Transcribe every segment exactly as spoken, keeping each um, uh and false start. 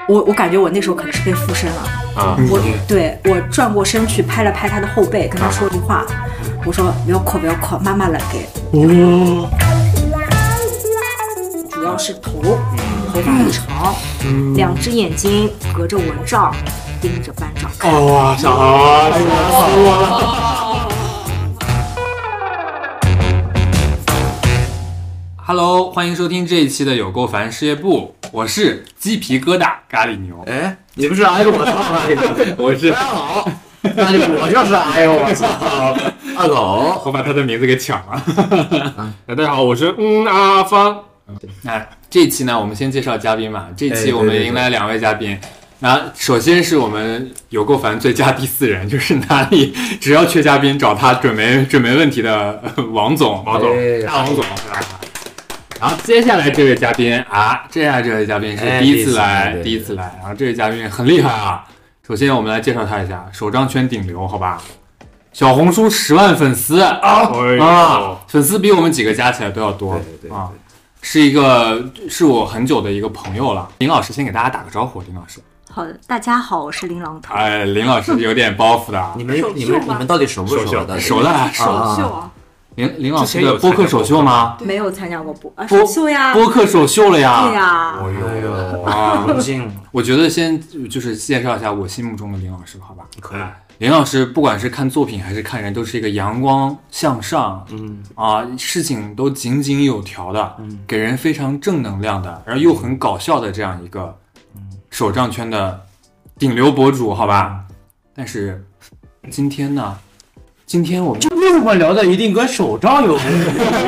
我我感觉我那时候可能是被附身了啊！我对我转过身去拍了拍他的后背，跟他说句话，我说不要哭不要哭，妈妈来给。哦，主要是头，头发很长，嗯、两只眼睛隔着蚊帐盯着班长看。 哇，小孩，哎呀，好我。 Hello， 欢迎收听这一期的有够烦事业部，我是鸡皮疙瘩咖喱牛。 哎，你不是哎呦我操！ 我是大家好，那就我就是哎呦我操二狗， 我把他的名字给抢了。 大家好，我是嗯阿芳。 那这一期呢，我们先介绍嘉宾嘛。这一期我们迎来两位嘉宾。然后，首先是我们有够烦最佳第四人，就是哪里只要缺嘉宾找他准没准没问题的王总，王总，大王总。然后接下来这位嘉宾啊，接下来这位嘉宾是第一次来，哎、第一次来。然后这位嘉宾很厉害啊。首先我们来介绍他一下，手账圈顶流，好吧？小红书十万粉丝啊、哎、啊，粉丝比我们几个加起来都要多， 对对对啊，是一个是我很久的一个朋友了。林老师先给大家打个招呼，林老师。 好的，大家好，我是林郎头。 哎，林老师有点包袱的。 你们你们你们到底熟不熟的？ 熟的， 首秀啊。 林林老师的播客首秀吗？ 没有参加过播啊，首秀呀， 播客首秀了呀。 对呀。 哎呦啊，荣幸。 我觉得先就是介绍一下我心目中的林老师，好吧？ 可以。 林老师不管是看作品还是看人，都是一个阳光向上，嗯啊，事情都井井有条的，嗯，给人非常正能量的，然后又很搞笑的这样一个手账圈的顶流博主，好吧？但是今天呢？今天我们就为什么聊的一定跟手账有关系？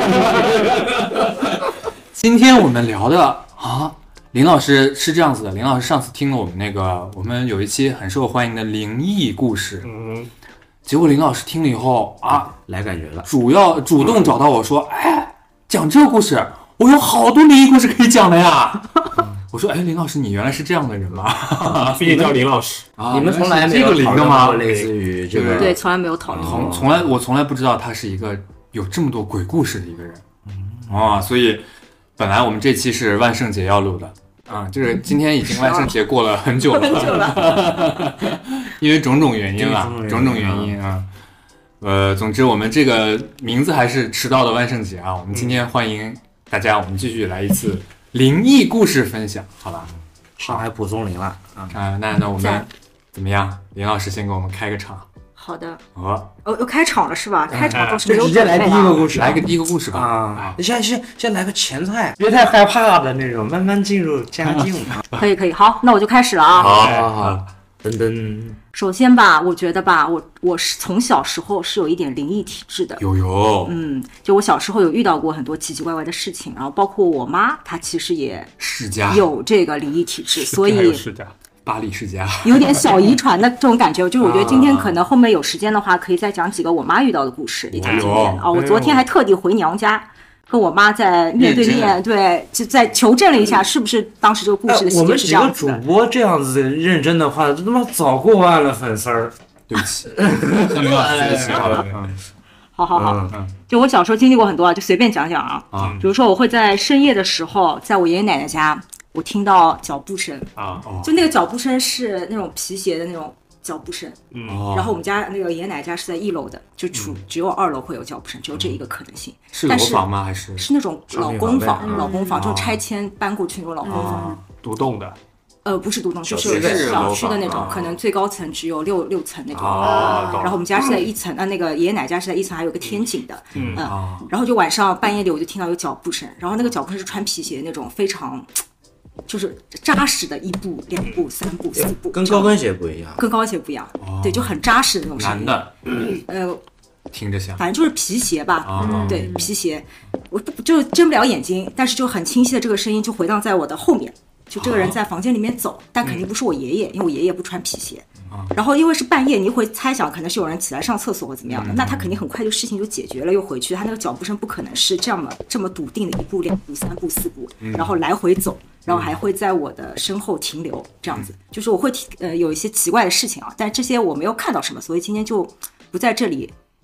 今天我们聊的啊，林老师是这样子的，林老师上次听了我们那个，我们有一期很受欢迎的灵异故事，嗯，结果林老师听了以后啊， 来感觉了， 主要主动找到我说，哎，讲这个故事，我有好多灵异故事可以讲的呀。我说，哎，林老师，你原来是这样的人吗？ 毕竟叫林老师啊， 你们从来没有讨论过类似于这个， 对，从来没有讨论过， 从从来我从来不知道他是一个有这么多鬼故事的一个人，啊，所以本来我们这期是万圣节要录的啊，就是今天已经万圣节过了很久了，很久了，因为种种原因了，种种原因啊，呃，总之我们这个名字还是迟到的万圣节啊，我们今天欢迎大家，我们继续来一次。灵异故事分享，好吧？ 上海蒲松龄了啊！ 啊，那那我们怎么样？林老师先给我们开个场。 好的。 哦， 哦，又开场了是吧？开场就直接来第一个故事， 来个第一个故事吧。 啊，先先先来个前菜，别太害怕的那种，慢慢进入佳境。 可以可以，好，那我就开始了啊。 好好好，噔噔。 首先吧，我觉得吧，我我是从小时候是有一点灵异体质的。 有有。 嗯，就我小时候有遇到过很多奇奇怪怪的事情，然后包括我妈，她其实也世家有这个灵异体质，所以世家巴黎世家有点小遗传的这种感觉。就是我觉得今天可能后面有时间的话，可以再讲几个我妈遇到的故事，也挺经典的啊。我昨天还特地回娘家。和我妈在面对面，对，就在求证了一下，是不是当时这个故事的细节是这样子的。 我们几个主播这样子认真的话，都他妈早过万了粉丝儿。 对不起，向林老师对不起。 好好好，嗯、就我小时候经历过很多啊，就随便讲讲啊。啊，比如说我会在深夜的时候，在我爷爷奶奶家，我听到脚步声啊，就那个脚步声是那种皮鞋的那种。脚步声，嗯，然后我们家那个爷爷奶奶家是在一楼的，就只只有二楼会有脚步声，只有这一个可能性。 是楼房吗？还是是那种老公房？老公房就拆迁搬过去那种老公房， 独栋的。 呃，不是独栋，就是小区的那种，可能最高层只有六六层那种。然后我们家是在一层，啊，那个爷爷奶奶家是在一层，还有个天井的，嗯，然后就晚上半夜里我就听到有脚步声，然后那个脚步声是穿皮鞋那种，非常。就是扎实的一步、两步、三步、四步， 跟高跟鞋不一样， 跟高跟鞋不一样，哦、对，就很扎实的那种声音。 男的， 嗯、呃， 听着像， 反正就是皮鞋吧，哦、对，皮鞋，我就睁不了眼睛，但是就很清晰的这个声音就回荡在我的后面，就这个人在房间里面走，哦、但肯定不是我爷爷，因为我爷爷不穿皮鞋。然后因为是半夜，你会猜想可能是有人起来上厕所或怎么样的，嗯、那他肯定很快就事情就解决了，又回去。他那个脚步声不可能是这么这么笃定的一步、两步、三步、四步，嗯、然后来回走，然后还会在我的身后停留，这样子。嗯、就是我会呃有一些奇怪的事情啊，但这些我没有看到什么，所以今天就不在这里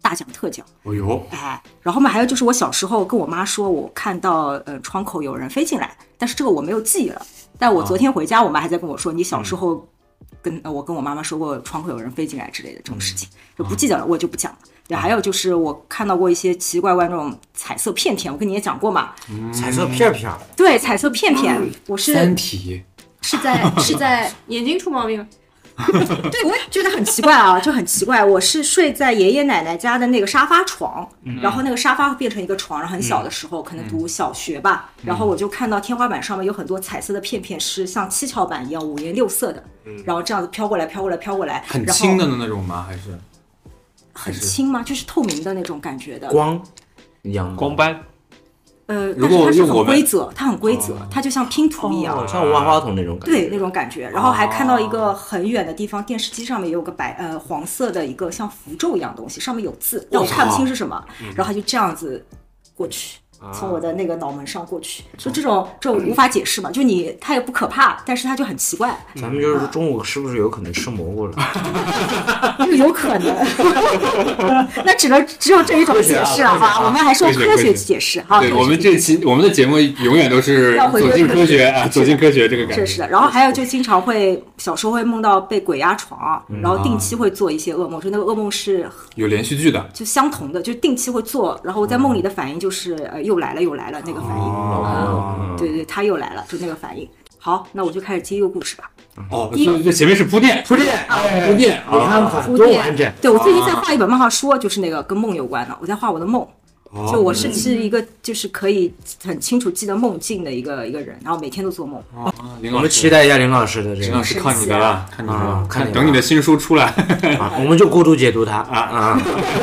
大奖特奖。 哦呦， 哎，然后嘛，还有就是我小时候跟我妈说，我看到呃窗口有人飞进来，但是这个我没有记忆了。但我昨天回家，我妈还在跟我说，你小时候跟、呃、我跟我妈妈说过窗口有人飞进来之类的这种事情，就不记得了，我就不讲了。对，还有就是我看到过一些奇奇怪怪那种彩色片片，我跟你也讲过嘛。 嗯、彩色片片， 对，彩色片片，嗯、我是三体是在是在眼睛出毛病了。 对，我也觉得很奇怪啊，就很奇怪。我是睡在爷爷奶奶家的那个沙发床，嗯、然后那个沙发变成一个床，然后很小的时候，嗯、可能读小学吧，嗯、然后我就看到天花板上面有很多彩色的片片，是像七巧板一样五颜六色的，嗯、然后这样子飘过来、飘过来、飘过来， 很轻的那种吗？还是很轻吗？就是透明的那种感觉的光一样光斑。 呃，但是它是很规则，它很规则，哦、它就像拼图一样， 哦、像万花筒那种感觉。 对，那种感觉。然后还看到一个很远的地方，电视机上面有个白呃黄色的一个像符咒一样的东西，上面有字，但我看不清是什么。然后它就这样子过去。从我的那个脑门上过去，就这种这种无法解释嘛，就你它也不可怕，但是它就很奇怪。 咱们就是中午是不是有可能吃蘑菇了？ 有可能，那只能只有这一种解释了哈。我们还说科学解释哈。 对，我们这期我们的节目永远都是走进科学啊，走进科学这个感觉。 是是的，然后还有就经常会小时候会梦到被鬼压床，然后定期会做一些噩梦，就那个噩梦是有连续剧的， 就相同的，就定期会做，然后我在梦里的反应就是呃又来了又来了那个反应， 哦嗯、对对，他又来了，就那个反应。好，那我就开始接一个故事吧。 哦，这前面是铺垫， 铺垫， 铺垫， 你看多完整。 对，我最近在画一本漫画书，就是那个跟梦有关的，我在画我的梦。就我是是一个就是可以很清楚记得梦境的一个一个人，然后每天都做梦。 哦， 我们期待一下林老师的这个。 林老师靠你的了，看你的了， 看等你的新书出来， 我们就过度解读它啊啊。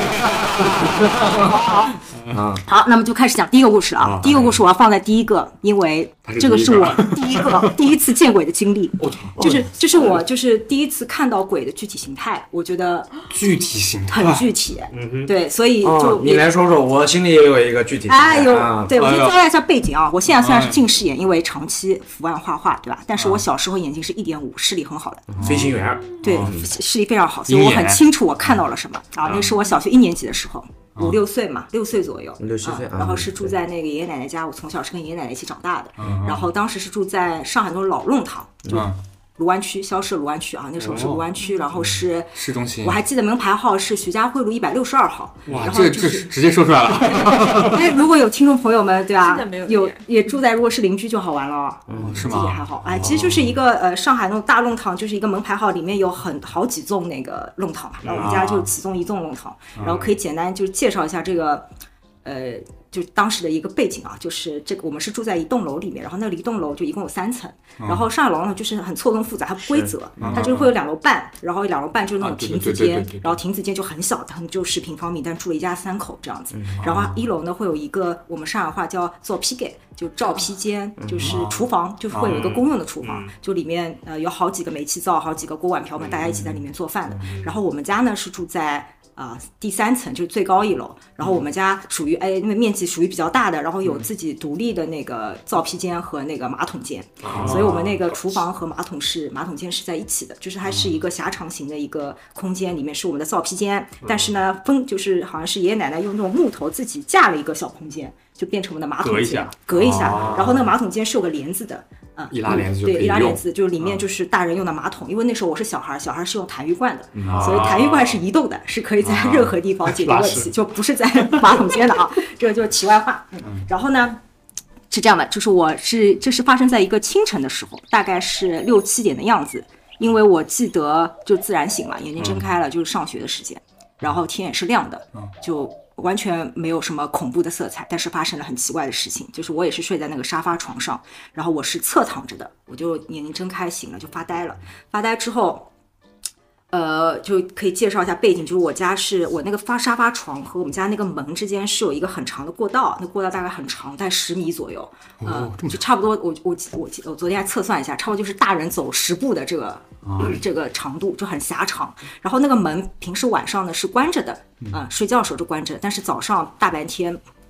好，好，那么就开始讲第一个故事了啊。第一个故事我要放在第一个，因为这个是我第一个第一次见鬼的经历，就是就是我就是第一次看到鬼的具体形态，我觉得具体形态很具体，对，所以就你来说说，我心里也有一个具体形态。 哎呦，对，我先交代一下背景啊。我现在虽然是近视眼，因为长期伏案画画，对吧？但是我小时候眼睛是一点五，视力很好的， 飞行员， 对，视力非常好，所以我很清楚我看到了什么啊。那是我小学一年级的时候。五六岁嘛，六岁左右， 六七岁、 嗯，然后是住在那个爷爷奶奶家。我从小是跟爷爷奶奶一起长大的，嗯、然后当时是住在上海那种老弄堂，就卢湾区，萧市卢湾区啊，那时候是卢湾区，然后是市中心。 我还记得门牌号是徐家汇路一百六十二号。 哇， 然后、 就是、这这直接说出来了。 哎，如果有听众朋友们，对吧？ 有有也住在，如果是邻居就好玩了。 嗯，是吗？ 也还好。哎，其实就是一个呃上海那种大弄堂，就是一个门牌号里面有很好几栋那个弄堂嘛。然后我们家就其中一栋弄堂，然后可以简单就介绍一下这个，呃。就当时的一个背景啊，就是这个我们是住在一栋楼里面，然后那一栋楼就一共有三层，嗯、然后上海楼呢就是很错综复杂，它不规则，它就会有两楼半，然后两楼半就是那种亭子间，然后亭子间就很小，它就十平方米，但住了一家三口这样子。嗯、然后一楼呢会有一个我们上海话叫做披盖，就照披间，就是厨房，就是会有一个公用的厨房，就里面呃有好几个煤气灶，好几个锅碗瓢盆，大家一起在里面做饭的。然后我们家呢是住在。啊、呃，第三层就是最高一楼，然后我们家属于哎，因为面积属于比较大的，然后有自己独立的那个灶披间和那个马桶间，嗯、所以我们那个厨房和马桶是马桶间是在一起的，就是它是一个狭长型的一个空间，里面是我们的灶披间，但是呢分就是好像是爷爷奶奶用那种木头自己架了一个小空间，就变成我们的马桶间，隔一下， 哦、 然后那个马桶间是有个帘子的。嗯， 易拉帘子就对，易拉帘子就是里面就是大人用的马桶，嗯、因为那时候我是小孩，小孩是用痰盂罐的，嗯、所以痰盂罐是移动的，是可以在任何地方解决问题，就不是在马桶间的啊。这个就是题外话。嗯，然后呢是这样的，就是我是这是发生在一个清晨的时候，大概是六七点的样子，因为我记得就自然醒嘛，眼睛睁开了就是上学的时间，然后天也是亮的，就。完全没有什么恐怖的色彩，但是发生了很奇怪的事情，就是我也是睡在那个沙发床上，然后我是侧躺着的，我就眼睛睁开醒了就发呆了，发呆之后呃，就可以介绍一下背景，就是我家是我那个发沙发床和我们家那个门之间是有一个很长的过道，那过道大概很长，大概十米左右，呃，就差不多我我我我昨天还测算一下，差不多就是大人走十步的这个、嗯、这个长度，就很狭长。然后那个门平时晚上呢是关着的，啊、呃，睡觉的时候就关着，但是早上大白天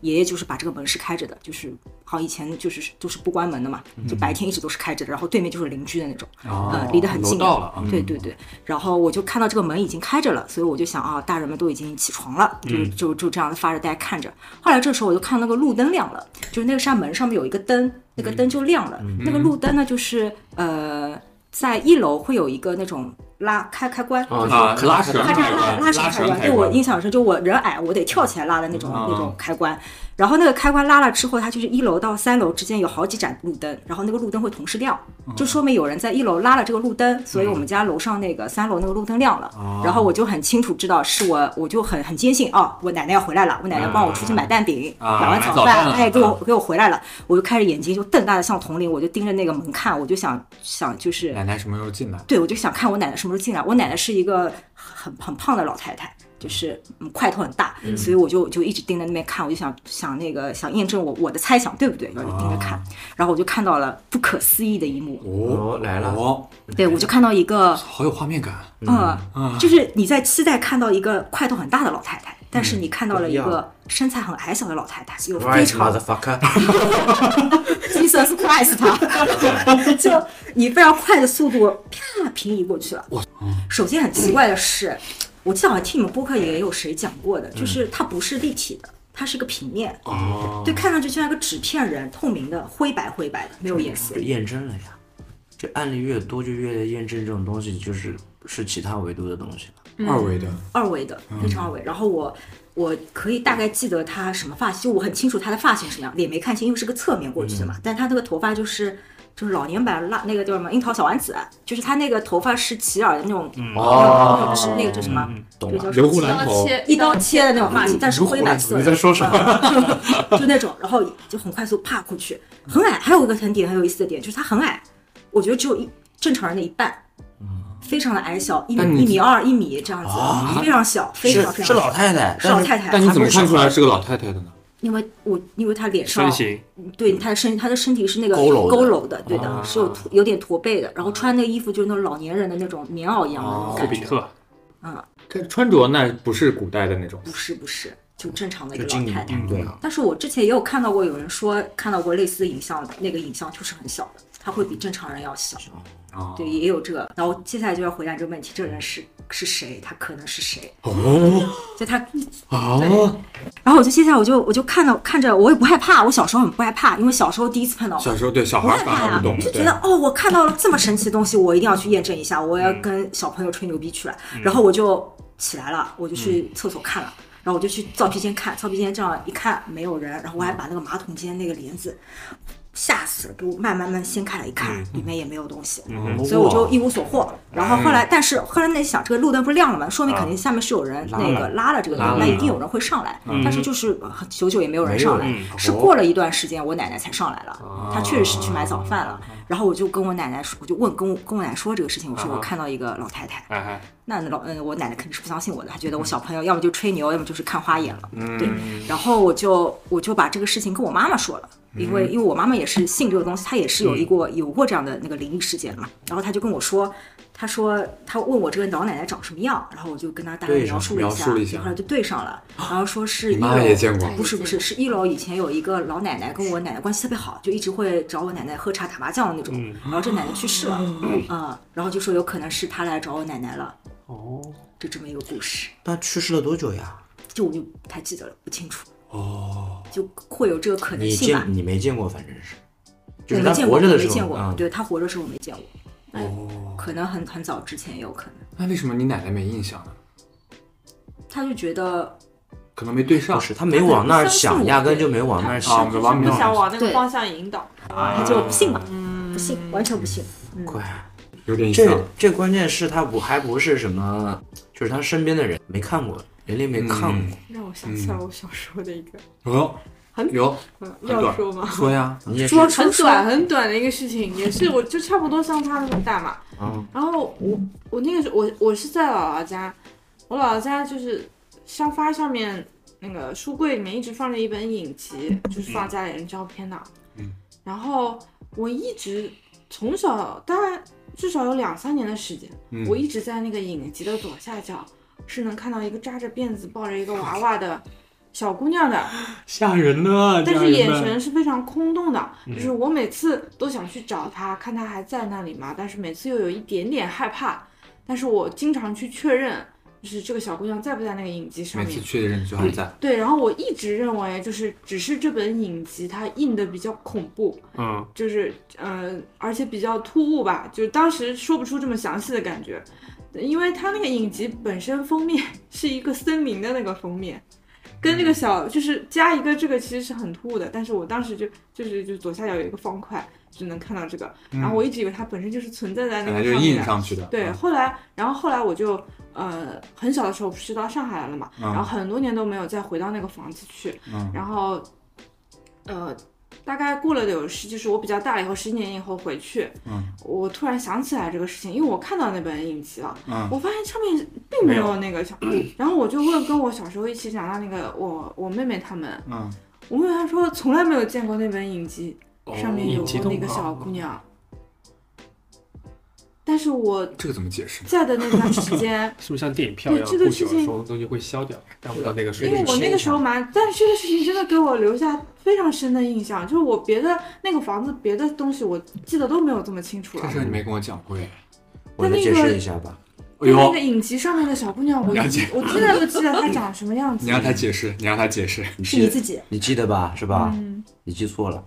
爷爷就是把这个门是开着的，就是好以前就是都是不关门的嘛，就白天一直都是开着的，然后对面就是邻居的那种， 哦呃，离得很近的。 楼道了，嗯对对对，然后我就看到这个门已经开着了，所以我就想啊，大人们都已经起床了，就就就这样发着呆看着。后来这时候我就看到那个路灯亮了，就是那个扇门上面有一个灯，那个灯就亮了。那个路灯呢，就是呃，在一楼会有一个那种拉开开关， 哦啊，拉绳它这样拉拉拉绳开关，对我印象深，就我人矮，我得跳起来拉的那种、 嗯那种开关。然后那个开关拉了之后，它就是一楼到三楼之间有好几盏路灯，然后那个路灯会同时亮，就说明有人在一楼拉了这个路灯，所以我们家楼上那个三楼那个路灯亮了。然后我就很清楚知道是我，我就很很坚信哦，我奶奶要回来了，我奶奶帮我出去买蛋饼， 啊买完早买早饭了哎，给我给我回来了，我就开始眼睛就瞪大的像铜铃，我就盯着那个门看，我就想想就是奶奶什么时候进来？ 对，我就想看我奶奶什么时候进来。我奶奶是一个很很胖的老太太，就是嗯块头很大，所以我就就一直盯着那边看，我就想想那个想验证我我的猜想对不对，然后就盯着看，然后我就看到了不可思议的一幕， 哦来了哦， 对我就看到一个， 好有画面感。 嗯，就是你在期待看到一个块头很大的老太太，但是你看到了一个身材很矮小的老太太，有非 Right 常 motherfucker， Jesus Christ， 他就以非常快的速度啪平移过去了。首先很奇怪的是，我记得好像听你们播客也有谁讲过的，就是它不是立体的，它是个平面， 哦， 对，看上去就像一个纸片人，透明的，灰白灰白的，没有颜色。 验证了呀。这案例越多，就越验证这种东西就是是其他维度的东西了。 二维的， 二维的，非常二维。然后我我可以大概记得他什么发型，就我很清楚他的发型是什么样，脸没看清，因为是个侧面过去的嘛。但他那个头发就是就是老年版辣那个叫什么樱桃小丸子，就是他那个头发是齐耳的那种， 哦那种是那个叫什么？ 懂了对叫什么留胡兰头， 一刀切的那种发型，但是灰白色的。 你在说什么？ 就那种，然后就很快速啪过去，很矮。还有一个很点很有意思的点，就是他很矮，我觉得只有一正常人的一半。非常的矮小，一米一米二、一米这样子，非常小，非常非常是是老太太， 是老太太。 但你怎么看出来是个老太太的呢？ 因为我因为她脸上身形， 对她的身她的身体是那个佝偻的佝偻的，对的，是有驼有点驼背的，然后穿那个衣服就是那种老年人的那种棉袄一样的那种霍感觉。 比特， 嗯， 这穿着那不是古代的那种， 不是不是，就正常的一就经理个老太太。 对， 但是我之前也有看到过有人说看到过类似的影像，那个影像就是很小的，它会比正常人要小。 哦对，也有这个。然后接下来就要回答这个问题，这个人是是谁？他可能是谁？ 哦就他， 哦， 然后我就接下来我就我就看到看着，我也不害怕。我小时候很不害怕，因为小时候第一次碰到， 小时候对小不孩反害怕呀而不懂的，对就觉得哦，我看到了这么神奇的东西，我一定要去验证一下，我要跟小朋友吹牛逼去了。然后我就起来了，我就去厕所看了。然后我就去灶皮间看，灶皮间这样一看没有人，然后我还把那个马桶间那个帘子吓死了，给我慢慢慢掀开来一看，里面也没有东西，所以我就一无所获。然后后来，但是后来那想，这个路灯不是亮了吗？说明肯定下面是有人那个拉了这个灯，那一定有人会上来。但是就是很久久也没有人上来，是过了一段时间，我奶奶才上来了。她确实是去买早饭了。然后我就跟我奶奶说，我就问跟我跟我奶奶说这个事情，我说我看到一个老太太。 哎哎， 那老嗯，我奶奶肯定是不相信我的，她觉得我小朋友要么就吹牛，要么就是看花眼了。对，然后我就我就把这个事情跟我妈妈说了。因为因为我妈妈也是信这个东西，她也是有一过有过这样的那个灵异事件嘛，然后她就跟我说，她说她问我这个老奶奶长什么样，然后我就跟她大概描述了一下， 描述了一下后来就对上了，然后说是一妈楼也见过不是不是是一楼以前有一个老奶奶跟我奶奶关系特别好，就一直会找我奶奶喝茶打麻将的那种，然后这奶奶去世了，嗯，然后就说有可能是她来找我奶奶了， 哦， 就这么一个故事， 那去世了多久呀？ 就我就不太记得了，不清楚， 哦， 就会有这个可能你性吧见。你没见过，反正是，就我是他没见过，我活着的时候， 没见过， 嗯， 对他活着的时候我没见过， 哦， 可能很很早之前也有可能， 那为什么你奶奶没印象呢？ 他就觉得可能没对上不，是他没往那儿想， 他可能相信我压根就没往那儿啊， 想， 没往不想往那个对方向引导。 他就不信嘛，不信，完全不信。嗯， 怪。这有点像。 这关键是他不还不是什么，就是他身边的人没看过，连连没看过。 让我想起来我小时候的一个， 哦， 很有嗯很短要说吗？ 说呀， 你也是， 说很短很短的一个事情，也是我就差不多像他那么大嘛。 嗯， 然后我我那个时候我我是在姥姥家，我姥姥家就是沙发上面那个书柜里面一直放着一本影集，就是放家里人照片的。 嗯， 然后我一直从小大概至少有两三年的时间， 嗯我一直在那个影集的左下角是能看到一个扎着辫子抱着一个娃娃的小姑娘的， 吓人呢。 但是眼神是非常空洞的，就是我每次都想去找她，看她还在那里吗？但是每次又有一点点害怕，但是我经常去确认。就是这个小姑娘在不在那个影集上面？ 每次确认就还在。 对，然后我一直认为，就是只是这本影集它印的比较恐怖， 嗯， 就是呃，而且比较突兀吧，就当时说不出这么详细的感觉，因为它那个影集本身封面是一个森林的那个封面，跟这个小就是加一个这个其实是很突兀的，但是我当时就就是就左下角有一个方块。就能看到这个，然后我一直以为它本身就是存在在那个上面的， 就印上去的。 对，后来，然后后来我就呃很小的时候不是到上海来了嘛， 嗯、 然后很多年都没有再回到那个房子去， 嗯、 然后呃大概过了有十，就是我比较大了以后，十几年以后回去， 嗯， 我突然想起来这个事情，因为我看到那本影集了， 嗯， 我发现上面并没有那个小，然后我就问跟我小时候一起长大那个我我妹妹他们， 嗯， 我妹妹她说从来没有见过那本影集。上面有那个小姑娘，但是我这个怎么解释？ 在的那段时间， 是不是像电影票一样， 这个事情所有东西会消掉，达不到那个水因准？ 为我那个时候蛮，但是这个事情真的给我留下非常深的印象，就是我别的那个房子别的东西我记得都没有这么清楚了。 这事你没跟我讲过耶， 我来解释一下吧。 那个影集上面的小姑娘，我我现在都记得她长什么样子。 你让她解释，你让她解释， 是你自己， 你记得吧？是吧？ 嗯， 你记错了。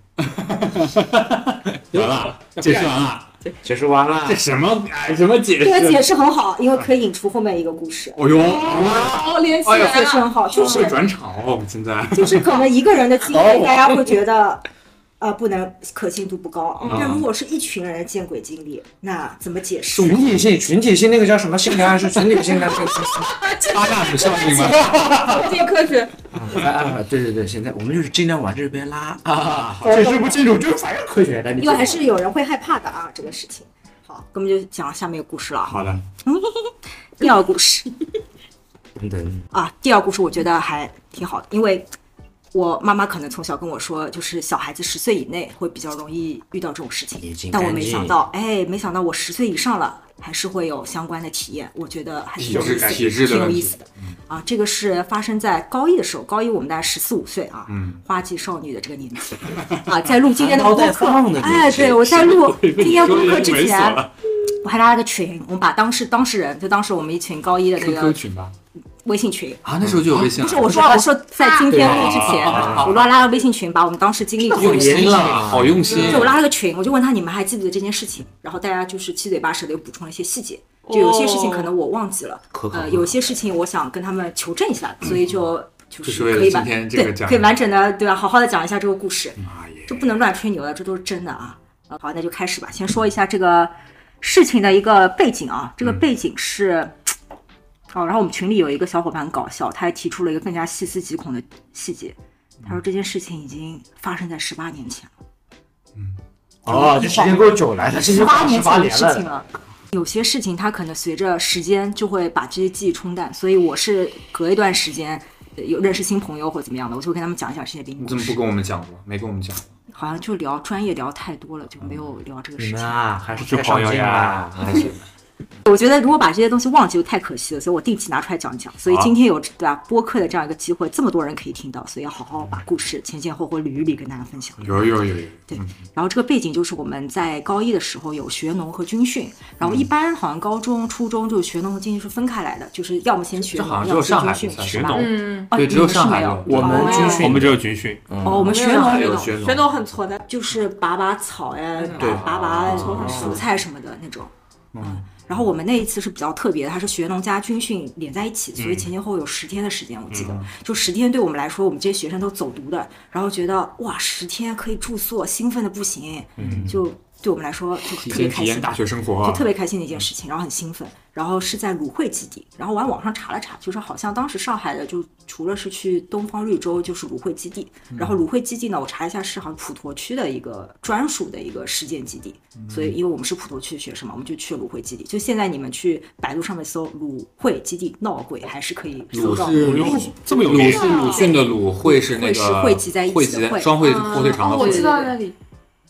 完了，解释完了， 解释完了。 这什么哎什么解释？ 这个解释很好，因为可以引出后面一个故事。 哦呦， 哦，连起来了， 解释很好，就是会转场哦，我们现在就是可能一个人的经历，大家会觉得。呃，不能可信度不高。 嗯、 但如果是一群人的见鬼经历，那怎么解释？ 群体性，群体性那个叫什么心理暗示？群体性的八大子效应吗？ 这科学。 啊啊，对对对，现在我们就是尽量往这边拉啊。解释不清楚就是反正科学的， 因为还是有人会害怕的啊，这个事情。好，我们就讲下面一个故事了。 好的。 第二个故事。 等等啊，第二个故事我觉得还挺好的，因为。我妈妈可能从小跟我说，就是小孩子十岁以内会比较容易遇到这种事情，但我没想到，哎，没想到我十岁以上了，还是会有相关的体验，我觉得还是有意思，挺有意思的。啊，这个是发生在高一的时候，高一我们大概十四五岁啊， 嗯， 花季少女的这个年纪啊，在录今天的播客， 哎， 对我在录今天播客之前，我还拉了个群，我们把当事当事人，就当时我们一群高一的那个 Q Q 群吧。 微信群啊，那时候就有微信了。 不是我说，我说在今天录之前，我拉拉了微信群，把我们当时经历的用心了，好用心。 就我拉了个群，我就问他你们还记不记得这件事情，然后大家就是七嘴八舌的又补充了一些细节，就有些事情可能我忘记了，呃，有些事情我想跟他们求证一下，所以就就是可以完对可以完整的对吧，好好的讲一下这个故事，这不能乱吹牛的，这都是真的啊。好，那就开始吧，先说一下这个事情的一个背景啊，这个背景是。哦，然后我们群里有一个小伙伴很搞笑，他还提出了一个更加细思极恐的细节。他说这件事情已经发生在十八年前了。 嗯，哦，这时间够久了， 十八年前的事情了。有些事情它可能随着时间就会把这些记忆冲淡，所以我是隔一段时间有认识新朋友或怎么样的，我就会跟他们讲一讲这些灵异故事。 你怎么不跟我们讲过？没跟我们讲过。 好像就聊专业聊太多了，就没有聊这个事情。 啊，还是太上进了，还是。 我觉得如果把这些东西忘记就太可惜了，所以我定期拿出来讲一讲。所以今天有对吧播客的这样一个机会，这么多人可以听到，所以要好好把故事前前后后捋一捋跟大家分享。 有有有有。 对，然后这个背景就是我们在高一的时候有学农和军训，然后一般好像高中、初中就学农和军训是分开来的，就是要么先学农，要么先军训， 学农。 嗯， 对，只有上海有。 我们军训， 我们只有军训。 哦，我们学农有学农， 学农很挫的， 就是拔拔草呀，拔拔蔬菜什么的那种。嗯。然后我们那一次是比较特别的，它是学农加军训连在一起，所以前前后后有十天的时间，我记得， 嗯、 就十天对我们来说，我们这些学生都走读的，然后觉得哇，十天可以住宿，兴奋的不行， 嗯、 就对我们来说就特别开心， 体验大学生活、啊， 就特别开心的一件事情，然后很兴奋。然后是在鲁汇基地，然后我还网上查了查，就是好像当时上海的就除了是去东方绿洲，就是鲁汇基地。 嗯、 然后鲁汇基地呢，我查一下是好像普陀区的一个专属的一个实践基地， 嗯、 所以因为我们是普陀区的学生嘛，我们就去了鲁汇基地。就现在你们去百度上面搜鲁汇基地闹鬼，还是可以搜到。 鲁是这么有名？鲁是鲁迅的鲁，汇是那个汇是汇集在一起的汇，双汇火腿肠的汇。我知道那里。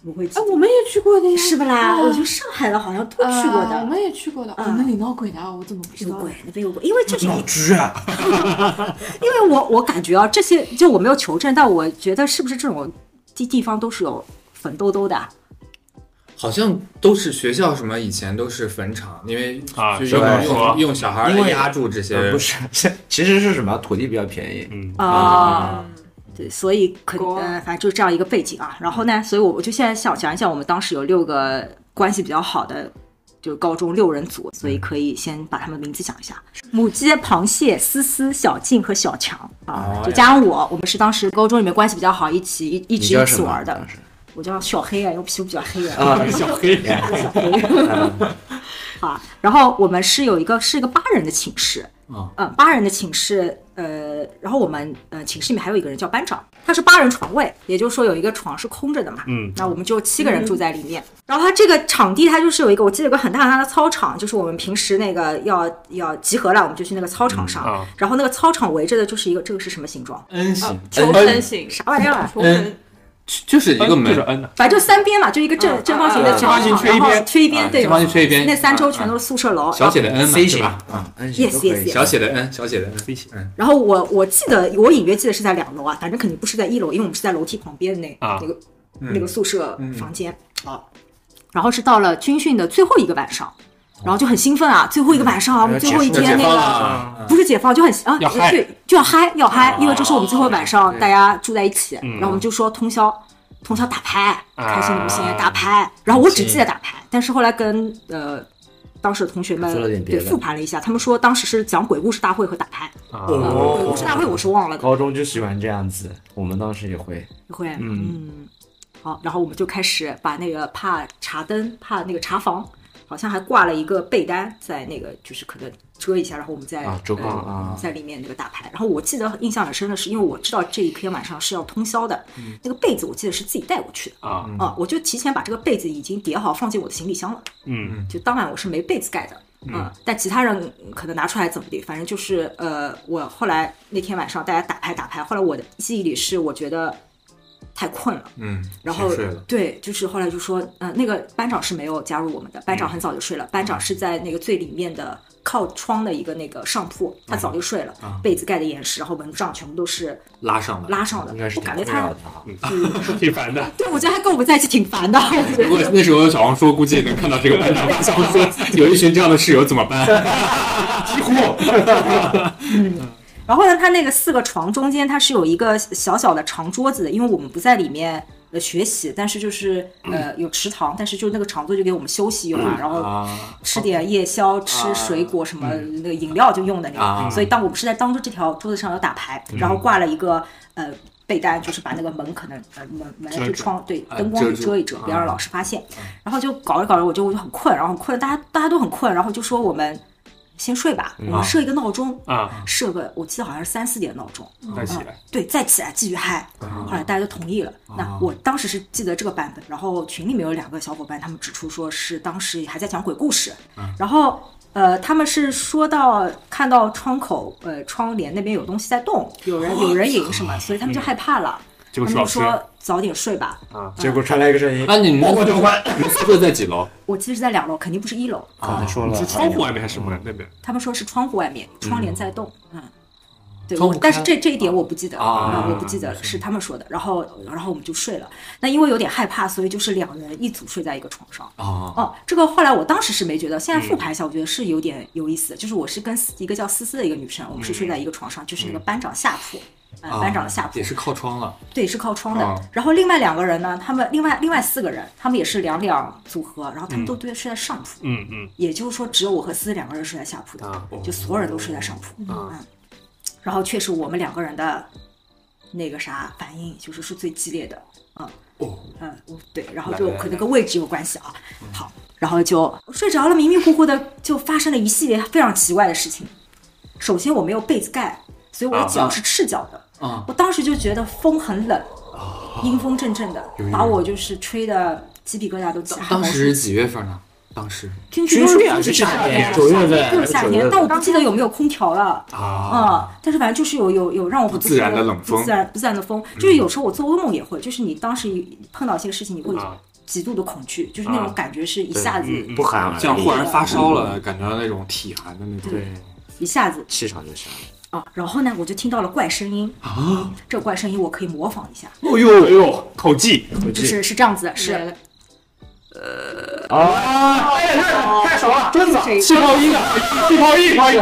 不会记哎，我们也去过的呀， 是不啦？我觉得上海的好像都去过的。 我们也去过的。哦，那里闹鬼的啊，我怎么不知道？ 有鬼，那边有鬼，因为这种老居啊， 因为我我感觉啊，这些就我没有求证，但我觉得是不是这种地地方都是有坟兜兜的？ 好像都是学校什么以前都是坟场，因为啊就是用对用用小孩来压住这些， 呃不是，其实是什么土地比较便宜， 嗯啊。对，所以肯狗呃，反正就是这样一个背景啊。然后呢，所以我我就现在想讲一讲，我们当时有六个关系比较好的，就是高中六人组，所以可以先把他们名字讲一下：母鸡、螃蟹、思思、小静和小强啊，就加上我，我们是当时高中里面关系比较好，一起一一直一你叫什么起玩的当。时我叫小黑啊，因为皮肤比较黑啊。 啊， 小黑小黑。啊，然后我们是有一个是一个八人的寝室， 啊嗯，八人的寝室，呃，然后我们呃寝室里面还有一个人叫班长，他是八人床位，也就是说有一个床是空着的嘛， 嗯， 那我们就七个人住在里面。然后它这个场地它就是有一个，我记得有个很大很大的操场，就是我们平时那个要要集合了，我们就去那个操场上， 嗯啊然后那个操场围着的就是一个，这个是什么形状？ ，N 型， 求生型， 啥玩意儿啊？ 求生。 就是一个门就是 N 的， 反正就三边嘛，就一个正嗯正方形的嗯正方形， 正方形缺一边然后缺一边，对， 啊正方形缺一边那三周啊全都是宿舍楼， 小写的 N 嘛， C 型是吧？ 啊，N 型 Yes, 都可以 yes, yes 小写的 N，小写的 N， C 型嗯， 然后我我记得我隐约记得是在两楼啊，反正肯定不是在一楼，因为我们是在楼梯旁边的那、 啊那个、那个宿舍房间啊。然后是到了军训的最后一个晚上，然后就很兴奋啊，最后一个晚上啊，我们最后一要解放天那个了， 不是解放就很啊， 要嗨对，就要嗨要嗨，因为这是我们最后一晚上对大家住在一起， 嗯然后我们就说通宵。通宵打牌，开心无心啊打牌，然后我只记得打牌，但是后来跟呃当时的同学们说了点别的对复盘了一下，他们说当时是讲鬼故事大会和打牌， 啊， 哦鬼故事大会我是忘了的， 高中就喜欢这样子，我们当时也会， 会，嗯，好，然后我们就开始把那个怕茶灯，怕那个茶房，好像还挂了一个被单在那个，就是可能遮一下，然后我们在啊遮光呃啊在里面那个打牌。然后我记得印象很深的是，因为我知道这一天晚上是要通宵的，那个被子我记得是自己带过去的啊， 啊，我就提前把这个被子已经叠好放进我的行李箱了， 嗯就当晚我是没被子盖的。嗯，但其他人可能拿出来怎么的，反正就是呃，我后来那天晚上大家打牌打牌，后来我的记忆里是我觉得太困了， 嗯， 然后先睡了， 对，就是后来就说，呃，那个班长是没有加入我们的，班长很早就睡了，班长是在那个最里面的靠窗的一个那个上铺，他早就睡了，被子盖得严实，然后蚊帐全部都是拉上的。 拉上的应该，是我感觉他挺困扰的，哈。 挺烦的。 对我觉得他跟我们在一起挺烦的，我觉如果得那时候有小黄书，估计也能看到这个班长发小黄书，有一群这样的室友怎么办？几乎。 然后呢，他那个四个床中间，它是有一个小小的长桌子的，因为我们不在里面呃学习，但是就是呃有池塘，但是就那个长桌就给我们休息用啊，然后啊， 吃点夜宵，吃水果什么那个饮料就用的那啊个，所以当我们是在当着这条桌子上要打牌，然后挂了一个呃被单，就是把那个门可能呃门门遮住就窗对啊灯光给遮住遮一遮， 啊别让老师发现。然后就搞着搞着，我就我就很困，然后很困，大家大家都很困，然后就说我们先睡吧，我们设一个闹钟啊， 设个我记得好像是三四点闹钟， 再起来嗯，对，再起来继续嗨。后来大家都同意了。那我当时是记得这个版本，然后群里面有两个小伙伴，他们指出说是当时还在讲鬼故事，然后呃，他们是说到看到窗口呃窗帘那边有东西在动，有人有人影什么，所以他们就害怕了，他们就结果是老师说早点睡吧。 啊， 结果传来一个声音， 那你们包括教官， 你们宿舍在几楼？ 我记得是在两楼，肯定不是一楼。 刚才说了， 是窗户外面还是什么那边？ 他们说是窗户外面窗帘在动，嗯。对， 窗户我但是开这这一点我不记得啊嗯我不记得了，是他们说的。然后，然后我们就睡了。那因为有点害怕，所以就是两人一组睡在一个床上。 啊， 哦，这个后来我当时是没觉得，现在复盘一下，我觉得是有点有意思的。就是我是跟一个叫思思的一个女生，我们是睡在一个床上，就是那个班长下铺，呃，班长的下铺也是靠窗了。 对，是靠窗的。 啊然后另外两个人呢，他们另外另外四个人，他们也是两两组合，然后他们都对睡在上铺。 嗯嗯也就是说，只有我和思思两个人睡在下铺的， 啊就所有人都睡在上铺。 啊嗯，然后确实我们两个人的那个啥反应就是是最激烈的。嗯哦， 嗯，我对，然后来来就可能跟位置有关系啊。好，然后就睡着了，迷迷糊糊的就发生了一系列非常奇怪的事情。首先我没有被子盖，所以我的脚是赤脚的。 啊我当时就觉得风很冷，阴风阵阵的，把我就是吹的鸡皮疙瘩都起，汗当毛竖起。 时几月份呢？当时军训都是都是夏夏天九九月份就是夏天，但我不记得有没有空调了。 啊， 嗯，但是反正就是有有有让我很不自然的冷风不自然不自然的风，就是有时候我做噩梦也会，就是你当时碰到一些事情，你会啊极度的恐惧，就是那种感觉是一下子、 不寒而栗， 像忽然发烧了，感觉到那种体寒的那种。 对， 一下子气场就下来了。 啊，然后呢，我就听到了怪声音啊，这个怪声音我可以模仿一下， 哦呦哎呦，口技， 就是是这样子的，是来了啊！哎呀，太熟了，真的，气泡音啊，气泡音，泡音，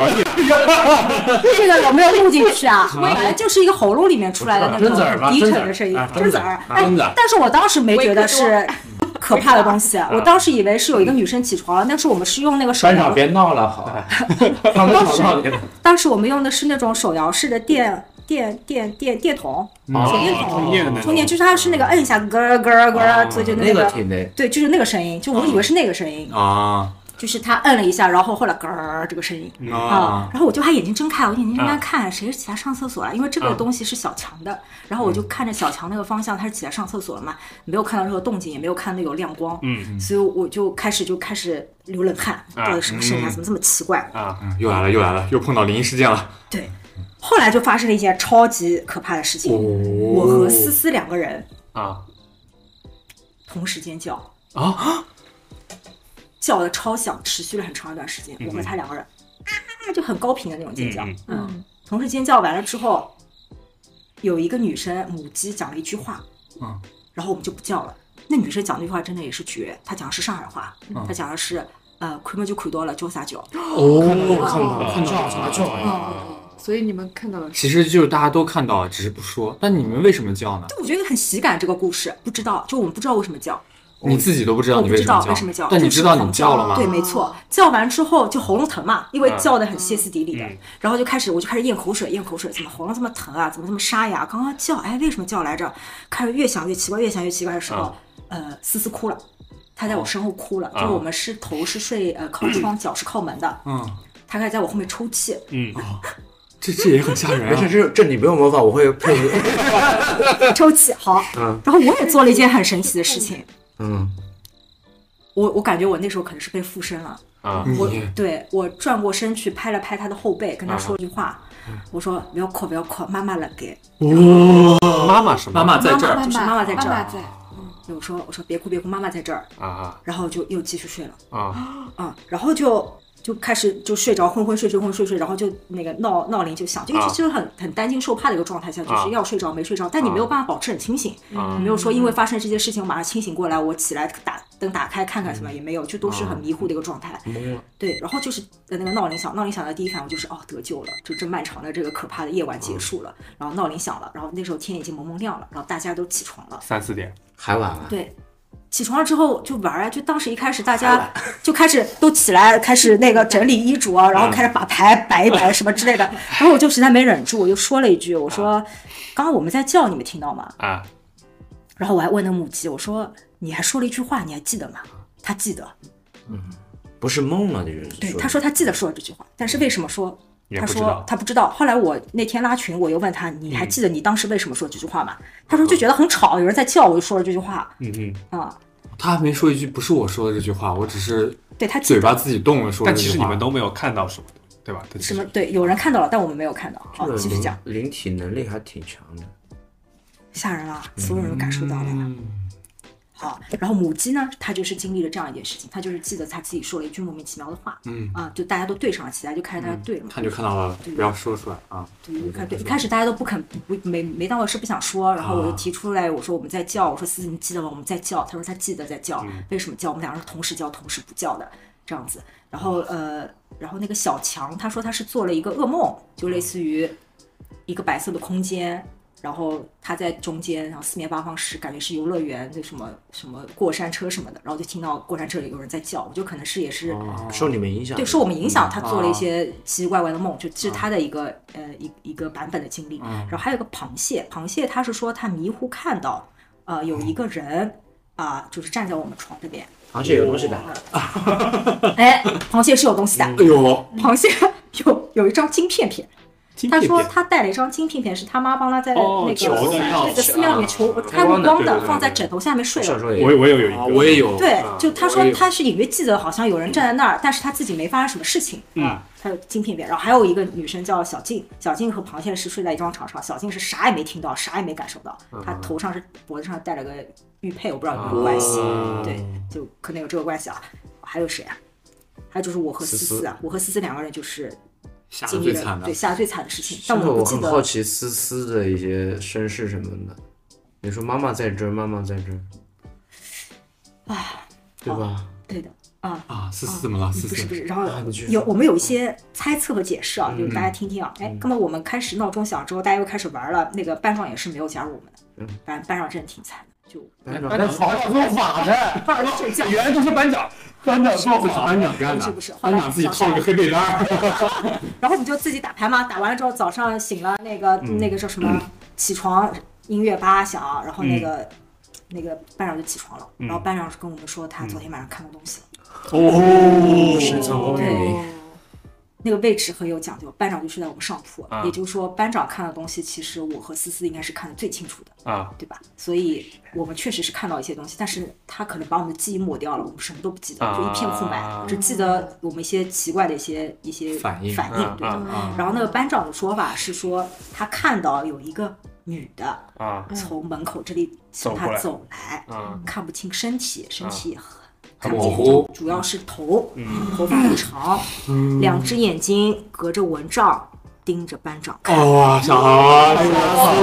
这个有没有录进去啊？本来就是一个喉咙里面出来的那真子儿吧种低沉的声音， 真子儿真子儿，哎真子儿但是我当时没觉得是可怕的东西，我当时以为是有一个女生起床了，但是我们是用那个手摇， 班长别闹了，好，他们吵闹你了。 当时我们用的是那种手摇式的电电电电电筒，手电筒充电的那种充电，就是它是那个摁一下咯咯咯，所以就那个个挺那， 对，就是那个声音，就我以为是那个声音， 啊就是他摁了一下，然后后来咯儿这个声音啊啊， 然后我就把眼睛睁开，我眼睛睁开看谁是起来上厕所了，因为这个啊东西是小强的，然后我就看着小强那个方向，他是起来上厕所了嘛，没有看到任何动静，也没有看到有亮光， 嗯所以我就开始就开始流冷汗， 啊到底什么声音啊，怎么这么奇怪？ 啊， 嗯，又来了又来了，又碰到灵异事件了。 对，后来就发生了一件超级可怕的事情，我和思思两个人啊同时尖叫。 啊叫的超响，持续了很长一段时间。我和他两个人啊，就很高频的那种尖叫， 嗯嗯，同时尖叫完了之后，有一个女生母鸡讲了一句话， 嗯， 然后我们就不叫了。那女生讲那句话真的也是绝，她讲的是上海话，她讲的是呃，看么就看到了，叫啥叫？ 哦，看到看到啥叫？ 嗯， 所以你们看到了其实就是大家都看到了，只是不说。但你们为什么叫呢？ 我觉得很喜感这个故事，不知道，就我们不知道为什么叫。 你自己都不知道我不知道你为什么为什么叫， 但你知道就是狂你叫了吗？ 对，没错，叫完之后就喉咙疼嘛，因为嗯叫的很歇斯底里的， 嗯然后就开始我就开始咽口水，咽口水，怎么喉咙这么疼啊？怎么这么沙哑？刚刚叫，哎，为什么叫来着？开始越想越奇怪，越想越奇怪的时候，呃，思思哭了，她在我身后哭了， 哦就是我们是头是睡呃靠窗，脚是靠门的， 嗯， 她开始在我后面抽泣， 嗯这这也很吓人没事， 啊。 这这你不用模仿，我会配合。 抽泣，好， 嗯然后我也做了一件很神奇的事情， 嗯， 我我感觉我那时候可能是被附身了。 啊我你对我转过身去拍了拍他的后背，跟他说句话， 嗯我说不要哭不要哭，妈妈来给， 妈妈什么妈妈在这儿就是妈妈在这儿妈妈在， 对我说我说别哭别哭，妈妈在这儿， 啊然后就又继续睡了啊啊，然后就就开始就睡着，昏昏睡睡昏昏睡睡，然后就那个闹闹铃就响，就一直就是很很担惊受怕的一个状态下，就是要睡着没睡着，但你没有办法保持很清醒， 啊你没有说因为发生这些事情我马上清醒过来，我起来打灯打开看看什么也没有，就都是很迷糊的一个状态。 懵了。 对，然后就是呃那个闹铃响，闹铃响的第一反应就是哦得救了，就这漫长的这个可怕的夜晚结束了。然后闹铃响了，然后那时候天已经蒙蒙亮了，然后大家都起床了。 三四点还晚啊？ 对，起床了之后就玩啊，就当时一开始大家就开始都起来，开始那个整理衣着，然后开始把牌摆一摆什么之类的。然后我就实在没忍住，我就说了一句，我说刚刚我们在叫，你们听到吗？ 啊然后我还问那母鸡，我说你还说了一句话，你还记得吗？他记得。 不是梦了，就是对，他说他记得说了这句话，但是为什么说？他说也不知道他不知道。后来我那天拉群，我又问他，你还记得你当时为什么说这句话吗？他说就觉得很吵，有人在叫，我就说了这句话嗯嗯， 啊、 他还没说一句不是我说的这句话，我只是对他记得嘴巴自己动了说的但其实这句话。 你们都没有看到什么的，对吧？ 什么？对，有人看到了，但我们没有看到。好， 这个继续讲， 灵灵体能力还挺强的。 吓人了，所有人都感受到了。 嗯好，然后母鸡呢，它就是经历了这样一件事情，它就是记得它自己说了一句莫名其妙的话， 嗯啊，就大家都对上了起来，就开始大家对了嘛。 他就看到了，不要说出来啊。 对，一开对一开始大家都不肯不没没当回事，不想说，然后我就提出来，我说我们在叫，我说思思你记得吗？我们在叫，他说他记得在叫，为什么叫？我们两个是同时叫，同时不叫的这样子。然后呃，然后那个小强他说他是做了一个噩梦，就类似于一个白色的空间。然后他在中间，然后四面八方是感觉是游乐园，那什么什么过山车什么的，然后就听到过山车里有人在叫，我就可能是也是、 受你们影响？ 对，受我们影响，他做了一些奇奇怪怪的梦，就这是他的一个、呃一一个版本的经历。然后还有一个螃蟹，螃蟹他是说他迷糊看到，呃，有一个人啊、就是站在我们床这边。 螃蟹有东西的。 哎，螃蟹是有东西的， 哎呦， 螃蟹有有一张金片片， 他说他带了一张金片片，是他妈帮他在那个、 哦、 那个寺庙里面求开过光的，放在枕头下面睡了。 我我也有一个， 我也有。 对，就他说他是隐约记得好像有人站在那儿，但是他自己没发生什么事情。 嗯， 他有金片片，然后还有一个女生叫小静，小静和螃蟹是睡在一张床上，小静是啥也没听到，啥也没感受到，她头上是脖子上戴了个玉佩，我不知道有没有关系，对，就可能有这个关系啊。还有谁啊？还有就是我和思思啊，我和思思两个人就是吓得最惨的， 对，吓得最惨的事情。但我不记得。 很好奇思思的一些身世什么的。你说妈妈在这儿，妈妈在这儿， 哎， 对吧？ 对的。啊啊！思思怎么了？思思不是不是，然后有我们有一些猜测和解释啊，就是大家听听啊。哎，那么我们开始闹钟响之后，大家又开始玩了。那个班长也是没有加入我们的，班班长真的挺惨的，就班长班长好好说法的，班长原来都是班长，班长说法， 班长干的， 不是不是， 班长自己套了个黑背带然后我们就自己打牌嘛，打完了之后早上醒了，那个那个叫什么，起床音乐叭响，然后那个那个班长就起床了，然后班长跟我们说他昨天晚上看到东西了。 哦， 深藏功与名。 那个位置很有讲究，班长就睡在我们上铺， 啊、 也就是说班长看的东西，其实我和思思应该是看得最清楚的啊， 对吧？所以我们确实是看到一些东西，但是他可能把我们的记忆抹掉了，我们什么都不记得， 啊、 就一片空白，只记得我们一些奇怪的一些一些反应， 反应，对的。 啊、 然后那个班长的说法是说，他看到有一个女的啊从门口这里向他走来， 啊、 看不清身体，身体也很。 很模糊， 主要是头， 嗯、 头发很长，嗯、两只眼睛隔着蚊帐盯着班长看。 哇，小孩，吓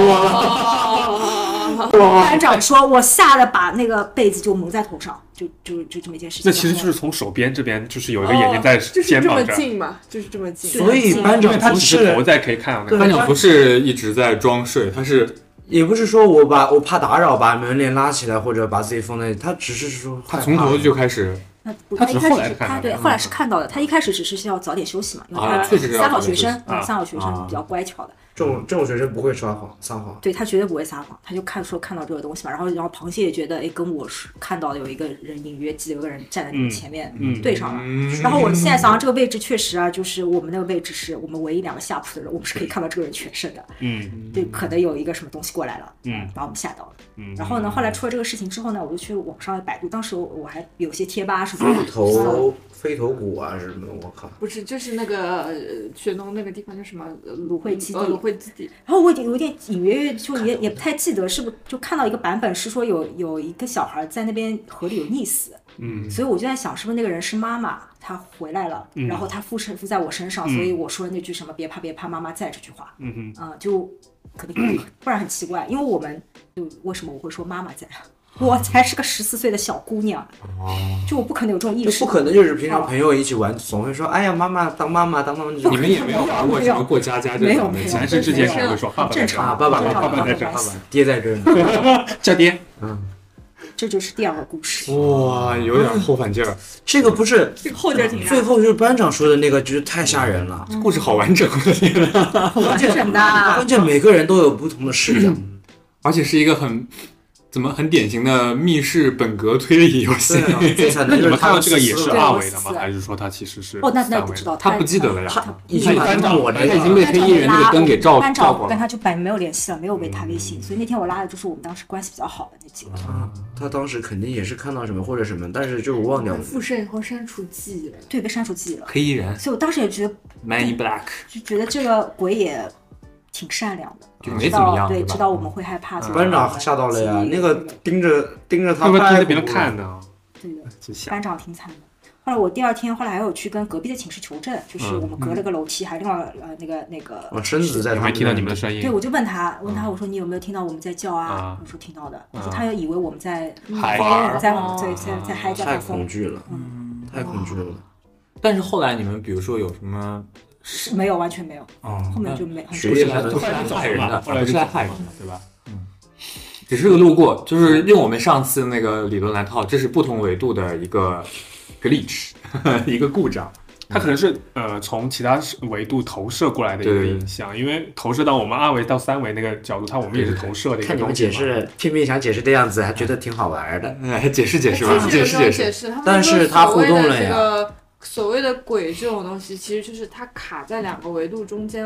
死我了！ 班长说：“我吓得把那个被子就蒙在头上，就就就这么一件事情。” 那其实就是从手边这边，就是有一个眼睛在肩膀这儿， 就是这么近嘛，就是这么近。 所以班长他只是头在可以看到那个。 班长不是一直在装睡，他是。 也不是说我把我怕打扰把门帘拉起来或者把自己封在，他只是说他从头就开始， 他一开始他对后来是看到的，他一开始只是要早点休息嘛，因为他三好学生，三好学生比较乖巧的。 这种这种学生不会撒谎撒谎， 对他绝对不会撒谎，他就看说看到这个东西嘛，然后然后螃蟹也觉得哎跟我是看到的有一个人隐约记得有个人站在你前面、 嗯、 对上了、嗯，然后我现在想到这个位置确实啊，就是我们那个位置是我们唯一两个下铺的人，我们是可以看到这个人全身的， 嗯， 就可能有一个什么东西过来了， 嗯， 把我们吓到了， 嗯， 然后呢，后来出了这个事情之后呢，我就去网上百度，当时我还有些贴吧什么飞头飞头谷啊什么，我靠， 不是就是那个呃雪农那个地方叫什么芦荟基地， 芦荟基地， 然后我有点隐约约就也也不太记得是不是就看到一个版本是说有有一个小孩在那边河里有溺死， 嗯， 所以我就在想是不是那个人是妈妈，她回来了， 嗯、 然后她附身附在我身上、嗯，所以我说那句什么别怕别怕，妈妈在这句话， 嗯哼，啊、呃，就可能不然很奇怪，因为我们就为什么我会说妈妈在？我才是个十四岁的小姑娘，就我不可能有这种意识， 不可能就是平常朋友一起玩，总会说，哎呀，妈妈当妈妈当妈妈。 你们也没有玩过什么过家家这种的， 男生之间可能会说， 正常， 爸爸爸爸在这， 爸爸爹在这呢， 叫爹， 嗯， 这就是第二个故事。 哇，有点后反劲儿。 这个不是这个后劲儿挺大。 最后就是班长说的那个，就是太吓人了。 故事好完整，我的天呐， 完整的。 关键每个人都有不同的视角， 而且是一个很。怎么很典型的密室本格推理游戏？ 那你们看到这个也是二维的吗？还是说他其实是哦，那那不知道， 他不记得了呀。 他班长我他已经被黑衣人那个灯给照班照过了。 我跟他就本没有联系了，没有被他微信，所以那天我拉的就是我们当时关系比较好的那几个。 啊，他当时肯定也是看到什么或者什么，但是就忘掉了。 附身以后删除记忆了。 对，被删除记忆了。 黑衣人。 所以我当时也觉得 Man in Black， 就觉得这个鬼也挺善良的。 就没怎么样， 对，知道我们会害怕。 班长吓到了呀，那个盯着盯着他， 会不会盯着别人看呢？ 对的，班长挺惨的。后来我第二天，后来还有去跟隔壁的寝室求证，就是我们隔了个楼梯，还另外呃那个那个。 我身子在， 没听到你们的声音。 对，我就问他，问他我说你有没有听到我们在叫啊？我说听到的。他说他以为我们在嗨， 在在在在嗨，在太恐惧了，嗯，太恐惧了。 但是后来你们比如说有什么？ 是没有，完全没有。哦，后面就没。 学业来都是来害人的，不是来害人的，对吧？嗯，只是个路过，就是用我们上次那个理论来套，这是不同维度的一个 glitch， 一个故障。 它可能是呃从其他维度投射过来的一个影像，因为投射到我们二维到三维那个角度，它我们也是投射的一个。 看你们解释，偏偏想解释的样子，还觉得挺好玩的。 哎，解释解释吧，解释解释。 但是他互动了呀。 所谓的鬼这种东西，其实就是它卡在两个维度中间了。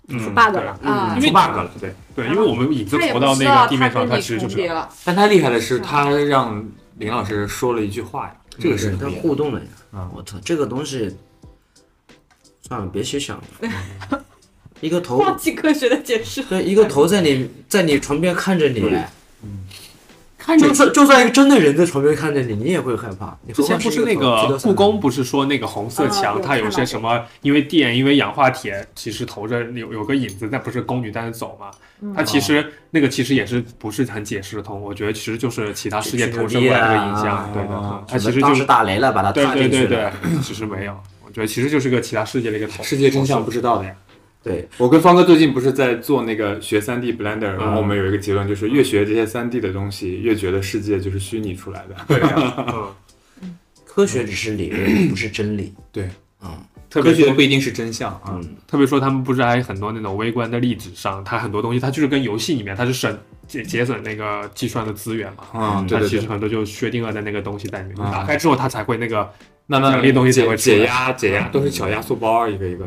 出 bug 了啊， 出 bug 了，对对，因为我们影子投到那个地面上，它其实就是。 但他厉害的是，他让林老师说了一句话呀，这个是他互动了呀。啊，我操，这个东西，算了，别去想了。一个头， 忘记科学的解释。 对，一个头在你在你床边看着你， 嗯， 看着就算就算一个真的人在床边看着你，你也会害怕。 之前不是那个故宫不是说那个红色墙，它有些什么因为电因为氧化铁，其实投着有有个影子，但不是宫女在那走嘛？它其实那个其实也是不是很解释得通。我觉得其实就是其他世界投射过来的影像，对的。它其实就是打雷了，把它踏进去。 对对对对，其实没有。我觉得其实就是个其他世界的一个投射。 世界真相不知道的呀。 对， 我跟方哥最近不是在做那个学 三 D Blender， 然后我们有一个结论，就是越学这些 三 D 的东西，越觉得世界就是虚拟出来的。 对啊， 嗯，科学只是理论，不是真理。 对， 嗯， 科学不一定是真相啊。 嗯，特别说他们不是还有很多那种微观的粒子上，它很多东西它就是跟游戏里面它是省节节省那个计算的资源嘛。 嗯，对对对， 它其实很多就薛定谔的那个东西在里面，打开之后它才会那个慢慢奖励东西才会解压解压，都是小压缩包一个一个的。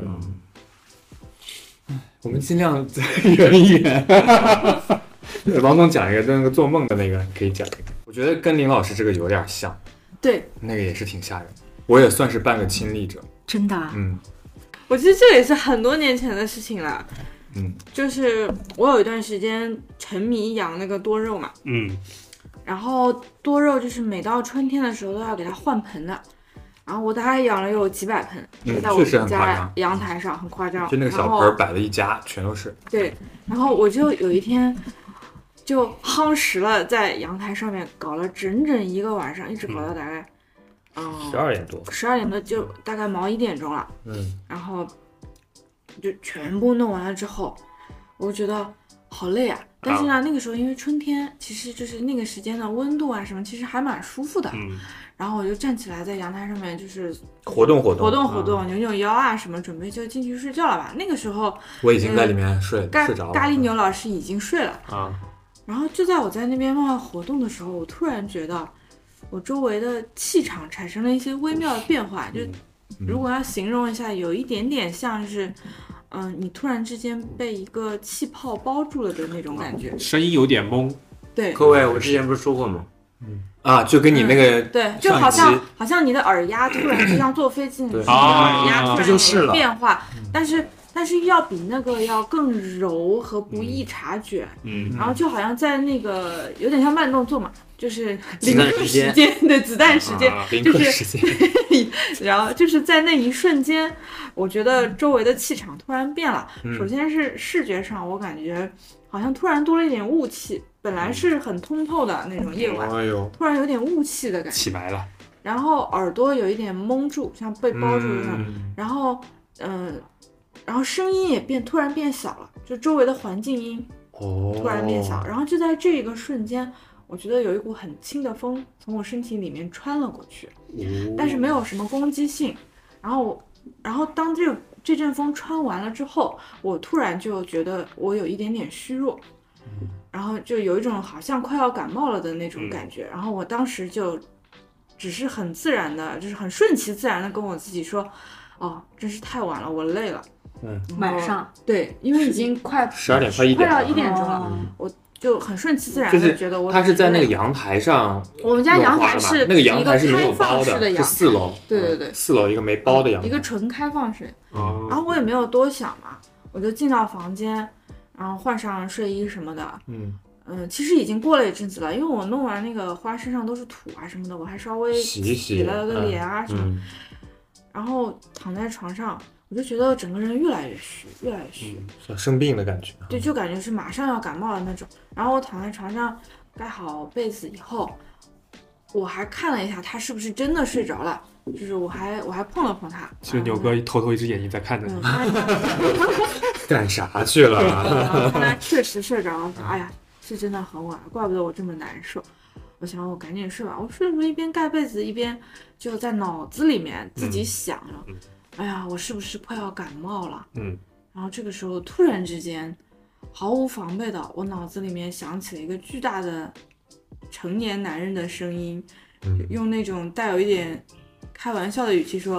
我们尽量再远一点。王总讲一个那个做梦的那个，可以讲一个。我觉得跟林老师这个有点像， 对， 那个也是挺吓人。我也算是半个亲历者， 真的、啊。 嗯， 我其实这也是很多年前的事情了。 嗯， 就是我有一段时间沉迷养那个多肉嘛， 嗯， 然后多肉就是每到春天的时候都要给它换盆的。然后我大概养了有几百盆， 嗯、 在我们家阳台上，很夸张。 就那个小盆摆了一家，全都是。 对，然后我就有一天就夯实了，在阳台上面搞了整整一个晚上，一直搞到大概嗯十二点多， 十二点多就大概毛一点钟了。 嗯， 然后就全部弄完了之后，我觉得好累啊。但是呢，啊、那个时候因为春天，其实就是那个时间的温度啊什么，其实还蛮舒服的。 嗯。 然后我就站起来在阳台上面，就是活动活动活动活动，嗯、扭扭腰啊什么，准备就进去睡觉了吧。那个时候我已经在里面睡、呃、睡着了。 咖喱牛老师已经睡了啊。 然后就在我在那边慢慢活动的时候，我突然觉得我周围的气场产生了一些微妙的变化。就如果要形容一下，有一点点像是，嗯、呃，你突然之间被一个气泡包住了的那种感觉， 声音有点懵。 对， 各位，我之前不是说过吗？ 嗯。啊，就跟你那个、 嗯、对，就好像好像你的耳压突然就像坐飞机，你的耳压突然有变化， 嗯、 但是但是要比那个要更柔和不易察觉， 嗯， 然后就好像在那个有点像慢动作嘛，就是零刻时间的子弹时间， 啊、 就是然后就是在那一瞬间，我觉得周围的气场突然变了。 嗯、 首先是视觉上，我感觉好像突然多了一点雾气。本来是很通透的那种夜晚， 哎呦， 突然有点雾气的感觉， 起白了。 然后耳朵有一点蒙住，像被包住一样。 嗯、 然后，嗯、呃，然后声音也变，突然变小了，就周围的环境音哦， 突然变小。然后就在这个瞬间，我觉得有一股很轻的风从我身体里面穿了过去， 哦、 但是没有什么攻击性。然后我，然后当这个这阵风穿完了之后，我突然就觉得我有一点点虚弱。然后就有一种好像快要感冒了的那种感觉，嗯、然后我当时就只是很自然的，就是很顺其自然的跟我自己说，哦，真是太晚了，我累了。 嗯， 晚上对，因为已经快十二点快一点， 快要一点钟了， 嗯、 我就很顺其自然的觉得我。 他是在那个阳台上， 我们家阳台是那个阳台是没有包的， 是四楼。 对对对， 四楼一个没包的阳台， 一个纯开放式。 哦、 然后我也没有多想嘛，我就进到房间。然后换上睡衣什么的， 嗯嗯，其实已经过了一阵子了，因为我弄完那个花身上都是土啊什么的，我还稍微洗一洗了个脸啊什么， 嗯、 然后躺在床上，我就觉得整个人越来越虚，越来越虚， 像生病的感觉。 对，就感觉是马上要感冒了那种。然后我躺在床上盖好被子以后，我还看了一下他是不是真的睡着了。就是我还我还碰了碰他， 其实牛哥偷偷一只眼睛在看着你， 干啥去了？ 然后他确实睡着了，哎呀，是真的很晚，怪不得我这么难受。我想我赶紧睡吧，我睡着一边盖被子一边就在脑子里面自己想了， 嗯、 哎呀，我是不是快要感冒了？ 嗯， 然后这个时候突然之间，毫无防备的，我脑子里面响起了一个巨大的成年男人的声音， 嗯、 用那种带有一点开玩笑的语气说：“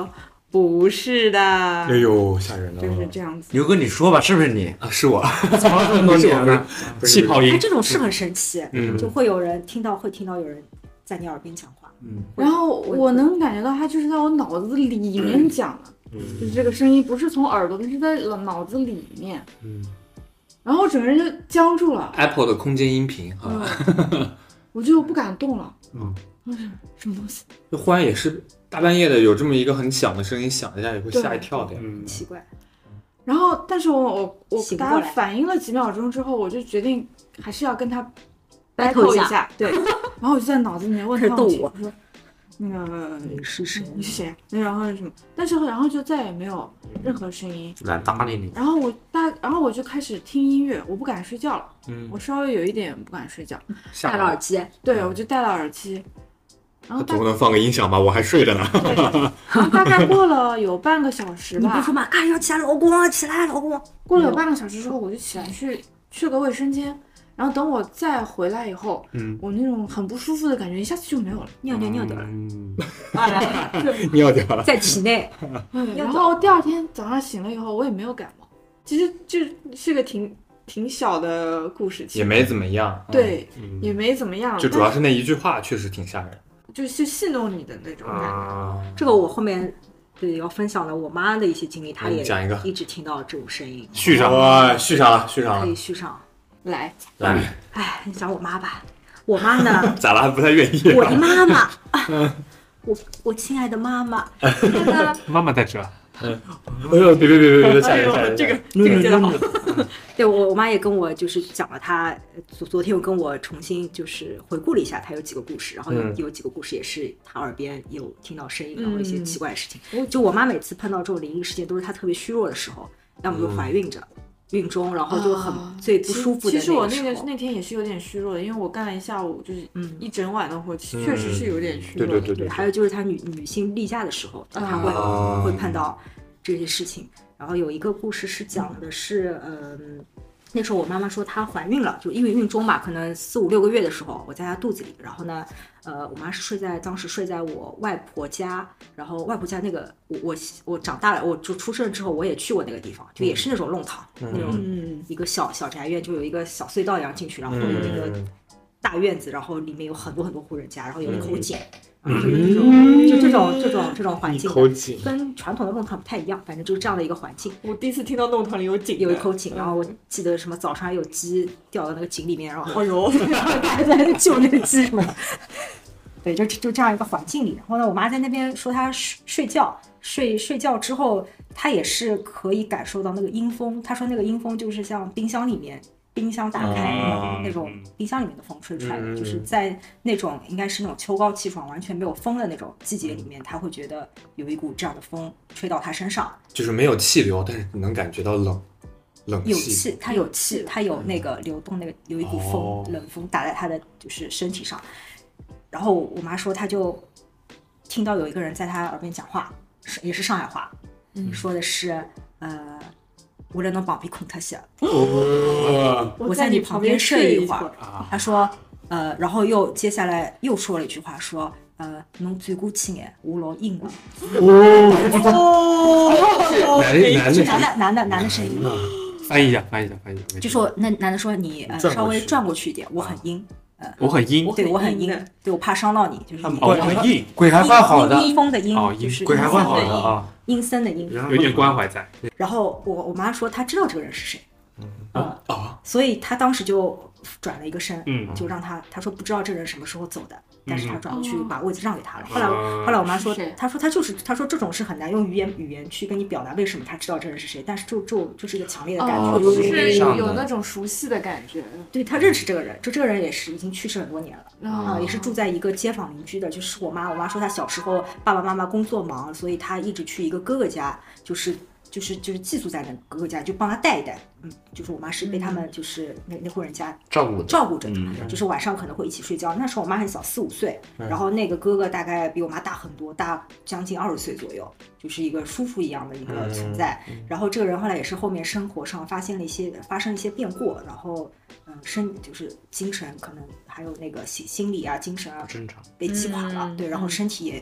不是的， 哎呦，吓人了！ 就是这样子。 刘哥，你说吧，是不是你啊？是我， 怎么这么多年了？ 气泡音哎，，这种是很神奇， 嗯就会有人听到，会听到有人在你耳边讲话。 嗯， 然后我能感觉到他就是在我脑子里面讲的， 嗯就是这个声音不是从耳朵，它是在脑子里面。 嗯， 然后我整个人就僵住了， Apple 的空间音频啊， 嗯我就不敢动了。 嗯， 什么东西？ 就忽然也是大半夜的有这么一个很响的声音响一下，也会吓一跳的呀。 嗯， 奇怪， 然后，但是我我我大概醒不过来反应了几秒钟之后，我就决定还是要跟他 battle 一下一下。对，然后我就在脑子里面问他开始斗我我说那个你是谁？ 你是谁？然后什么？但是然后就再也没有任何声音。 来搭理你。 然后我大，然后我就开始听音乐，我不敢睡觉了。 嗯， 我稍微有一点不敢睡觉。 吓戴了耳机， 对，我就戴了耳机。然后大总不能放个音响吧？我还睡着呢。 对然后大概过了有半个小时吧你不说，吗？赶紧起来，老公，起来，老公。 过了有半个小时之后，我就起来去去了个卫生间。然后等我再回来以后， 嗯， 我那种很不舒服的感觉一下子就没有了。 尿尿尿掉了， 嗯， 尿掉了。 在体内。 嗯然后第二天早上醒了以后，我也没有感冒。其实就是个挺挺小的故事，其实也没怎么样。 对， 嗯也没怎么样， 就主要是那一句话确实挺吓人。 就是戏弄你的那种感觉。 啊， 这个我后面对要分享了我妈的一些经历，她也嗯讲一个一直听到这种声音， 续上哇，续上了，续上可以了。 续上。 来， 来， 哎，你讲我妈吧，我妈呢， 咋了？还不太愿意？ 我的妈妈，啊我我亲爱的妈妈，她呢妈妈在这， 哎呦，别别别别别，吓人吓人！ 这个这个接的好。 对我我妈也跟我就是讲了她，昨昨天又跟我重新就是回顾了一下她有几个故事，然后有、 嗯有几个故事也是她耳边有听到声音，然后一些嗯奇怪的事情。就我妈每次碰到这种灵异事件，都是她特别虚弱的时候，要么就怀孕着。孕中，然后就很啊最不舒服的其实我那个那个时候那天也是有点虚弱的，因为我干了一下午，就是嗯一整晚的活，确实是有点虚弱的。 对对对对， 还有就是她女女性例假的时候，她会、 啊会碰到这些事情。然后有一个故事是讲的是，嗯，那时候我妈妈说她怀孕了，就因为孕中嘛，可能四五六个月的时候，我在她肚子里，然后呢，呃，我妈是睡在当时睡在我外婆家，然后外婆家那个我我我长大了，我就出生之后我也去过那个地方，就也是那种弄堂、那种嗯， 一个小小宅院，就有一个小隧道一样进去，然后有那个大院子，然后里面有很多很多户人家，然后有一口井，然后就是这种就这种这种这种环一境的， 口井， 跟传统的弄堂不太一样，反正就是这样的一个环境， 我第一次听到弄堂里有井的， 有一口井，然后我记得什么早上还有鸡掉到那个井里面，然后哎呦， 然后大家在那救那个鸡什么的。对，就就这样一个环境里，然后呢，我妈在那边说她睡睡觉，睡睡觉之后，她也是可以感受到那个阴风。她说那个阴风就是像冰箱里面，冰箱打开、 啊那种冰箱里面的风吹出来的， 嗯就是在那种应该是那种秋高气爽、完全没有风的那种季节里面，她会觉得有一股这样的风吹到她身上， 就是没有气流，但是你能感觉到冷，冷有气，她有气，她有那个流动，那个有一股风， 哦冷风打在她的就是身体上。然后我妈说，她就听到有一个人在她耳边讲话，是也是上海话， 嗯说的是呃，我在侬旁边困特些， 哦我在你旁边睡一会儿。 啊， 她说呃，然后又接下来又说了一句话，说呃，侬转过去眼，我老硬了。 男男的男的男的男的声音， 翻译一下，翻译一下，翻译一下， 就说那男的说你呃转过去稍微转过去一点，我很阴， 我很阴， 对我很阴阴的， 对我怕伤到你，就是你哦，我很硬， 鬼还算好的， 阴风的阴哦，阴就是鬼还算好的阴森的阴啊， 阴森的阴。 有点关怀在， 然后我我妈说她知道这个人是谁，嗯， 啊， 所以她当时就转了一个身， 嗯就让他她说不知道这个人什么时候走的，但是她转过去哦把位子让给他了。后来哦后来我妈说是谁， 她说她就是她说这种是很难用语言语言去跟你表达为什么她知道这人是谁，但是就就就是一个强烈的感觉， 哦， 就就是上的有那种熟悉的感觉。 对她认识这个人，就这个人也是已经去世很多年了。啊、 啊也是住在一个街坊邻居的，就是我妈。我妈说她小时候爸爸妈妈工作忙，所以她一直去一个哥哥家，就是就是就是寄宿在那个哥哥家，就帮他带一带。嗯，就是我妈是被他们就是那那户人家照顾的， 照顾着的， 嗯就是晚上可能会一起睡觉。那时候我妈很小，四五岁，然后那个哥哥大概比我妈大很多，大将近二十岁左右，就是一个叔父一样的一个存在。然后这个人后来也是后面生活上发现了一些发生一些变故，然后嗯，身就是精神可能还有那个心心理啊、精神啊正常， 被击垮了， 嗯对，然后身体也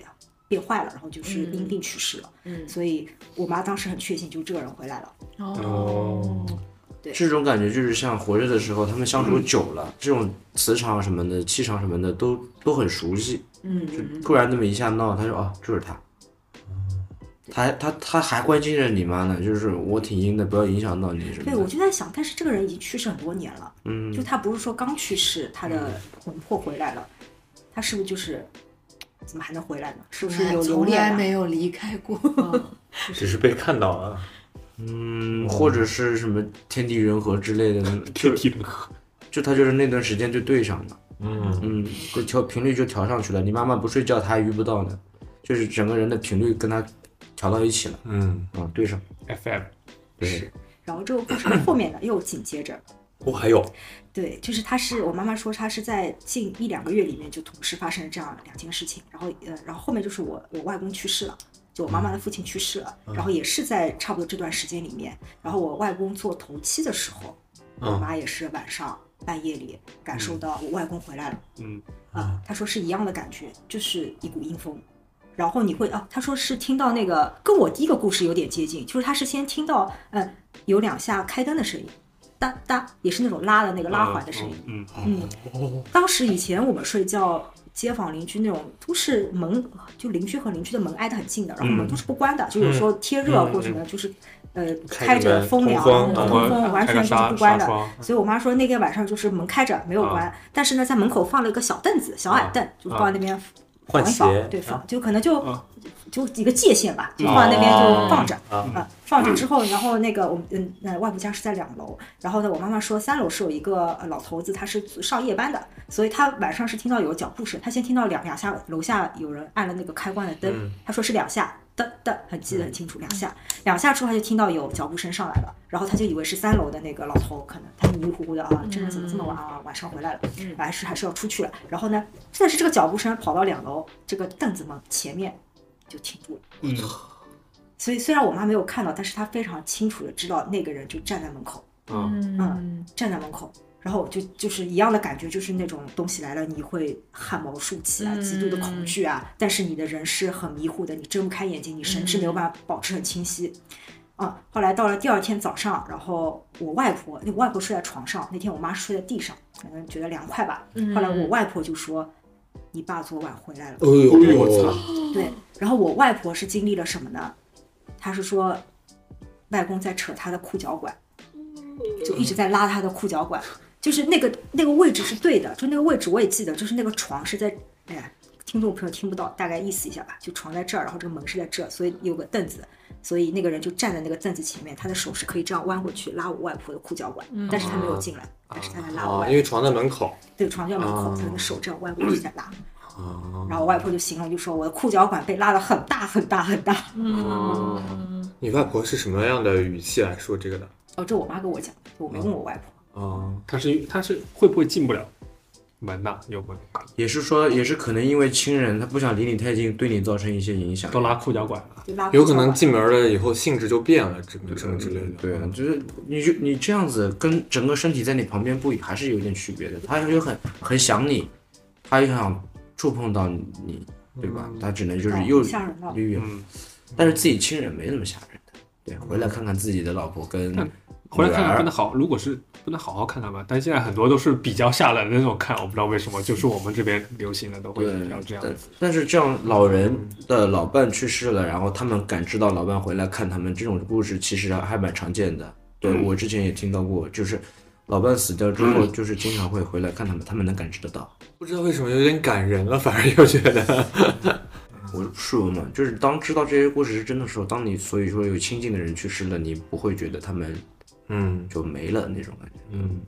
变坏了，然后就是因病去世了。 嗯， 所以我妈当时很确信，就这个人回来了。 哦， 对， 这种感觉就是像活着的时候，他们相处久了，嗯、这种磁场什么的、气场什么的都都很熟悉。 嗯， 就突然那么一下闹，他说哦，就是他。他他他还关心着你妈呢，就是我挺阴的，不要影响到你什么的。 对，我就在想，但是这个人已经去世很多年了， 嗯， 就他不是说刚去世，他的魂魄回来了，他是不是就是怎么还能回来呢？是不是有留恋、啊？ 从来没有离开过， 嗯、 只是被看到了。 嗯，或者是什么天地人和之类的， 天地人和， 就他就是那段时间就对上了， 嗯嗯，就调频率就调上去了。你妈妈不睡觉，他还遇不到呢，就是整个人的频率跟他调到一起了， 嗯啊，对上 F M， 对。 然后这个故事后面呢又紧接着， 我、哦、还有， 对，就是他是我妈妈说他是在近一两个月里面就同时发生了这样两件事情，然后呃，然后后面就是我我外公去世了。就我妈妈的父亲去世了，嗯、然后也是在差不多这段时间里面，然后我外公做头七的时候，嗯、我妈也是晚上半夜里感受到我外公回来了， 嗯啊，她说是一样的感觉，就是一股阴风，然后你会啊，她说是听到那个跟我第一个故事有点接近，就是她是先听到呃有两下开灯的声音，哒哒，也是那种拉的那个拉环的声音， 嗯嗯，嗯当时以前我们睡觉。街坊邻居那种都是门，就邻居和邻居的门挨得很近的，然后门都是不关的，嗯、就有时候贴热或什么，就是、嗯、呃开着风凉通风，通完全都是不关的。所以我妈说那天晚上就是门开着没有关，啊、但是呢在门口放了一个小凳子、小矮凳，啊、就放在那边换鞋， 对放，就可能就。啊就一个界限吧，就放在那边就放着啊、嗯呃，放着之后，然后那个我们嗯呃外婆家是在两楼，然后呢我妈妈说三楼是有一个老头子，他是上夜班的，所以他晚上是听到有脚步声，他先听到两两下楼下有人按了那个开关的灯，嗯、他说是两下，的的很记得很清楚，两下两下之后他就听到有脚步声上来了，然后他就以为是三楼的那个老头，可能他迷迷糊糊的啊，这人怎么这么晚啊，晚上回来了，还是还是要出去了，然后呢，但是这个脚步声跑到两楼这个凳子门前面。就停住了， 嗯， 所以虽然我妈没有看到，但是她非常清楚的知道那个人就站在门口， 嗯嗯，站在门口，然后就就是一样的感觉，就是那种东西来了，你会汗毛竖起啊，极度的恐惧啊，但是你的人是很迷糊的，你睁不开眼睛，你神志没有办法保持很清晰，啊，后来到了第二天早上，然后我外婆，那我外婆睡在床上，那天我妈睡在地上，可能觉得凉快吧，后来我外婆就说。你爸昨晚回来了。 哎呦我操！ 对，然后我外婆是经历了什么呢？她是说，外公在扯她的裤脚管，就一直在拉她的裤脚管，就是那个那个位置是对的，就那个位置我也记得，就是那个床是在，哎呀，听众朋友听不到，大概意思一下吧，就床在这儿，然后这个门是在这，所以有个凳子，所以那个人就站在那个凳子前面，他的手是可以这样弯回去拉我外婆的裤脚管，但是他没有进来，啊、但是他在拉我外婆、 啊，因为床在门口。 对，床在门口，他的手这样弯过去在拉。然后我外婆就形容，就说我的裤脚管被拉得很大很大很大。 嗯，你外婆是什么样的语气来说这个的？ 哦，这我妈跟我讲，我没问我外婆。 哦，她是她是会不会进不了门呐？有门？ 也是说，也是可能因为亲人，他不想离你太近，对你造成一些影响。 都拉裤脚管了， 有可能进门了以后性质就变了，什么什么之类的。 对啊，就是你就你这样子跟整个身体在你旁边不还是有点区别的。他就很很想你，他又想触碰到你，对吧？他只能就是又又远，但是自己亲人没那么吓人的。对，回来看看自己的老婆跟。 回来看看不能好，如果是不能好好看看吧，但现在很多都是比较吓人的那种看，我不知道为什么，就是我们这边流行的都会比较这样子。 但, 但是这样老人的老伴去世了，然后他们感知到老伴回来看他们，这种故事其实还蛮常见的。对、嗯、我之前也听到过，就是老伴死掉之后，就是经常会回来看他们，他们能感知得到。 不知道为什么有点感人了，反而又觉得。 我说嘛，就是当知道这些故事是真的时候，当你所以说有亲近的人去世了，你不会觉得他们。嗯，就没了那种感觉。 嗯，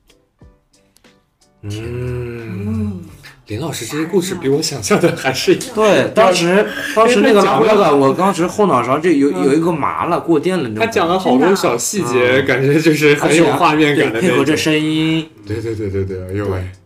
嗯，林老师这些故事比我想象的还是对。当时，当时那个老表感，我当时后脑勺就有有一个麻了，过电了那种。 他讲了好多小细节，感觉就是很有画面感的， 配合着声音。 对对对对对，哎呦喂！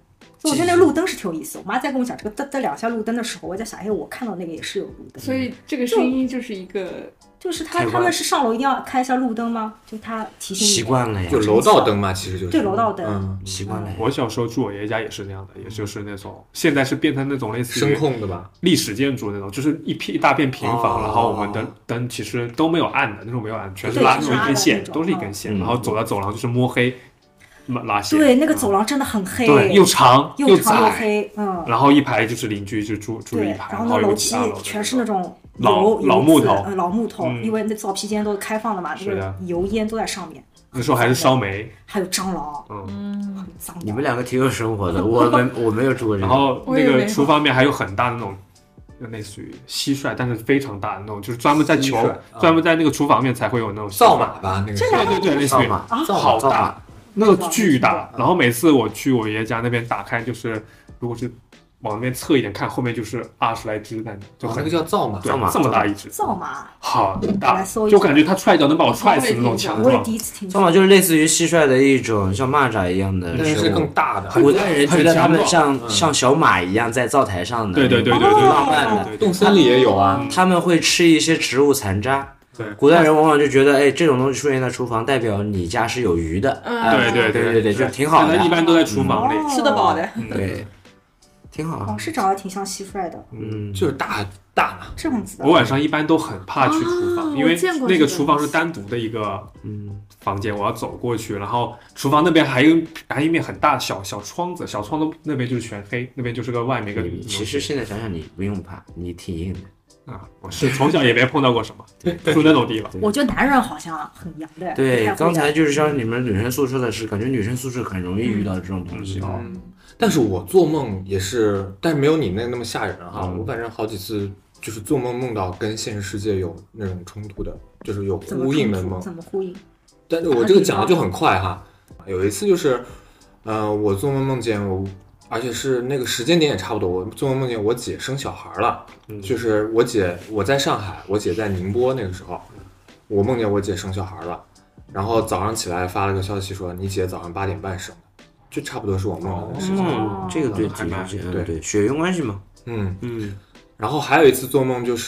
所以我觉得那个路灯是挺有意思。我妈在跟我讲这个这两下路灯的时候，我在想，哎，我看到那个也是有路灯。 所以这个声音就是一个， 就是他他们是上楼一定要开一下路灯吗？就他提醒你。 习惯了呀， 就楼道灯嘛，其实就是对楼道灯， 嗯， 习惯了呀。 我小时候住我爷爷家也是那样的，也就是那种现在是变成那种类似于声控的吧， 历史建筑那种，就是一片一大片平房，然后我们的灯其实都没有暗的，那种没有暗，全是拉出一根线，都是一根线，然后走到走廊就是摸黑。拉线对，那个走廊真的很黑， 对，又长又长又窄， 黑，嗯。 然后一排就是邻居就住住一排， 然后那楼梯全是那种老老木头， 呃，老木头，因为那灶皮间都是开放的嘛，这个油烟都在上面。 那时候还是烧煤， 还有蟑螂， 嗯， 很脏。 你们两个挺有生活的，我们我没有住过这个。 然后那个厨房面还有很大的那种。类似于蟋蟀，但是非常大的那种，就是专门在球，专门在那个厨房面才会有那种灶马吧，那个对对对，类似于好大，那个巨大。然后每次我去我爷爷家那边打开，就是如果是往那边侧一点看，后面就是二十来只在那，就很那个叫灶马， 对，这么大一只， 灶马好大，就感觉它踹一脚能把我踹死那种强壮。 我也第一次听说。 灶马就是类似于蟋蟀的一种像蚂蚱一样的， 但是更大的。 古代人觉得他们像像小马一样在灶台上的， 对对对对对， 浪漫的。 动森里也有啊， 他们会吃一些植物残渣。 对， 古代人往往就觉得，哎，这种东西出现在厨房，代表你家是有余的。 对对对对对，就挺好的。 一般都在厨房里， 吃得饱的。 对。挺好， 哦，是长得挺像蟋蟀的， 嗯，就是大大嘛， 这样子的。 我晚上一般都很怕去厨房， 哦、 因为那个厨房是单独的一个嗯房间，我要走过去，然后厨房那边还有还有一面很大的小小窗子，小窗子那边就是全黑，那边就是个外面一个。 其实现在想想，你不用怕，你挺硬的。 啊，我是从小也没碰到过什么，住那种地方。 我觉得男人好像很阳的。 对，刚才就是像你们女生宿舍的是，感觉女生宿舍很容易遇到这种东西哦。 嗯，但是我做梦也是，但是没有你那那么吓人哈。嗯、我反正好几次就是做梦梦到跟现实世界有那种冲突的，就是有呼应的梦。 怎么呼应？ 但是我这个讲的就很快哈。有一次就是，呃，我做梦梦见我。而且是那个时间点也差不多，我做梦梦见我姐生小孩了，嗯、就是我姐我在上海，我姐在宁波那个时候，我梦见我姐生小孩了，然后早上起来发了个消息说你姐早上八点半生的，就差不多是我梦到的事情。 哦、这个对挺了解，对对，血缘关系嘛。 嗯嗯。然后还有一次做梦就是，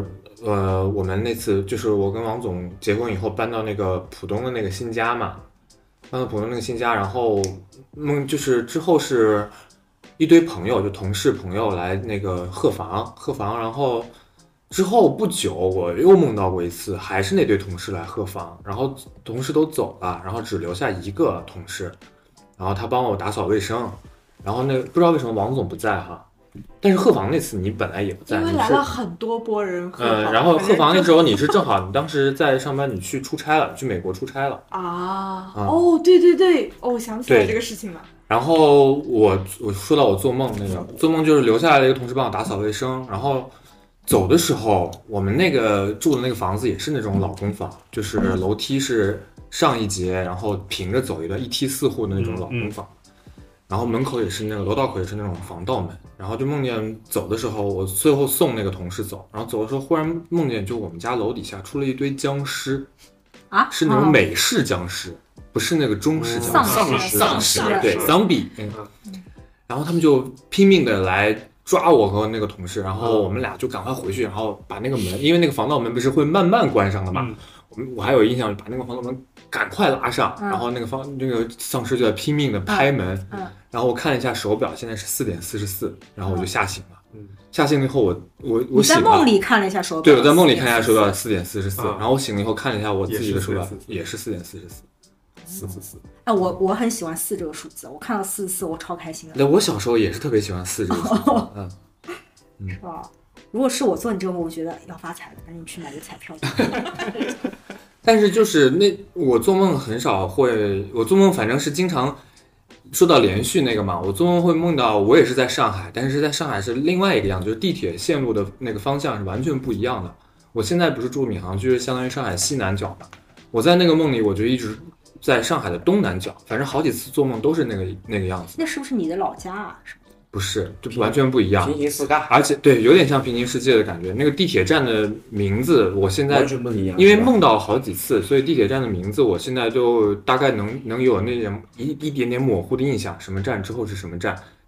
呃，我们那次就是我跟王总结婚以后搬到那个浦东的那个新家嘛，搬到浦东那个新家，然后梦就是之后是。一堆朋友，就同事朋友来那个鹤房，鹤房，然后之后不久我又梦到过一次，还是那堆同事来鹤房，然后同事都走了，然后只留下一个同事，然后他帮我打扫卫生，然后那个不知道为什么王总不在哈，但是鹤房那次你本来也不在， 因为来了很多波人鹤房， 嗯，然后鹤房那时候你是正好，你当时在上班，你去出差了，去美国出差了啊，嗯、哦，对对对，哦，我想起来这个事情了。 然后我我说到我做梦那个做梦就是留下来的一个同事帮我打扫卫生，然后走的时候我们那个住的那个房子也是那种老公房，就是楼梯是上一节，然后平着走一段一梯四户的那种老公房，然后门口也是那个楼道口也是那种防盗门，然后就梦见走的时候我最后送那个同事走，然后走的时候忽然梦见就我们家楼底下出了一堆僵尸啊， 是那种美式僵尸。不是那个中式僵尸， 丧尸， 丧尸，对，丧比。嗯，然后他们就拼命的来抓我和那个同事，然后我们俩就赶快回去，然后把那个门，因为那个防盗门不是会慢慢关上的嘛，嗯、我们我还有印象，把那个防盗门赶快拉上，嗯、然后那个方那个丧尸就在拼命的拍门，嗯嗯、然后我看了一下手表，现在是四点四十四，然后我就吓醒了。嗯，吓醒了以后我，我我我醒了。 你在梦里看了一下手表， 对，我在梦里看一下手表，四点四十四，然后我醒了以后看了一下我自己的手表，也是四点四十四。四四四，哎， 我我很喜欢四这个数字，我看到四十四，我超开心的。 对，我小时候也是特别喜欢四这个数字，嗯， 是吧？如果是我做你这个梦，我觉得要发财了，赶紧去买个彩票。 但是就是那我做梦很少会，我做梦反正是经常说到连续那个嘛，我做梦会梦到我也是在上海，但是在上海是另外一个样子，就是地铁线路的那个方向是完全不一样的。我现在不是住闵行区，相当于上海西南角嘛，我在那个梦里我就一直。在上海的东南角，反正好几次做梦都是那个那个样子。 那是不是你的老家啊？是不是，就完全不一样。 平行四嘎， 而且对，有点像平行世界的感觉。那个地铁站的名字，我现在完全不一样， 因为梦到好几次，所以地铁站的名字我现在就大概能能有那点一一点点模糊的印象，什么站之后是什么站，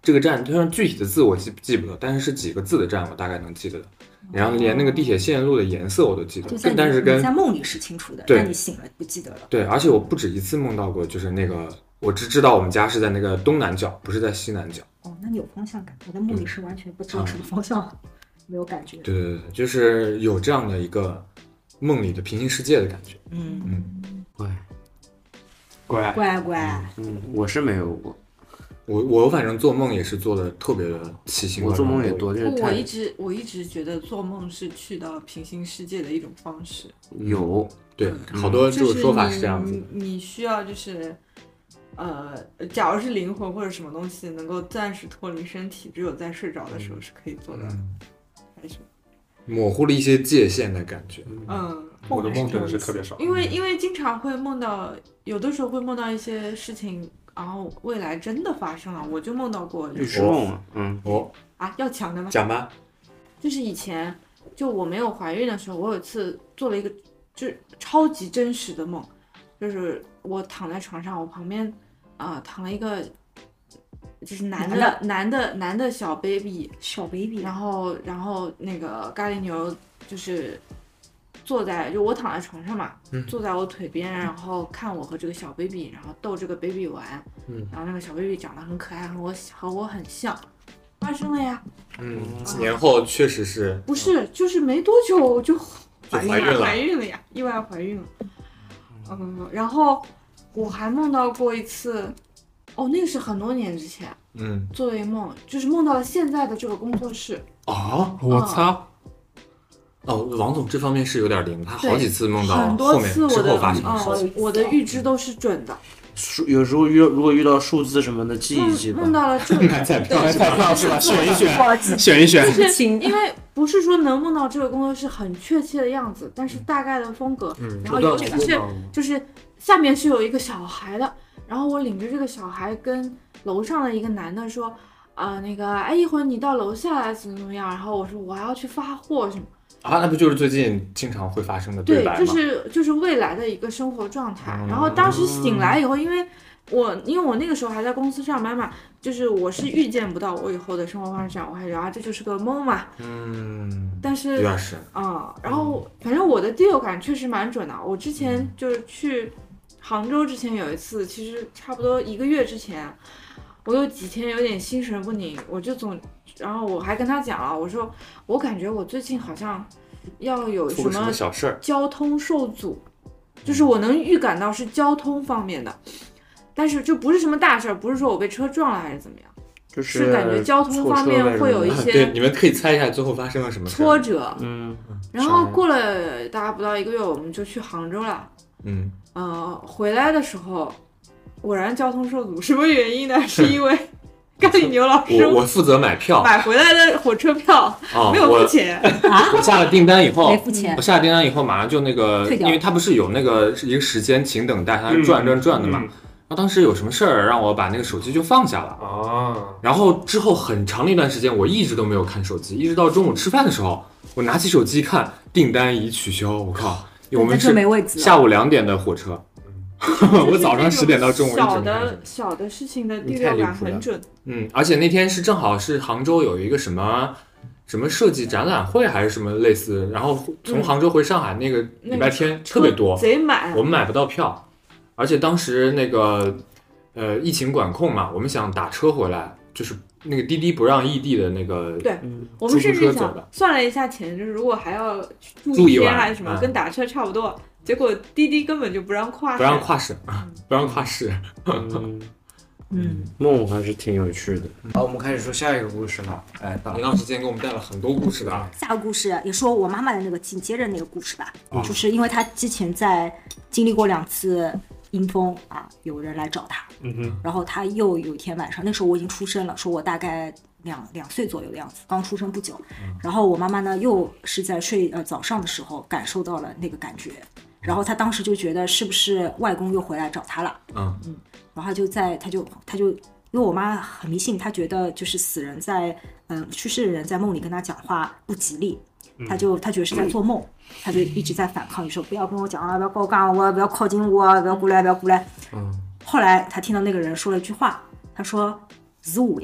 这个站，虽然具体的字我记记不得，但是是几个字的站我大概能记得的。然后连那个地铁线路的颜色我都记得， 就在但是跟你在梦里是清楚的， 对但你醒了不记得了。 对，而且我不止一次梦到过，就是那个我只知道我们家是在那个东南角，不是在西南角。 哦，那你有方向感，我在梦里是完全不知道什么方向，没有感觉。 对对对，就是有这样的一个梦里的平行世界的感觉。 嗯嗯， 乖乖乖乖， 嗯，我是没有过。 我我反正做梦也是做的特别的奇形怪状。 我做梦也多，就是我太一直我一直觉得做梦是去到平行世界的一种方式。 有对，好多这就是个说法是这样子的。 你你需要就是，呃，假如是灵魂或者什么东西能够暂时脱离身体，只有在睡着的时候是可以做到的。 嗯， 还是模糊了一些界限的感觉。 嗯， 我的梦真的是特别少， 因为因为经常会梦到，有的时候会梦到一些事情，然后未来真的发生了，我就梦到过。 预知梦嘛，嗯， 哦， 啊，要强的吗？ 讲吧。 就是以前就我没有怀孕的时候，我有一次做了一个就是超级真实的梦，就是我躺在床上，我旁边啊、呃、躺了一个就是男的男男的男的小 baby 小 baby， 然后然后那个咖喱牛就是坐在就我躺在床上嘛， 嗯坐在我腿边，然后看我和这个小 baby， 然后逗这个 baby 玩， 嗯然后那个小 baby 长得很可爱，和我和我很像，发生了呀。 嗯，几年后确实是不是，就是没多久就就怀孕了怀孕了呀，意外怀孕了。嗯，然后我还梦到过一次，哦，那个是很多年之前嗯做了一个梦，就是梦到了现在的这个工作室。 啊， 我操！ 哦，王总这方面是有点灵，他对好几次梦到很多后面之次我的后发生的事哦情。， 我的预知都是准的。 数有时候遇如果遇到数字什么的记一记吧梦。梦到了这买彩票，买彩票是吧？选一选。 选一选， 就是因为不是说能梦到这个工作室很确切的样子，但是大概的风格， 嗯然后尤其是就是下面是有一个小孩的，然后我领着这个小孩跟楼上的一个男的说，啊、那个哎一会儿你到楼下来怎么怎么样，然后我说我还要去发货什么， 啊，那不就是最近经常会发生的对， 白吗？ 就是就是未来的一个生活状态。 嗯然后当时醒来以后，因为我因为我那个时候还在公司上班嘛，就是我是预见不到我以后的生活方式这样，我还觉得啊这就是个梦嘛。 嗯， 但是有点是。 啊、然后反正我的第六感确实蛮准的。我之前就是去杭州之前有一次，其实差不多一个月之前，我有几天有点心神不宁，我就总，然后我还跟他讲了，我说我感觉我最近好像要有什出个什么么小事儿？ 交通受阻，就是我能预感到是交通方面的，但是就不是什么大事儿，不是说我被车撞了还是怎么样， 就是感觉交通方面会有一些对，你们可以猜一下最后发生了什么事儿挫折。 嗯， 然后过了大概不到一个月，我们就去杭州了。 嗯， 呃，回来的时候果然交通受阻，什么原因呢？是因为咖喱牛老师我我负责买票， 买回来的火车票、 哦、 没有付钱。 我下了订单以后没付钱我下了订单以后马上就那个， 退掉因为它不是有那个一个时间请等待，它是转转转的嘛。 嗯然后当时有什么事儿让我把那个手机就放下了， 啊， 然后之后很长的一段时间我一直都没有看手机，一直到中午吃饭的时候，我拿起手机看订单已取消，我靠，我们是没位置了下午两点的火车，我早上十点到中午一直小没看的小的事情的第六感很准。 嗯，而且那天是正好是杭州有一个什么什么设计展览会还是什么类似，然后从杭州回上海那个礼拜天特别多， 贼满， 我们买不到票。而且当时那个呃疫情管控嘛，我们想打车回来，就是那个滴滴不让异地的那个对嗯我们甚至出租车走的想算了一下钱，就是如果还要住住一晚一天还是什么， 嗯跟打车差不多。结果滴滴根本就不让跨， 不让跨省，不让跨市。 嗯嗯， 梦还是挺有趣的。好，我们开始说下一个故事了。哎，到林老师今天给我们带了很多故事的啊， 下个故事也说我妈妈的那个紧接着那个故事吧， 哦就是因为她之前在经历过两次阴风啊，有人来找她， 嗯哼， 然后她又有一天晚上，那时候我已经出生了，说我大概两两岁左右的样子，刚出生不久。然后我妈妈呢，又是在睡呃早上的时候感受到了那个感觉，然后她当时就觉得是不是外公又回来找她了， 嗯嗯，然后她就在她就她就因为我妈很迷信，她觉得就是死人在嗯、呃、去世的人在梦里跟她讲话不吉利。她就她觉得是在做梦，她就一直在反抗，就说不要跟我讲啊，不要跟我讲我，不要靠近我，不要过来，不要过来。 嗯， 后来她听到那个人说了一句话，他说：“是我呀，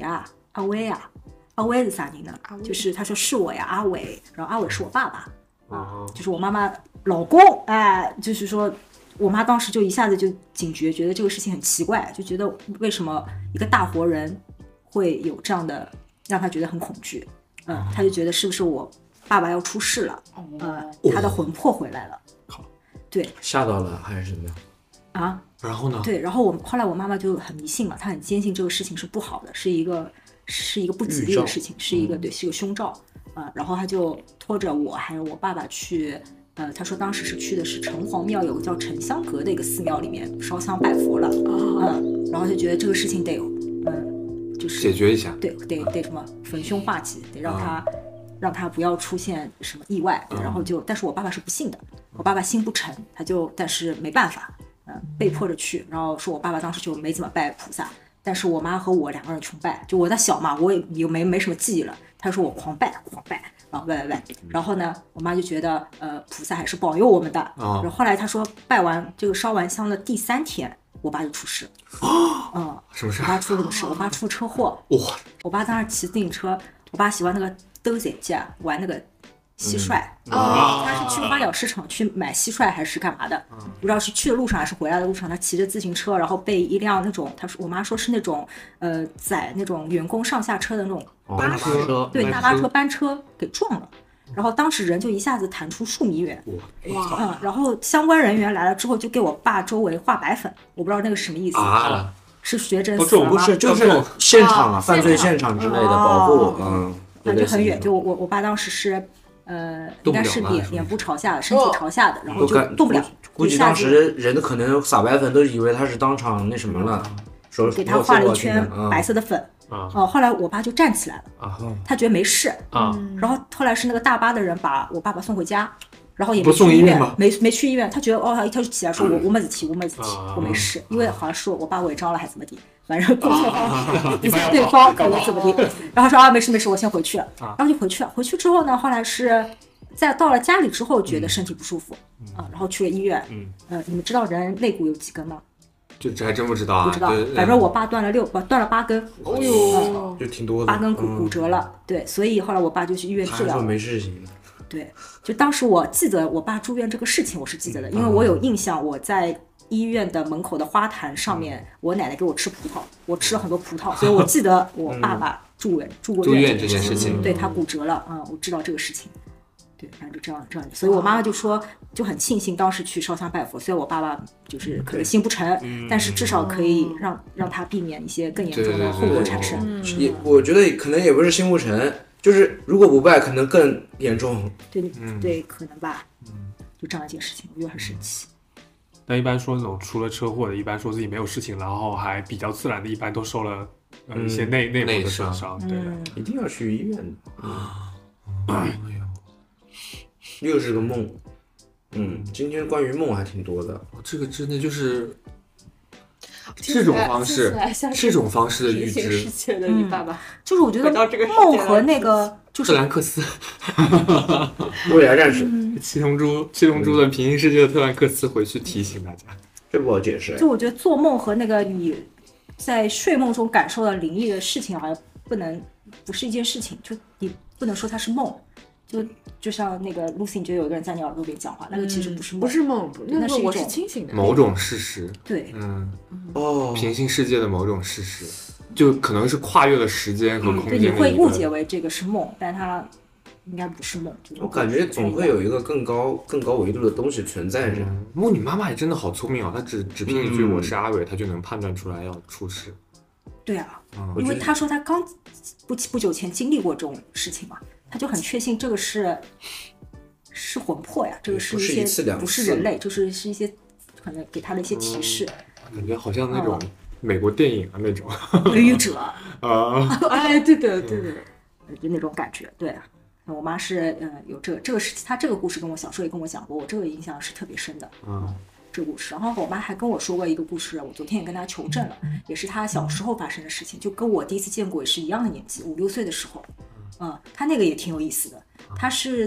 阿威啊，阿威是啥人呢？就是他说是我呀，阿伟，然后阿伟是我爸爸啊，就是我妈妈老公，哎，就是说我妈当时就一下子就警觉，觉得这个事情很奇怪，就觉得为什么一个大活人会有这样的，让她觉得很恐惧，嗯，她就觉得是不是我爸爸要出事了，呃，他的魂魄回来了，对， 吓到了还是怎么样？ 啊， 然后呢？ 对，然后我后来我妈妈就很迷信嘛，她很坚信这个事情是不好的，是一个是一个不吉利的事情，是一个对，是一个凶兆啊、呃。然后她就拖着我还有我爸爸去，呃，她说当时是去的是城隍庙，有个叫沉香阁的一个寺庙里面烧香拜佛了，嗯、呃，然后就觉得这个事情得，嗯、呃，就是解决一下， 对，得得什么逢凶化吉，得让他、嗯、让他不要出现什么意外，然后就，但是我爸爸是不信的，我爸爸心不诚，他就但是没办法。被迫着去，然后说我爸爸当时就没怎么拜菩萨，但是我妈和我两个人穷拜，就我在小嘛，我也又没没什么记忆了。他说我狂拜狂拜，然后拜拜拜，然后呢，我妈就觉得呃菩萨还是保佑我们的。 哦、 然后后来他说拜完这个烧完香的第三天，我爸就出事。 哦， 嗯， 什么事？ 我爸出了什么事？我爸出车祸。 哇！ 我爸当时骑自行车，我爸喜欢那个兜仔机啊，玩那个。蟋蟀、嗯哦、他是去花鸟市场去买蟋蟀还是干嘛的、嗯、不知道是去的路上还是回来的路上，他骑着自行车，然后被一辆那种他说我妈说是那种呃载那种员工上下车的那种巴车， 对，大巴车班车给撞了，然后当时人就一下子弹出数米远，哇，嗯，然后相关人员来了之后就给我爸周围画白粉，我不知道那个是什么意思啊， 是学真死了吗？ 不是，就是现场啊，犯罪现场之类的保护， 哦、嗯，那就很远，就我我爸当时是。呃，应该是脸脸部朝下的，身体朝下的，然后就动不了。 估计当时人可能撒白粉都以为他是当场那什么了，说给他画了一圈白色的粉。哦、呃，后来我爸就站起来了，啊、他觉得没事啊、嗯。然后后来是那个大巴的人把我爸爸送回家，然后也没去医院，没没去医院。他觉得哦，他一跳就起来说我我没事体，我没事体，我没事，因为好像是我爸违章了还是怎么地。反正工作方以前对方可能怎么地，然后说啊没事没事，我先回去了，然后就回去了。回去之后呢，后来是在到了家里之后觉得身体不舒服、嗯、啊，然后去了医院。嗯，呃，你们知道人肋骨有几根吗？ 这这还真不知道啊， 不知道。反正我爸断了六，不断了八根。 哦呦，就挺多的。 八根骨骨折了、嗯，对，所以后来我爸就去医院治疗。 他说没事情。 对，就当时我记得我爸住院这个事情，我是记得的，因为我有印象，我在。医院的门口的花坛上面，我奶奶给我吃葡萄，我吃了很多葡萄，所以我记得我爸爸住院、嗯、住过院这件事情， 对他骨折了，嗯，我知道这个事情，对，反正就这样这样，所以我妈妈就说就很庆幸当时去烧香拜佛，虽然我爸爸就是可能心不诚、嗯，但是至少可以让让他避免一些更严重的后果产生。 嗯、也我觉得可能也不是心不诚，就是如果不拜可能更严重。 对、嗯、对，可能吧，嗯，就这样一件事情，我觉得很神奇。 但一般说那种出了车祸的，一般说自己没有事情，然后还比较自然的，一般都受了、呃嗯、一些内内部的损伤，对、 嗯，一定要去医院的。啊、嗯，哎呦，又是个梦。嗯，今天关于梦还挺多的。 这个真的就是这种方式，这种方式的预知。 世界的你爸爸、嗯， 就是我觉得梦和那个就是特兰克斯， 未来战士。 七龙珠，七龙珠的平行世界的特兰克斯回去提醒大家， 这不好解释。 就我觉得做梦和那个你在睡梦中感受到灵异的事情，好像不能不是一件事情。就你不能说它是梦，就就像那个 Lucy， 你觉得有一个人在你耳朵边讲话，那个其实不是梦， 不是梦， 那是我是清醒的某种事实。 对， 嗯，哦，平行世界的某种事实，就可能是跨越了时间和空间、嗯。 对，你会误解为这个是梦，但它。应该不是梦， 我感觉总会有一个更高、更高维度的东西存在着。 梦、嗯，你妈妈也真的好聪明哦，她只只凭一句我是阿伟，她、嗯、就能判断出来要出事。 对啊，嗯、因为她说她刚不不久前经历过这种事情嘛，她就很确信这个是是魂魄呀，这个是一些不是人类，就是是一些可能给她的一些提示。 嗯、感觉好像那种美国电影啊、嗯、那种鬼语者啊， 哎，对的对的， 就那种感觉，对。我妈是呃有这个这个是她这个故事跟我小时候也跟我讲过，我这个印象是特别深的。嗯，这个故事。然后我妈还跟我说过一个故事，我昨天也跟她求证了，也是她小时候发生的事情，就跟我第一次见过也是一样的年纪，五六岁的时候。嗯，她那个也挺有意思的。她是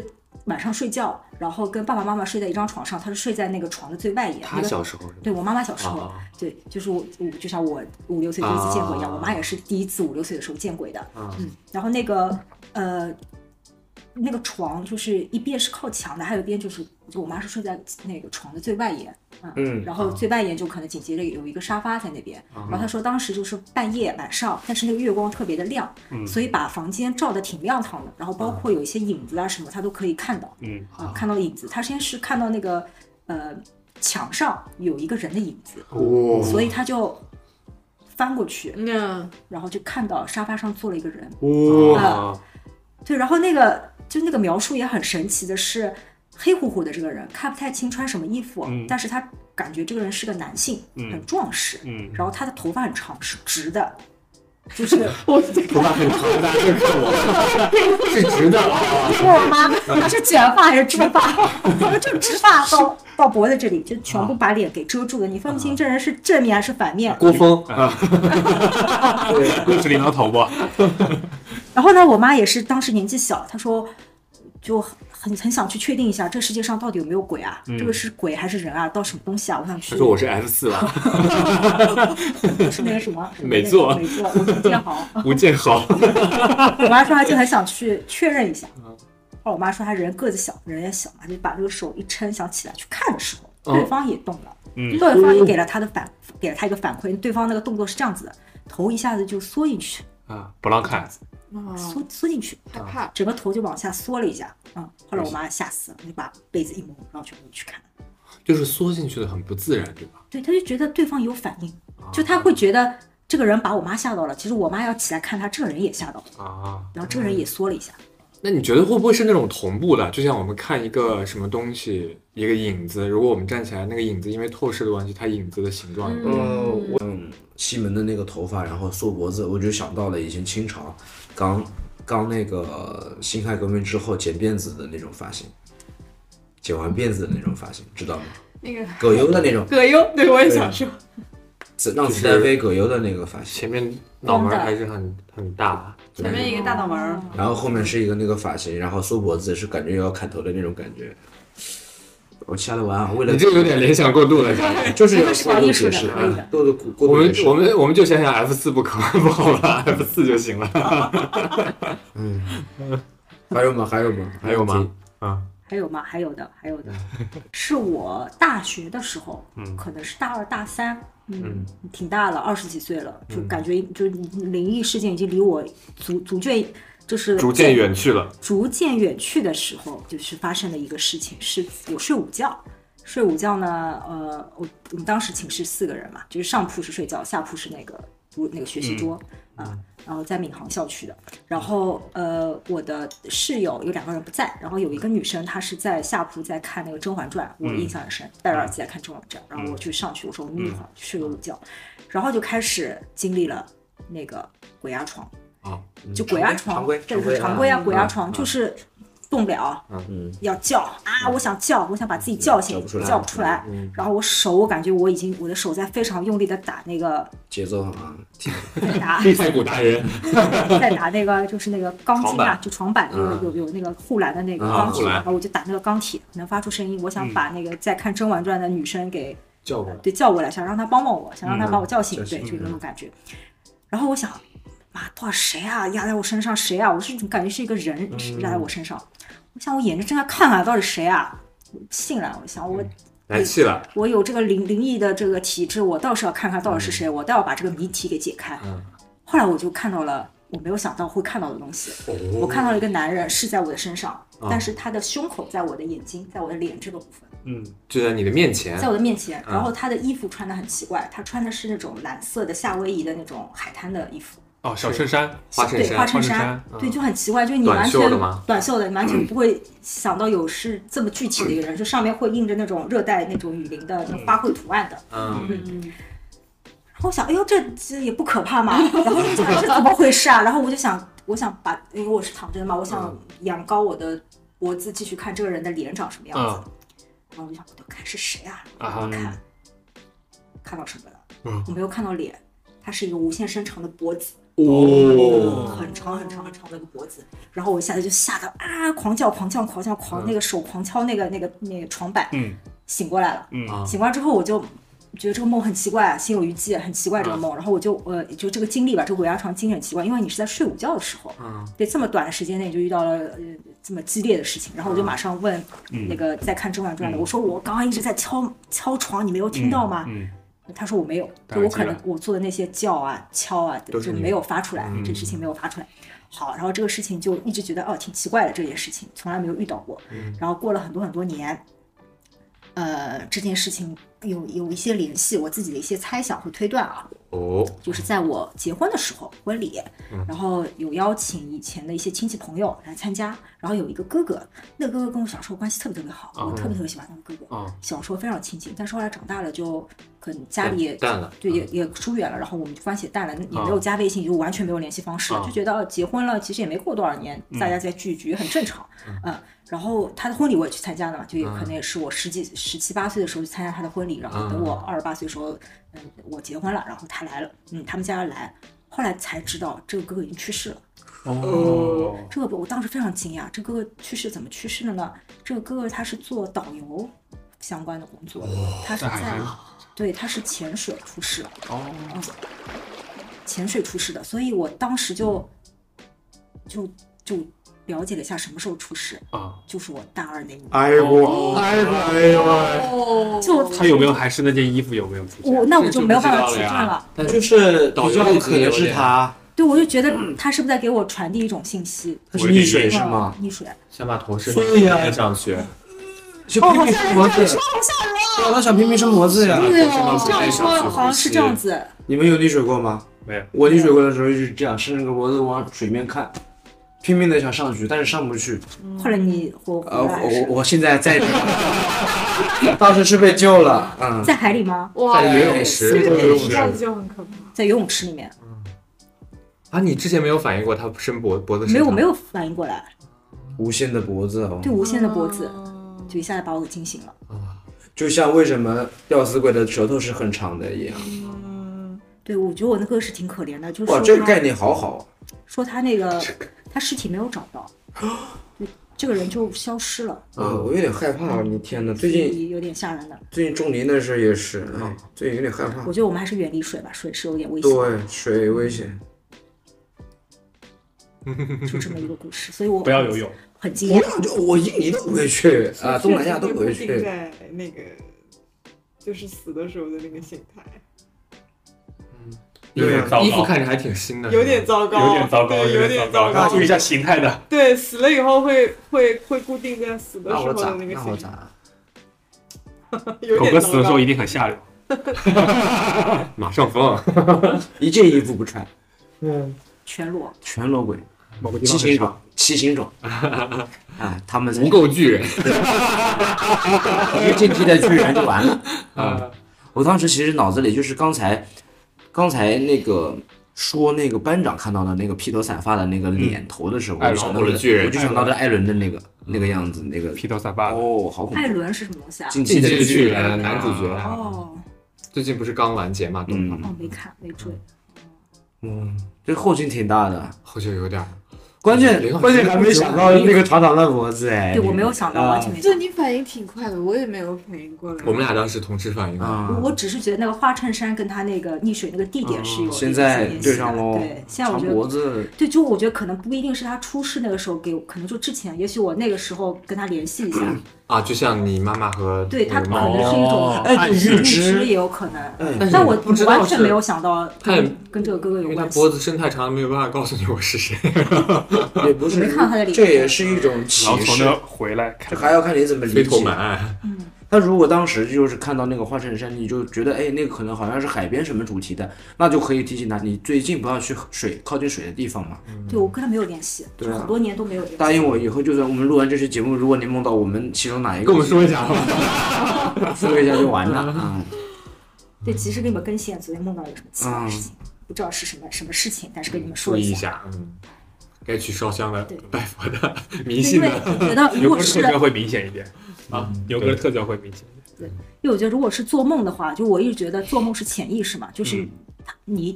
晚上睡觉，然后跟爸爸妈妈睡在一张床上，他是睡在那个床的最外沿。 他小时候、那个、 对我妈妈小时候，啊、对，就是我我就像我五六岁第一次见鬼一样，啊、我妈也是第一次五六岁的时候见鬼的。啊、嗯，然后那个呃那个床就是一边是靠墙的，还有一边就是就我妈是睡在那个床的最外沿。嗯，然后最外沿就可能紧接着有一个沙发在那边，嗯、然后他说当时就是半夜晚上，但是那个月光特别的亮，嗯、所以把房间照得挺亮堂的，然后包括有一些影子啊什么，他都可以看到，嗯啊，看到影子。他先是看到那个呃墙上有一个人的影子，哦，所以他就翻过去，嗯，然后就看到沙发上坐了一个人，哇、呃，对，然后那个就那个描述也很神奇的是。黑乎乎的这个人看不太清穿什么衣服，嗯、但是他感觉这个人是个男性，嗯、很壮实，嗯、然后他的头发很长，是直的，就是我头发很长，大家就看我是直的， 不是我妈，她是卷发还是直发？就直发到到脖子这里，就全部把脸给遮住了，你分不清这人是正面还是反面。 郭峰啊， 又是领导头部。 然后呢，我妈也是当时年纪小，她说就。很很想去确定一下，这世界上到底有没有鬼啊？嗯、这个是鬼还是人啊？到什么东西啊？我想去。 他说我是 F 四吧， 是那个什么美作， 美作，吴建豪， 吴建豪。 我妈说她就很想去确认一下。后来我妈说她人个子小，人也小嘛，就把这个手一撑，想起来去看的时候，对方也动了，嗯、对方也给了她的反，给了她一个反馈。对方那个动作是这样子的，头一下子就缩进去， 啊，不让看。 缩缩进去，害怕，整个头就往下缩了一下，嗯，后来我妈吓死了，就把被子一蒙，然后全部去看， 就是缩进去的很不自然，对吧？ 对，他就觉得对方有反应，啊、就他会觉得这个人把我妈吓到了，其实我妈要起来看他，这个人也吓到了啊，然后这个人也缩了一下。 那你觉得会不会是那种同步的？就像我们看一个什么东西，一个影子，如果我们站起来，那个影子因为透视的关系，它影子的形状。 呃，我嗯，西门的那个头发，然后缩脖子，我就想到了以前清朝刚刚那个辛亥革命之后剪辫子的那种发型，剪完辫子的那种发型，知道吗？ 那个葛优的那种。 葛优，对，我也想说。 让子弹飞葛优的那个发型， 前面脑门还是很很大， 前面一个大脑门， 然后后面是一个那个发型，然后缩脖子是感觉要砍头的那种感觉。我瞎了玩啊！为了你这有点联想过度了， 就是有过度解释，过度过度解释。 我们我们我们就想想 F 四不可不好了 ，F 四就行了。 嗯，还有吗？还有吗？ 还有吗？啊。 还有吗？还有的，还有的，是我大学的时候，嗯，可能是大二大三，嗯，嗯挺大了，二十几岁了，就感觉就灵异事件已经离我逐逐渐就是逐渐远去了。 逐渐远去的时候，就是发生的一个事情，是我睡午觉，睡午觉呢，呃，我我们当时寝室四个人嘛，就是上铺是睡觉，下铺是那个那个学习桌，嗯、啊。然后在闵行校区的，然后呃，我的室友有两个人不在，然后有一个女生她是在下铺在看那个《甄嬛传》，我印象很深，戴着耳机在看《甄嬛传》，然后我就上去，我说我眯一会儿，睡个午觉，然后就开始经历了那个鬼压床啊，就鬼压床，这是常规啊，鬼压床就是动不了，嗯，要叫啊，我想叫，我想把自己叫醒，叫不出来，然后我手，我感觉我已经我的手在非常用力的打那个节奏啊， 在打太鼓达人， 在打那个就是那个钢筋啊，就床板有有有那个护栏的那个钢铁，然后我就打那个钢铁能发出声音，我想把那个在看《甄嬛传》的女生给叫过来， 对，叫过来，想让她帮帮我，想让她把我叫醒，对，就那种感觉。然后我想，妈，多少谁啊压在我身上？谁啊？我是感觉是一个人压在我身上。我想我眼睛睁开看看到底谁啊？我信了，我想我来气了， 我有这个灵灵异的这个体质，我倒是要看看到底是谁，我倒要把这个谜题给解开。嗯、后来我就看到了我没有想到会看到的东西，哦、我看到了一个男人是在我的身上，哦、但是他的胸口在我的眼睛，在我的脸这个部分， 嗯，就在你的面前， 在我的面前。然后他的衣服穿的很奇怪，他穿的是那种蓝色的夏威夷的那种海滩的衣服。 哦，小衬衫， 花衬衫， 对，花衬衫，对，就很奇怪，就是你完全短袖的吗？ 短袖的，你完全不会想到有是这么具体的一个人，就上面会印着那种热带那种雨林的那种花卉图案的，嗯嗯嗯。然后我想，哎呦，这这也不可怕嘛，然后就想这怎么回事啊？然后我就想，我想把，因为我是躺着的嘛，我想仰高我的脖子，继续看这个人的脸长什么样子。嗯、然后我就想，我都看是谁啊？我看，嗯、看到什么了？嗯、我没有看到脸，它是一个无限伸长的脖子。 哦，很长很长很长的一个脖子，然后我一下子就吓得啊，狂叫狂叫狂叫狂，嗯、那个手狂敲那个那个那个床板， 嗯， 醒过来了， 嗯， 醒过来之后我就觉得这个梦很奇怪，心有余悸，很奇怪这个梦，嗯、然后我就呃就这个经历吧，这个鬼压床经历很奇怪，因为你是在睡午觉的时候，嗯，对，这么短的时间内就遇到了呃这么激烈的事情，然后我就马上问那个在看《甄嬛传》的，嗯、我说我刚刚一直在敲敲床，你没有听到吗？嗯。嗯他说我没有，就我可能我做的那些叫啊敲啊就没有发出来，这事情没有发出来。好，然后这个事情就一直觉得哦挺奇怪的，这件事情从来没有遇到过。然后过了很多很多年，呃，这件事情有有一些联系，我自己的一些猜想和推断啊。 哦， 就是在我结婚的时候，婚礼，然后有邀请以前的一些亲戚朋友来参加，然后有一个哥哥，那个哥哥跟我小时候关系特别特别好，我特别特别喜欢那个哥哥，小时候非常亲近，但是后来长大了就可能家里也淡了， 对，也也疏远了，然后我们就关系也淡了，也没有加微信，就完全没有联系方式，就觉得结婚了，其实也没过多少年，大家再聚一聚也很正常，嗯。然后他的婚礼我也去参加了嘛，就也可能也是我十几、十七八岁的时候去参加他的婚礼，然后等我二十八岁的时候，嗯，我结婚了，然后他来了，嗯，他们家来，后来才知道这个哥哥已经去世了。 哦， 这个我当时非常惊讶，这个哥哥去世怎么去世了呢？这个哥哥他是做导游相关的工作，他是在，对，他是潜水出事。哦，嗯，潜水出事的，所以我当时就就就。了解了一下什么时候出事啊？就是我大二那年。 哎呦，哎呦，哎呦！ 就他有没有还是那件衣服有没有出现？ 我那我就没有办法举证了。 但就是比较有可能是他。 对，我就觉得他是不是在给我传递一种信息？ 他是溺水是吗？ 溺水。 想把头伸伸上去。 小平平生脖子。对，他小平平生脖子呀。 对哦，这样说好像是这样子。 你们有溺水过吗？ 没有。 我溺水过的时候就是这样，伸着个脖子往水面看。拼命的想上去，但是上不去。 后来你活呃，我我现在在，当时是被救了，嗯， 在海里吗？ 哇，在游泳池， 这样子就很可怕。 在游泳池里面。 啊，你之前没有反应过他伸脖脖子？ 没有，没有反应过来。 无限的脖子哦。 对，无限的脖子，就一下子把我给惊醒了。 就像为什么吊死鬼的舌头是很长的一样。 嗯，对，我觉得我那个是挺可怜的，就是哇，这个概念好好。 说他那个。他尸体没有找到，这个人就消失了。 啊，我有点害怕，你天哪！最近有点吓人的。 最近仲林的事也是，哎，最近有点害怕。 我觉得我们还是远离水吧，水是有点危险。 对，水危险。 就这么一个故事，所以我不要游泳， 很惊讶。 我我印尼都不会去啊，东南亚都不会去。 在那个就是死的时候的那个形态。 对，衣服看着还挺新的， 有点糟糕， 有点糟糕， 有点糟糕。 注意一下形态的。 对，死了以后会会会固定在死的时候的那个形态。 狗哥死的时候一定很下流。 马上疯， 一件衣服不穿， 嗯，全裸， 全裸鬼，七星种，七星种啊，他们无垢巨人， 一个进击的巨人就完了啊！我当时其实脑子里就是刚才。刚才那个说那个班长看到的那个披头散发的那个脸头的时候， 我就想到了巨人， 我就想到了艾伦的那个那个样子，那个披头散发的。 哦，好恐怖！ 艾伦是什么东西啊？ 进击的巨人男主角。 哦， 最近不是刚完结嘛，动画。 哦，没看，没追。 嗯，这后劲挺大的， 后劲有点。 关键关键还没想到那个长长的脖子哎， 对我没有想到，完全没想到。 这你反应挺快的，我也没有反应过来。 我们俩当时同时反应的，我只是觉得那个花衬衫跟他那个溺水那个地点是有现在对上喽。 对，现在我觉得脖子， 对，就我觉得可能不一定是他出事那个时候给我，可能就之前，也许我那个时候跟他联系一下。 啊，就像你妈妈和对他可能是一种哎预知也有可能，但我完全没有想到他跟这个哥哥有关系。 脖子伸太长，没有办法告诉你我是谁。 也不是， 没看他的脸， 这也是一种歧视。 回来， 这还要看你怎么理解。 飞头满岸。 嗯。 他如果当时就是看到那个花衬衫，你就觉得哎，那个可能好像是海边什么主题的，那就可以提醒他，你最近不要去水靠近水的地方嘛。 对，我跟他没有联系，对、啊，很多年都没有联系。 答应我以后，就算我们录完这期节目，如果你梦到我们其中哪一个， 跟我们说一下， 说一下就完了啊。 对，及时给你们更新，昨天梦到有什么奇怪的事情，嗯、不知道是什么什么事情，但是跟你们说一下。嗯，该去烧香的、拜佛的、迷信的。 我觉得如果是特效会明显一点啊，牛哥的特效会明显一点。 对，因为我觉得如果是做梦的话，就我一直觉得做梦是潜意识嘛，就是你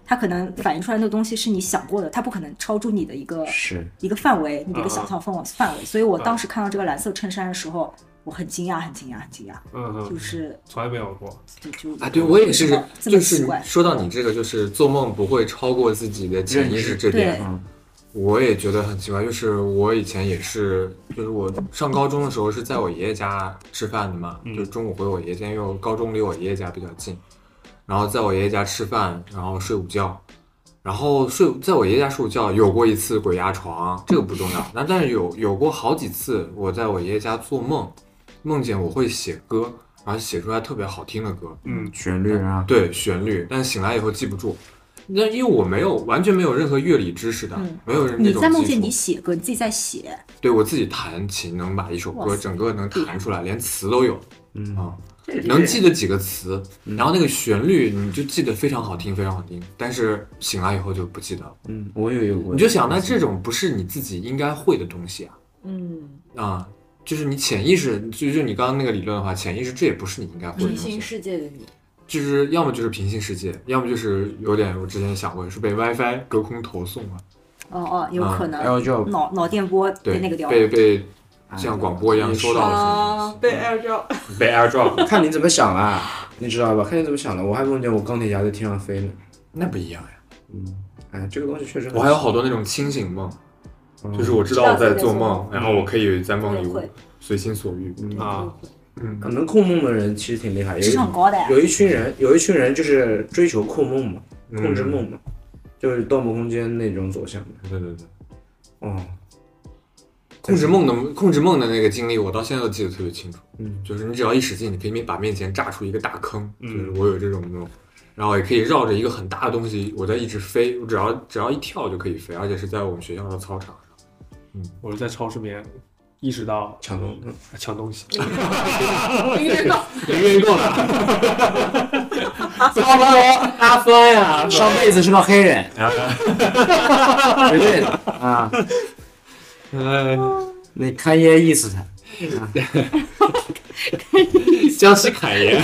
它可能反映出来那个东西是你想过的，它不可能超出你的一个是一个范围，你的一个想象范围范围。所以我当时看到这个蓝色衬衫的时候，我很惊讶，很惊讶，很惊讶。 嗯嗯， 就是从来没有过。 就就啊，对我也是，就是说到你这个，就是做梦不会超过自己的潜意识这点，我也觉得很奇怪。就是我以前也是，就是我上高中的时候是在我爷爷家吃饭的嘛，嗯、就中午回我爷爷家，因为我高中离我爷爷家比较近。然后在我爷爷家吃饭，然后睡午觉，然后睡在我爷爷家睡午觉，有过一次鬼压床，这个不重要。那但是有有过好几次，我在我爷爷家做梦，梦见我会写歌，然后写出来特别好听的歌， 嗯，旋律啊， 对旋律，但是醒来以后记不住。那因为我没有完全没有任何乐理知识的，嗯、没有那种。 你在梦见你写歌，你自己在写？ 对，我自己弹琴，能把一首歌整个能弹出来，连词都有，嗯啊。能记得几个词，然后那个旋律你就记得非常好听，非常好听，但是醒来以后就不记得了。 嗯，我也有过。 你就想，那这种不是你自己应该会的东西啊。 嗯啊，就是你潜意识，就就你刚刚那个理论的话，潜意识这也不是你应该会的东西。 平行世界的你， 就是要么就是平行世界，要么就是有点我之前想过是被 WiFi 隔空投送了。 哦哦，有可能。 然后就脑脑电波被那个掉了。 被被。像广播一样收到了什么、 啊、被 AirDrop 被 AirDrop 看你怎么想啦，你知道吧？看你怎么想的。我还梦见我钢铁侠在天上飞呢， 那不一样呀。 嗯，哎，这个东西确实很。 我还有好多那种清醒梦，嗯、就是我知道我在做梦，然后我可以在梦里随心所欲、嗯、啊。 嗯，能控梦的人其实挺厉害， 是很高的呀。 有一群人，有一群人就是追求控梦嘛，控制梦嘛，嗯、就是《盗梦空间》那种走向的。 对对对， 哦。 控制梦的控制梦的那个经历，我到现在都记得特别清楚。嗯，就是你只要一使劲，你可以把面前炸出一个大坑。嗯，就是我有这种梦，然后也可以绕着一个很大的东西，我在一直飞，我只要只要一跳就可以飞，而且是在我们学校的操场上。 嗯，我是在超市里面意识到抢东嗯抢东西， 零元购， 零元购的， 糟糕，阿峰呀，上辈子是个黑人，绝对的啊。 呃， 那开耶意思他， 江西凯爷，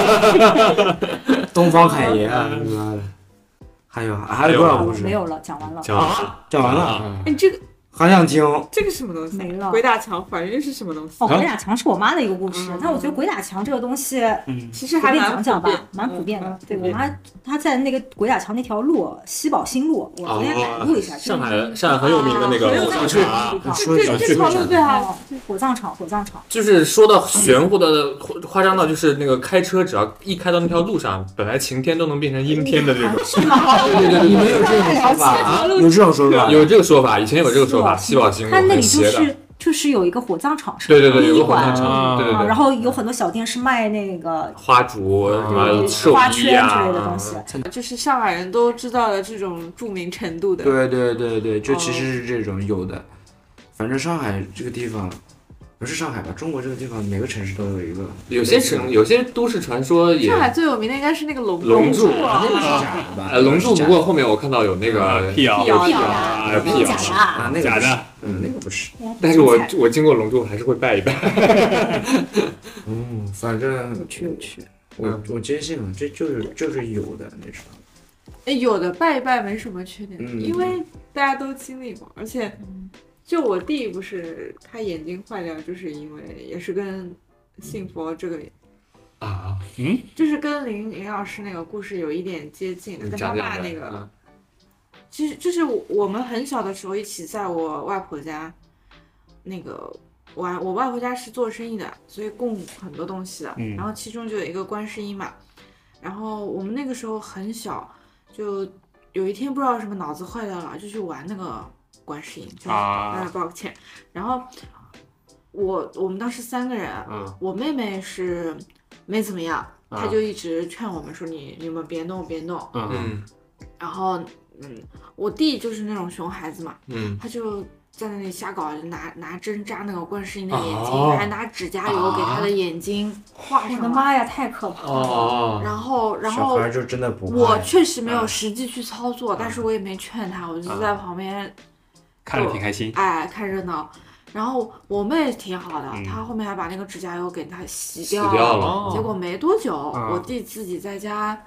东方凯爷啊，妈的，还有还有多少故事？ 没有了，讲完了， 讲完了， 讲完了。 哎，这个还想听？ 这个什么东西？ 没了。 鬼打墙怀孕是什么东西？ 哦，鬼打墙是我妈的一个故事，但我觉得鬼打墙这个东西， 嗯，其实还蛮讲讲吧，蛮普遍的。对我妈，她在那个鬼打墙那条路，西宝新路，我昨天百度一下， 上海上海很有名的那个火葬场， 这这条路对啊， 火葬场，火葬场。 就是说到玄乎的、夸张到就是那个开车只要一开到那条路上，本来晴天都能变成阴天的这种。 是吗？ 对对对，你们有这种说法啊？有这种说法？ 有这个说法，以前有这个说法，西宝新路。 它那里就是就是有一个火葬场，是吧？ 对对对，有个火葬场，对对对。 然后有很多小店是卖那个花烛、什么寿花圈啊之类的东西， 就是上海人都知道的这种著名程度的。 对对对对，就其实是这种有的。反正上海这个地方。不是上海吧？中国这个地方，每个城市都有一个。 有些城，有些都市传说也。 上海最有名的应该是那个龙龙柱， 那个是假的吧？ 呃，龙柱。不过后面我看到有那个辟谣， 辟谣啊，辟谣啊，那个假的， 嗯，那个不是。 但是我我经过龙柱还是会拜一拜。 嗯，反正有趣有趣。 我我坚信了，这就是就是有的，你知道吗？ 哎，有的拜一拜没什么缺点，因为大家都经历过，而且。就我弟不是他眼睛坏掉，就是因为也是跟信佛这个啊， 嗯， 就是跟林林老师那个故事有一点接近，跟他爸那个， 嗯、 其实就是我们很小的时候一起在我外婆家，那个我我外婆家是做生意的，所以供很多东西的， 嗯、 然后其中就有一个观世音嘛，然后我们那个时候很小，就有一天不知道什么脑子坏掉了，就去玩那个。观世音就是啊，抱歉。然后我我们当时三个人， 嗯， 我妹妹是没怎么样， 嗯、 她就一直劝我们说你你们别动别动， 嗯， 然后嗯，我弟就是那种熊孩子嘛， 嗯， 他就在那里瞎搞，拿拿针扎那个观世音的眼睛，哦、还拿指甲油给他的眼睛画上。 我的妈呀，太可怕了！ 哦， 然后然后小孩就真的不， 我确实没有实际去操作，嗯、但是我也没劝他，我就在旁边。 看着挺开心， 哎，看热闹。然后我妹挺好的，嗯、她后面还把那个指甲油给她洗掉了。 洗掉了结果没多久，嗯、我弟自己在家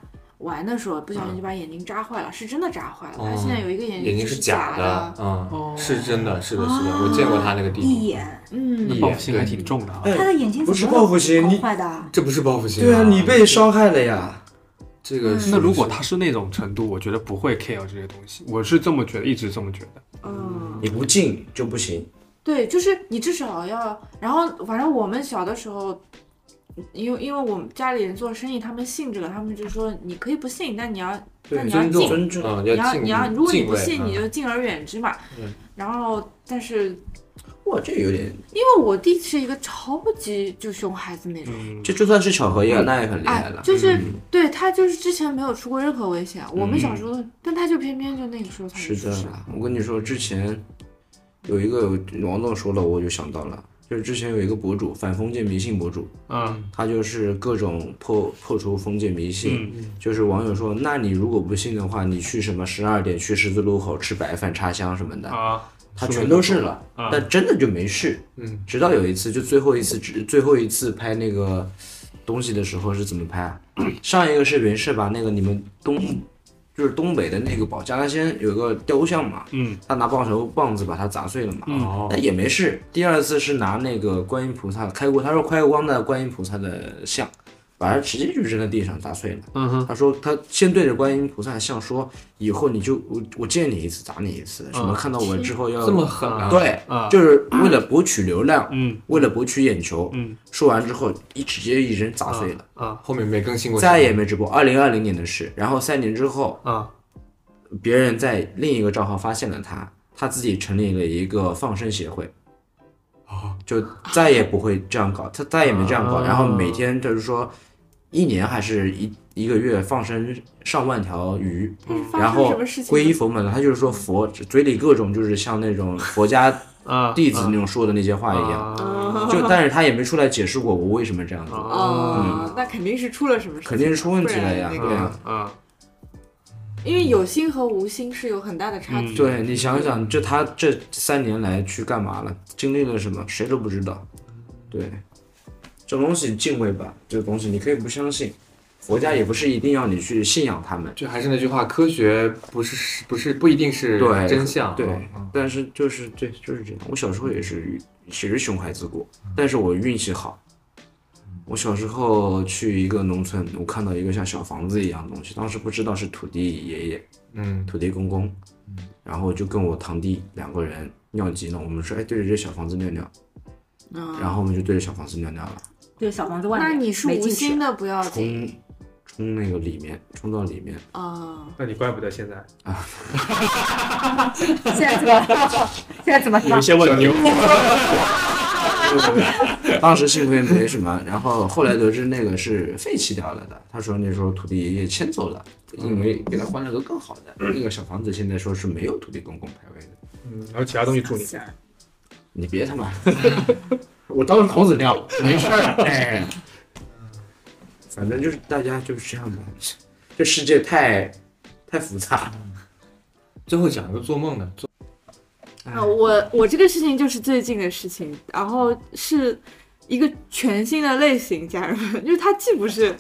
玩的时候不小心就把眼睛扎坏了，嗯、是真的扎坏了。 哦、 他现在有一个眼睛是假的， 嗯，哦、是真的，是的，是的，哦、我见过他那个地方。 一眼， 嗯， 报复心还挺重的啊。 他的眼睛不是报复心，你坏的， 这不是报复心、啊。 对啊，你被伤害了呀。 这个、嗯、 那如果他是那种程度，我觉得不会 care 这些东西，我是这么觉得，一直这么觉得。 嗯， 你不敬就不行。 对，就是你至少要，然后反正我们小的时候，因为因为我们家里人做生意，他们信这个，他们就说你可以不信，但你要，但你要敬， 尊重， 嗯、 你要你要，如果你不信， 你就敬而远之嘛。 嗯、 然后，但是。 哇，这有点， 因为我弟是一个超级就熊孩子那种， 这就算是巧合也、嗯、那也很厉害了。 哎、就是、嗯、对他就是之前没有出过任何危险，嗯、我们小时候，但他就偏偏就那个时候他是的，我跟你说，之前有一个王总说了，我就想到了，就是之前有一个博主，反封建迷信博主， 嗯， 他就是各种破破除封建迷信， 嗯、 就是网友说，那你如果不信的话，你去什么十二点去十字路口吃白饭插香什么的啊。 他全都是了， 啊、 但真的就没事。 嗯， 直到有一次，就最后一次，最后一次拍那个东西的时候是怎么拍啊？上一个视频是把那个你们东，就是东北的那个保家仙有个雕像嘛， 嗯， 他拿棒球棒子把它砸碎了嘛， 嗯， 但也没事。第二次是拿那个观音菩萨开过，他说开过光的观音菩萨的像。把它直接就扔在地上砸碎了。 嗯哼， 他说他先对着观音菩萨像说，以后你就我我见你一次砸你一次，什么看到我之后要这么狠啊？ 对， 啊、 就是为了博取流量， 嗯， 为了博取眼球， 嗯， 说完之后一直接一扔砸碎了， 啊，啊后面没更新过， 再也没直播。二零二零年的事，然后三年之后， 啊， 别人在另一个账号发现了他，他自己成立了一个放生协会。 哦， 就再也不会这样搞，他再也没这样搞， 啊、 然后每天就是说。一年还是一一个月放生上万条鱼， 嗯、 然后皈依佛门了。他就是说佛嘴里各种就是像那种佛家弟子那种说的那些话一样， 啊、 就但是他也没出来解释过我为什么这样做。 啊、 嗯， 那肯定是出了什么事情， 肯定是出问题了呀， 那个、 对呀， 啊。 因为有心和无心是有很大的差距。 嗯、对你想想，这他这三年来去干嘛了？经历了什么？谁都不知道。对。这东西敬畏吧，这个东西你可以不相信，佛家也不是一定要你去信仰他们。 就还是那句话，科学不是不是不一定是真相。 对， 对嗯、但是就是对就是这样。我小时候也是也是熊孩子过，但是我运气好。我小时候去一个农村，我看到一个像小房子一样的东西，当时不知道是土地爷爷， 嗯， 土地公公，嗯，然后就跟我堂弟两个人尿急了，我们说哎对着这小房子尿尿， 嗯， 然后我们就对着小房子尿尿了。 对小房子外面， 那你是无心的，不要紧。 冲冲那个里面，冲到里面。 哦， 那你怪不得现在啊！ 现在怎么？现在怎么？ 有一些问题。 当时幸亏没什么，然后后来得知那个是废弃掉了的。他说那时候土地爷爷迁走了，因为给他换了个更好的、嗯、那个小房子，现在说是没有土地公公牌位的。 嗯，还有其他东西住你。 你别他妈！我当时童子尿，没事儿。哎，反正就是大家就是这样的，这世界太太复杂。 最后讲一个做梦的。做啊，我我这个事情就是最近的事情，然后是一个全新的类型，家人们，就是它既不是，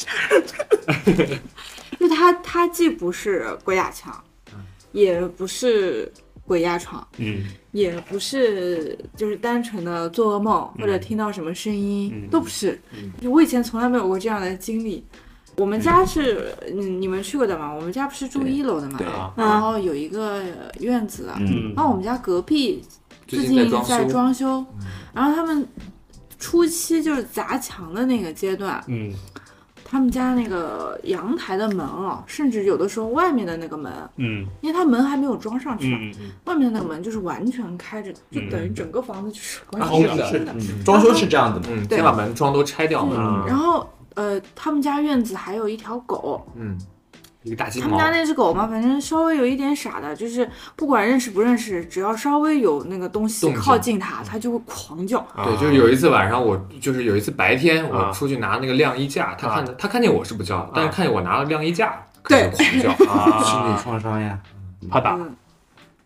就它它既不是鬼打墙，也不是鬼压床， 嗯， 也不是就是单纯的做噩梦、嗯、或者听到什么声音、嗯、都不是、嗯，就我以前从来没有过这样的经历。我们家是，嗯，你们去过的吗？我们家不是住一楼的嘛， 对， 然后有一个院子， 嗯， 然后我们家隔壁最近在装修， 嗯、 然后他们初期就是砸墙的那个阶段， 嗯， 他们家那个阳台的门啊，甚至有的时候外面的那个门， 嗯， 因为它门还没有装上去， 嗯嗯， 外面的那个门就是完全开着，就等于整个房子就是完全空的， 嗯，装修是这样的， 嗯，先把门窗都拆掉嘛， 然后。呃，他们家院子还有一条狗， 嗯，一个大金毛。 他们家那只狗嘛，反正稍微有一点傻的，就是不管认识不认识，只要稍微有那个东西靠近它，它就会狂叫。 对，就是有一次晚上，我就是有一次白天，我出去拿那个晾衣架，它看它看见我是不叫，但是看见我拿了晾衣架， 对， 狂叫啊，心理创伤呀， 怕打。 不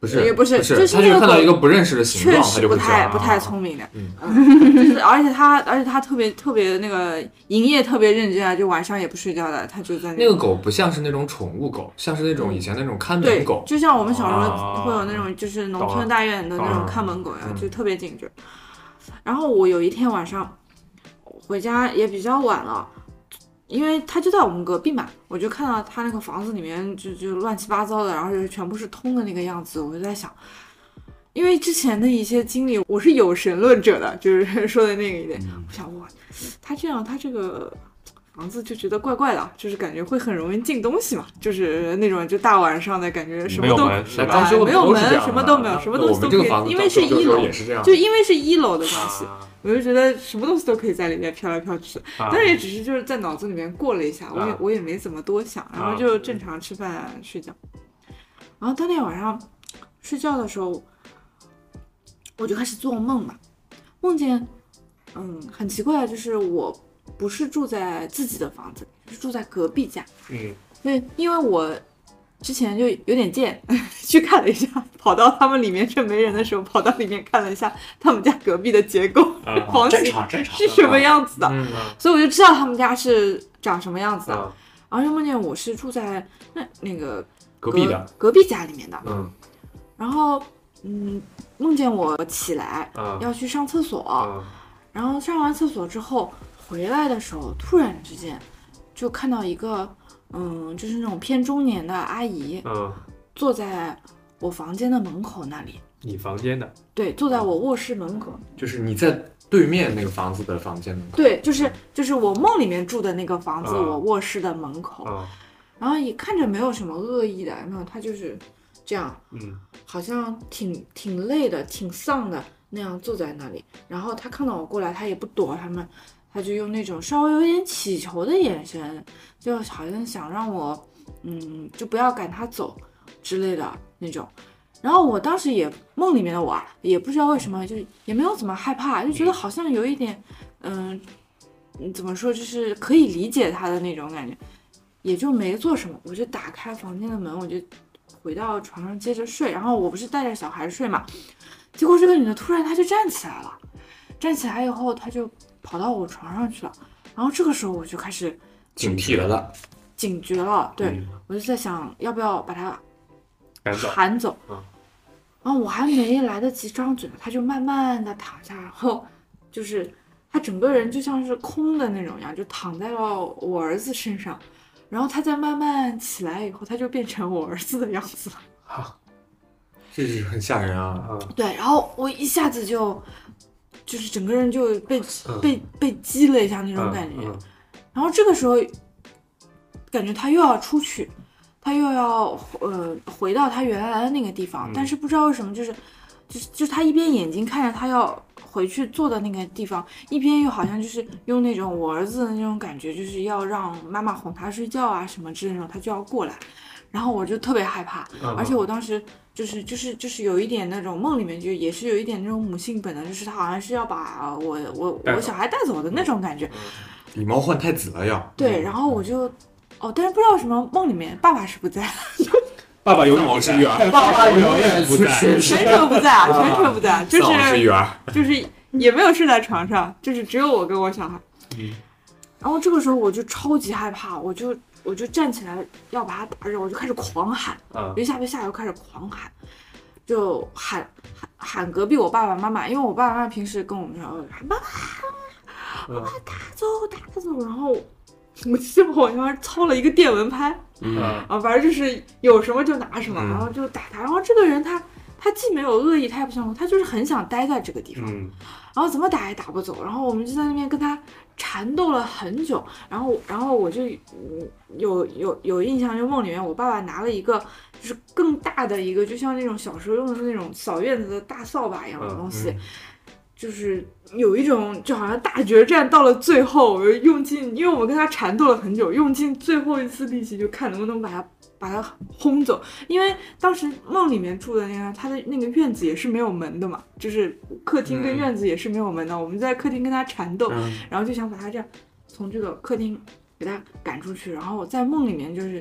不是也不是， 不是， 就是他就看到一个不认识的形状， 确实不太不太聪明的，嗯，嗯就是而且他而且他特别特别那个营业特别认真啊，就晚上也不睡觉的，他就在那个狗不像是那种宠物狗，像是那种以前那种看门狗， 就像我们小时候会有那种就是农村大院的那种看门狗呀，就特别精致。然后我有一天晚上回家也比较晚了。因为他就在我们隔壁嘛，我就看到他那个房子里面就就乱七八糟的，然后就全部是通的那个样子，我就在想，因为之前的一些经历，我是有神论者的，就是说的那个一点，我想哇，他这样他这个房子就觉得怪怪的，就是感觉会很容易进东西嘛，就是那种就大晚上的感觉什么都没有门，什么都没有，什么东西都可以，因为是一楼，就因为是一楼的关系。我就觉得什么东西都可以在里面飘来飘去，但是也只是就是在脑子里面过了一下，我也我也没怎么多想，然后就正常吃饭睡觉。然后当天晚上睡觉的时候，我就开始做梦嘛，梦见，嗯，很奇怪，就是我不是住在自己的房子，是住在隔壁家。 嗯， 对，因为我之前就有点贱，去看了一下，跑到他们里面趁没人的时候，跑到里面看了一下他们家隔壁的结构， 啊、 房型是什么样子的， 嗯、 所以我就知道他们家是长什么样子的。 嗯、 然后就梦见我是住在那那个隔壁的隔壁家里面的， 嗯， 然后嗯，梦见我起来、 嗯、 要去上厕所、 嗯， 然后上完厕所之后回来的时候，突然之间就看到一个。嗯，就是那种偏中年的阿姨， 嗯， 坐在我房间的门口那里。 你房间的？ 对，坐在我卧室门口。 就是你在对面那个房子的房间门口。 对，就是就是我梦里面住的那个房子， 嗯、 我卧室的门口。 嗯， 然后也看着没有什么恶意的，没有，他就是这样， 嗯， 好像挺挺累的，挺丧的那样坐在那里。然后他看到我过来，他也不躲他们。他就用那种稍微有点乞求的眼神，就好像想让我，嗯，就不要赶他走之类的那种。然后我当时也梦里面的我啊，也不知道为什么，就也没有怎么害怕，就觉得好像有一点，嗯，怎么说，就是可以理解他的那种感觉，也就没做什么。我就打开房间的门，我就回到床上接着睡。然后我不是带着小孩睡嘛，结果这个女的突然她就站起来了，站起来以后她就。跑到我床上去了，然后这个时候我就开始警惕了， 警觉了。对、 嗯、 我就在想要不要把他喊走，嗯，然后我还没来得及张嘴，他就慢慢的躺下，然后就是他整个人就像是空的那种样，就躺在了我儿子身上，然后他再慢慢起来以后，他就变成我儿子的样子了。 啊， 这是很吓人啊！ 对，然后我一下子就。就是整个人就被、 嗯、 被被激了一下那种感觉、 嗯嗯， 然后这个时候感觉他又要出去，他又要呃回到他原来的那个地方、 嗯， 但是不知道为什么就是就是就是他一边眼睛看着他要回去坐的那个地方，一边又好像就是用那种我儿子的那种感觉，就是要让妈妈哄他睡觉啊什么之类的，他就要过来，然后我就特别害怕， 嗯、 而且我当时。就是就是就是有一点那种梦里面就也是有一点那种母性本能，就是他好像是要把我我我小孩带走的那种感觉， 以猫换太子了要。 对，然后我就哦，但是不知道为什么梦里面爸爸是不在， 爸爸永远是女儿， 爸爸永远不在， 全程不在啊，全程不在，就是女儿， 就是也没有睡在床上，就是只有我跟我小孩。 嗯， 然后这个时候我就超级害怕，我就。我就站起来要把他打着，我就开始狂喊， 嗯、 一下被吓得开始狂喊，就喊喊喊隔壁我爸爸妈妈，因为我爸爸妈妈平时跟我们说喊妈妈，我把他打走打走，然后我记得我好像操了一个电蚊拍， 嗯啊，反正就是有什么就拿什么，然后就打他，然后这个人他他既没有恶意，他也不想，他就是很想待在这个地方， 嗯、 然后怎么打也打不走，然后我们就在那边跟他缠斗了很久，然后然后我就嗯有有有印象，就梦里面我爸爸拿了一个就是更大的一个，就像那种小时候用的那种扫院子的大扫把一样的东西， 嗯、 就是有一种就好像大决战到了最后，我用尽，因为我们跟他缠斗了很久，用尽最后一次力气，就看能不能把他把他轰走。因为当时梦里面住的那个他的那个院子也是没有门的嘛，就是客厅跟院子也是没有门的，嗯、我们在客厅跟他缠斗， 嗯、 然后就想把他这样从这个客厅给他赶出去，然后在梦里面就是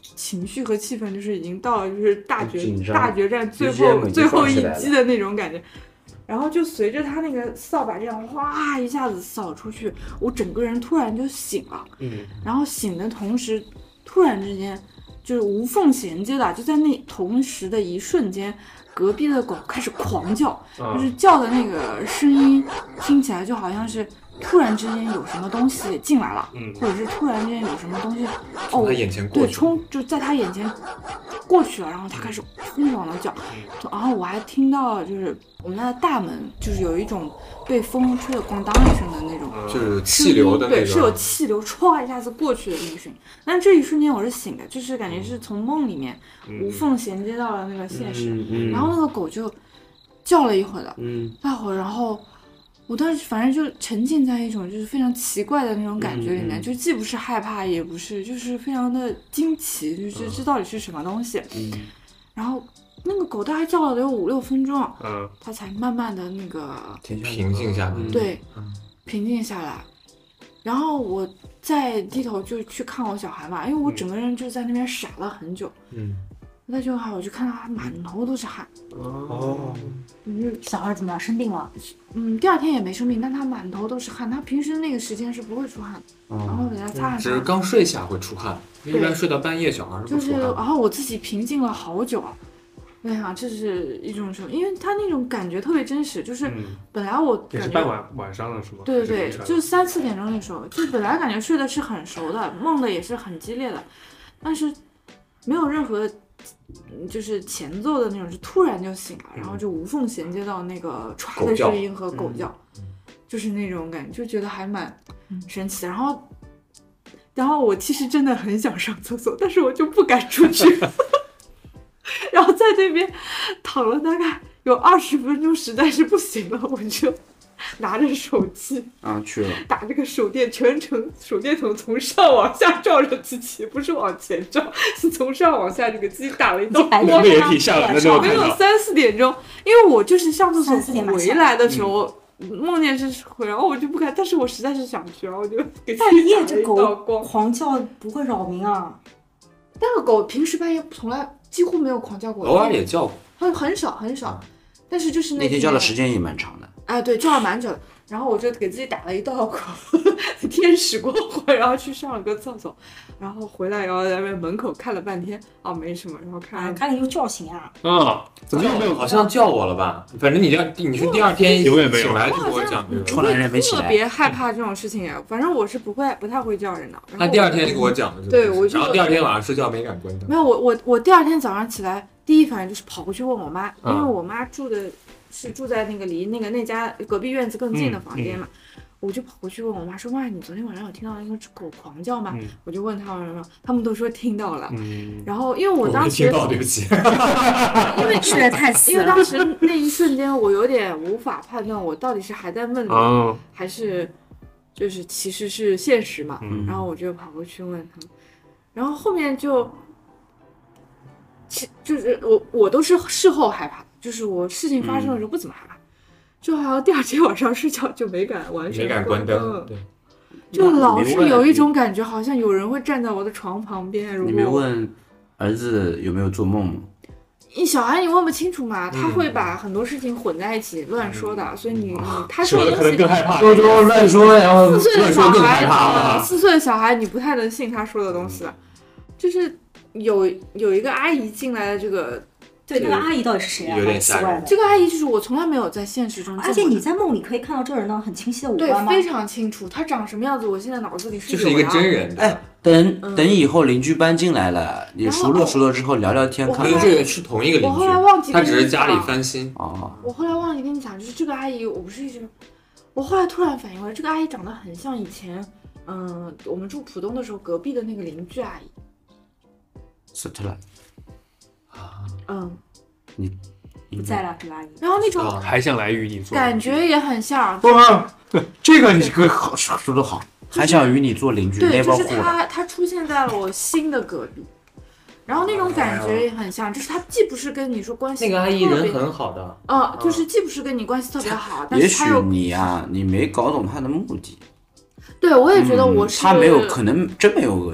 情绪和气氛就是已经到了就是大决大决战最 B G M 后最后一击的那种感觉。然后就随着他那个扫把这样哗一下子扫出去，我整个人突然就醒了。 嗯， 然后醒的同时，突然之间就是无缝衔接的，就在那同时的一瞬间，隔壁的狗开始狂叫， 嗯、 就是叫的那个声音听起来就好像是突然之间有什么东西进来了， 嗯， 或者是突然之间有什么东西从他眼前过去， 对，冲就在他眼前过去了，然后他开始疯狂的叫， 嗯、 然后我还听到就是我们那大门就是有一种被风吹得咣当一声的那种， 嗯、就是气流的那个， 对，是有气流歘一下子过去的那个声音。但这一瞬间我是醒的，就是感觉是从梦里面无缝衔接到了那个现实， 嗯嗯、 然后那个狗就叫了一会儿的， 嗯， 大会儿，然后。我当时反正就沉浸在一种就是非常奇怪的那种感觉里面， 嗯嗯、 就既不是害怕，也不是，就是非常的惊奇，就是这到底是什么东西。 嗯， 然后那个狗大概叫了得有五六分钟， 嗯， 它才慢慢的那个平静下来， 对， 嗯、 平静下来。然后我再低头就去看我小孩嘛，因为我整个人就在那边傻了很久。 嗯。 那就好，我就看到他满头都是汗。 哦， 嗯，小孩怎么样？生病了？ 嗯，第二天也没生病，但他满头都是汗。他平时那个时间是不会出汗的， 哦、 然后给他擦汗。 只是刚睡下会出汗，一般睡到半夜小孩是不出汗。 就是，然后我自己平静了好久啊。我想这是一种什么？因为他那种感觉特别真实，就是本来我感觉、 嗯、也是傍晚晚上了是吗？ 对对对，就三四点钟那时候，就本来感觉睡的是很熟的，梦的也是很激烈的，但是没有任何。就是前奏的那种，是突然就醒了，然后就无缝衔接到那个歘的声音和狗叫， 嗯、 就是那种感觉，就觉得还蛮神奇的。然后，然后我其实真的很想上厕所，但是我就不敢出去，然后在那边躺了大概有二十分钟，实在是不行了，我就拿着手机啊去了， 打这个手电，全程手电筒从上往下照着机器，不是往前照，是从上往下，这个机打了一道光。 那也挺吓人的， 没有三四点钟，因为我就是上厕所回来的时候梦见是回来，然后我就不敢，但是我实在是想去，然后我就给自己打了一道光。 狂叫不会扰民啊？ 那个狗平时半夜从来几乎没有狂叫过， 偶尔也叫过， 很很少很少，但是就是那天叫的时间也蛮长的。 哎，对，叫了蛮久的，然后我就给自己打了一道光，天使光环，然后去上了个厕所，然后回来，然后在那门口看了半天，哦，没什么，然后看， 啊、看你又叫醒啊， 啊，怎么又没有？ 好像叫我了吧？反正你这你是第二天永远没有醒来就给我讲， 冲来人没起来， 特别害怕这种事情啊，反正我是不会不太会叫人的。 他第二天就给我讲了， 对，我然后第二天晚上睡觉没敢关灯。 没有，我我我第二天早上起来，第一反应就是跑过去问我妈，因为我妈住的。是住在那个离那个那家隔壁院子更近的房间嘛，嗯嗯、我就跑过去问我妈说：“妈，你昨天晚上有听到那个狗狂叫吗？”嗯、我就问他们，他们都说听到了。嗯、然后因为我当时听到，对不起， 因为睡得太死了， 因为当时那一瞬间我有点无法判断我到底是还在梦里， 哦、 还是就是其实是现实嘛。 嗯、 然后我就跑过去问他们，然后后面就，其就是我我都是事后害怕。就是我事情发生的时候不怎么害怕，嗯、就好像第二天晚上睡觉就没敢完全没敢关灯，对， 就老是有一种感觉，好像有人会站在我的床旁边。如果你没问儿子有没有做梦吗？ 你小孩你问不清楚嘛，他会把很多事情混在一起乱说的，嗯、所以你你他说的可能更害怕， 说说乱说，然后四岁的小孩， 四岁的小孩你不太能信他说的东西了，就是有有一个阿姨进来的这个。 对，这个阿姨到底是谁啊？ 有点奇怪的。 这个阿姨就是我从来没有在现实中， 而且你在梦里可以看到这个人的很清晰的五官吗？ 对，非常清楚，他长什么样子，我现在脑子里是有的。 就是一个真人。 哎，等、嗯、等以后邻居搬进来了，你熟络熟络之后聊聊天，看看这个是同一个邻居。 我后来忘记， 他只是家里翻新。 哦。 我后来忘记跟你讲，就是这个阿姨，我不是一直，我后来突然反应过来，这个阿姨长得很像以前，嗯，我们住浦东的时候隔壁的那个邻居阿姨。 死特了。 啊。嗯。 你不在了，这个阿姨。 然后那种、 哦、还想来与你做， 感觉也很像。 不，这个你可好说得好，就是、还想与你做邻居。 对，就是他，他出现在了我新的隔壁，然后那种感觉也很像，就是他既不是跟你说关系那个阿姨人很好的， 嗯，就是既不是跟你关系特别好，但也许是他又你啊，你没搞懂他的目的。 对，我也觉得我是、 嗯、他没有可能真没有恶意，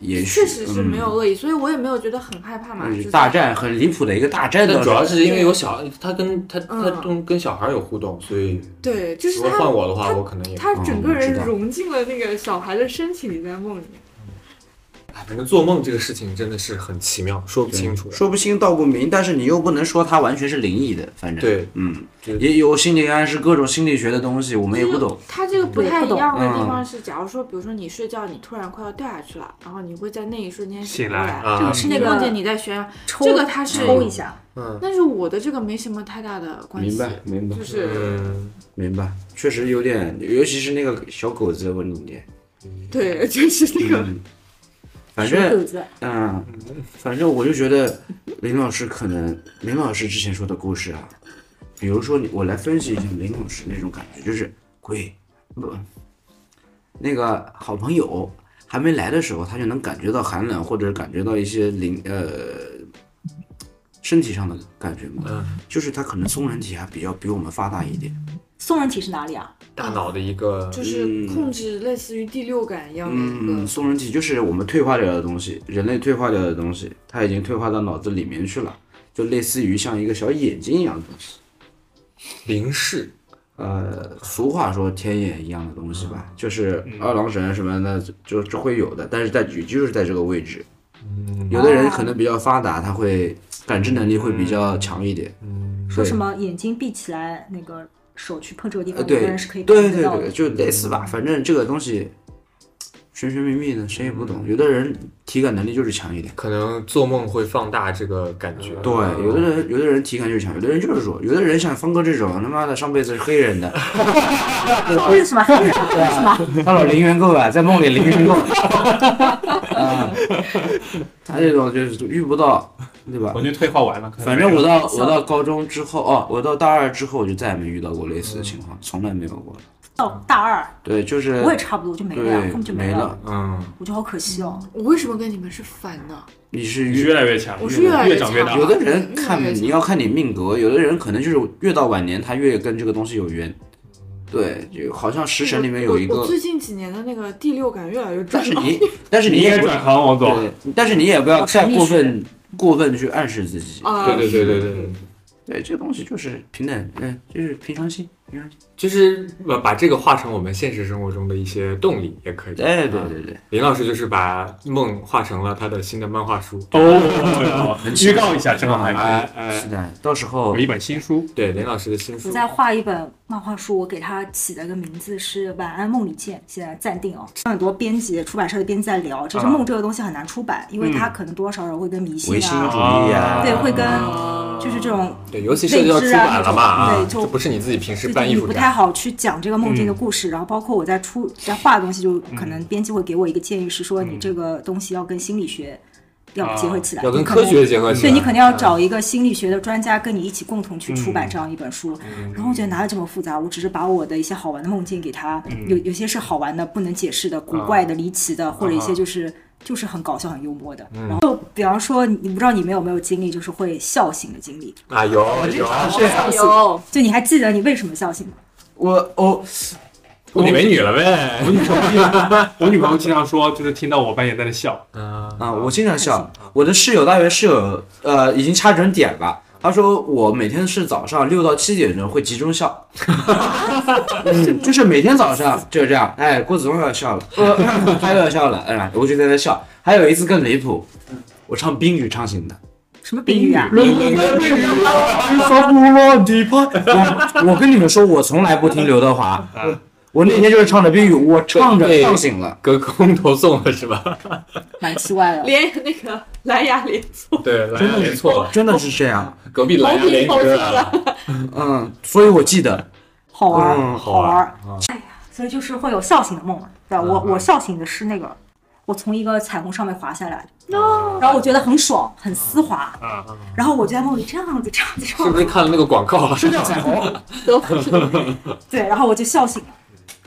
也确实是没有恶意，嗯、所以我也没有觉得很害怕嘛。 嗯、大战很离谱的一个大战的， 主要是因为有小，他跟他他跟跟小孩有互动，所以对，就是如果换我的话，我可能也他整个人融进了那个小孩的身体里，在梦里面。 反正做梦这个事情真的是很奇妙，说不清楚， 说不清道不明，但是你又不能说它完全是灵异的，反正对， 嗯，也有心理暗示，各种心理学的东西，我们也不懂。 它这个不太一样的地方是，假如说，比如说你睡觉，你突然快要掉下去了，然后你会在那一瞬间醒来， 这个是那个梦见你在悬崖，这个它是抽一下， 嗯，但是我的这个没什么太大的关系， 明白明白， 就是明白，确实有点，尤其是那个小狗子问你， 对，就是那个。 嗯反正，嗯，反正我就觉得林老师可能林老师之前说的故事啊，比如说我来分析一下林老师那种感觉，就是鬼不那个好朋友还没来的时候，他就能感觉到寒冷，或者感觉到一些灵呃身体上的感觉嘛，嗯，就是他可能松人体还比较比我们发达一点。 松人体是哪里啊？ 大脑的一个， 就是控制类似于第六感一样的一个。 嗯，松人体就是我们退化掉的东西，人类退化掉的东西，它已经退化到脑子里面去了，就类似于像一个小眼睛一样的东西。 灵视， 呃，俗话说天眼一样的东西吧，嗯、就是二郎神什么的就就会有的，但是在就是在这个位置。嗯，有的人可能比较发达，他会感知能力会比较强一点。 嗯，说什么眼睛闭起来那个。手去碰这个地方， 呃、对， 有的人是可以感觉到的。 对对对，就类似吧，反正这个东西神神秘秘的，谁也不懂。有的人体感能力就是强一点， 可能做梦会放大这个感觉。 对，有的人有的人体感就是强，有的人就是弱，有的人像方哥这种，他妈的上辈子是黑人的。 为什么黑人？为什么？ 他老零元购啊，在梦里零元购。啊，他这种就是遇不到。对吧？ 完全退化完了。 反正我到我到高中之后，哦，我到大二之后，我就再也没遇到过类似的情况，嗯、从来没有过。 到大二， 对，就是我也差不多就没了，后面就没了。 嗯， 我觉得好可惜哦。 我为什么跟你们是反的？ 你是越来越强， 我是越来越长越大。 有的人看你要看你命格，有的人可能就是越到晚年，他越跟这个东西有缘。对，就好像食神里面有一个。 我, 我最近几年的那个第六感越来越重。 但是你，但是你也转行，王总。 对，但是你也不要太过分。过分去暗示自己， 啊、 对对对对对， 对，这个东西就是平等，嗯，就是平常心，平常心， 就是把这个化成我们现实生活中的一些动力也可以。 对对对对， 林老师就是把梦化成了他的新的漫画书哦，预告一下，正好还可以， 哎哎，是的，到时候有一本新书， 对，林老师的新书。 我在画一本漫画书，我给它起了个名字是《晚安梦里见》，现在暂定哦。很多编辑、出版社的编辑在聊，其实梦这个东西很难出版，因为它可能多多少少会跟迷信啊、 唯心主义啊， 对，会跟就是这种对，尤其涉及到出版了嘛， 对，就不是你自己平时办艺术你不太好去讲这个梦境的故事。然后包括我在出在画的东西，就可能编辑会给我一个建议，是说你这个东西要跟心理学。要结合起来， 要跟科学结合起来， 对，你肯定要找一个心理学的专家跟你一起共同去出版这样一本书。嗯、然后我觉得哪有这么复杂，我只是把我的一些好玩的梦境给他，嗯、有有些是好玩的、不能解释的、古怪的、离奇的，啊、或者一些就是就是很搞笑、很幽默的。嗯、然后比方说，你不知道你们有没有经历，就是会笑醒的经历啊？有有有， 就你还记得你为什么笑醒吗？ 我我。 我你没女了呗？ 我女朋友，我女朋友经常说，就是听到我半夜在那笑。 啊啊！我经常笑。我的室友大学室友，呃，已经掐准点了。他说我每天是早上六到七点钟会集中笑，嗯，就是每天早上就是这样。哎，郭子东又要笑了，呃，他又要笑了，哎，我就在那笑。还有一次更离谱，我唱冰雨唱醒的。 什么冰雨啊？ 冷冷的冰雨，发不落地拍。我我跟你们说，我从来不听刘德华。我那天就是唱着冰雨，我唱着唱醒了， 隔空投送了是吧？ 蛮奇怪的， 连那个蓝牙连错， 对，蓝牙连错了， 真的是这样。 隔壁蓝牙连歌了， 嗯，所以我记得， 好玩， 嗯、 好玩。哎呀，所以就是会有笑醒的梦嘛，对吧？我我笑醒的是那个，我从一个彩虹上面滑下来， 哦、 然后我觉得很爽，很丝滑，嗯、然后我就在梦里这样子这样子， 是不是看了那个广告？ 是叫彩虹， 对，然后我就笑醒了。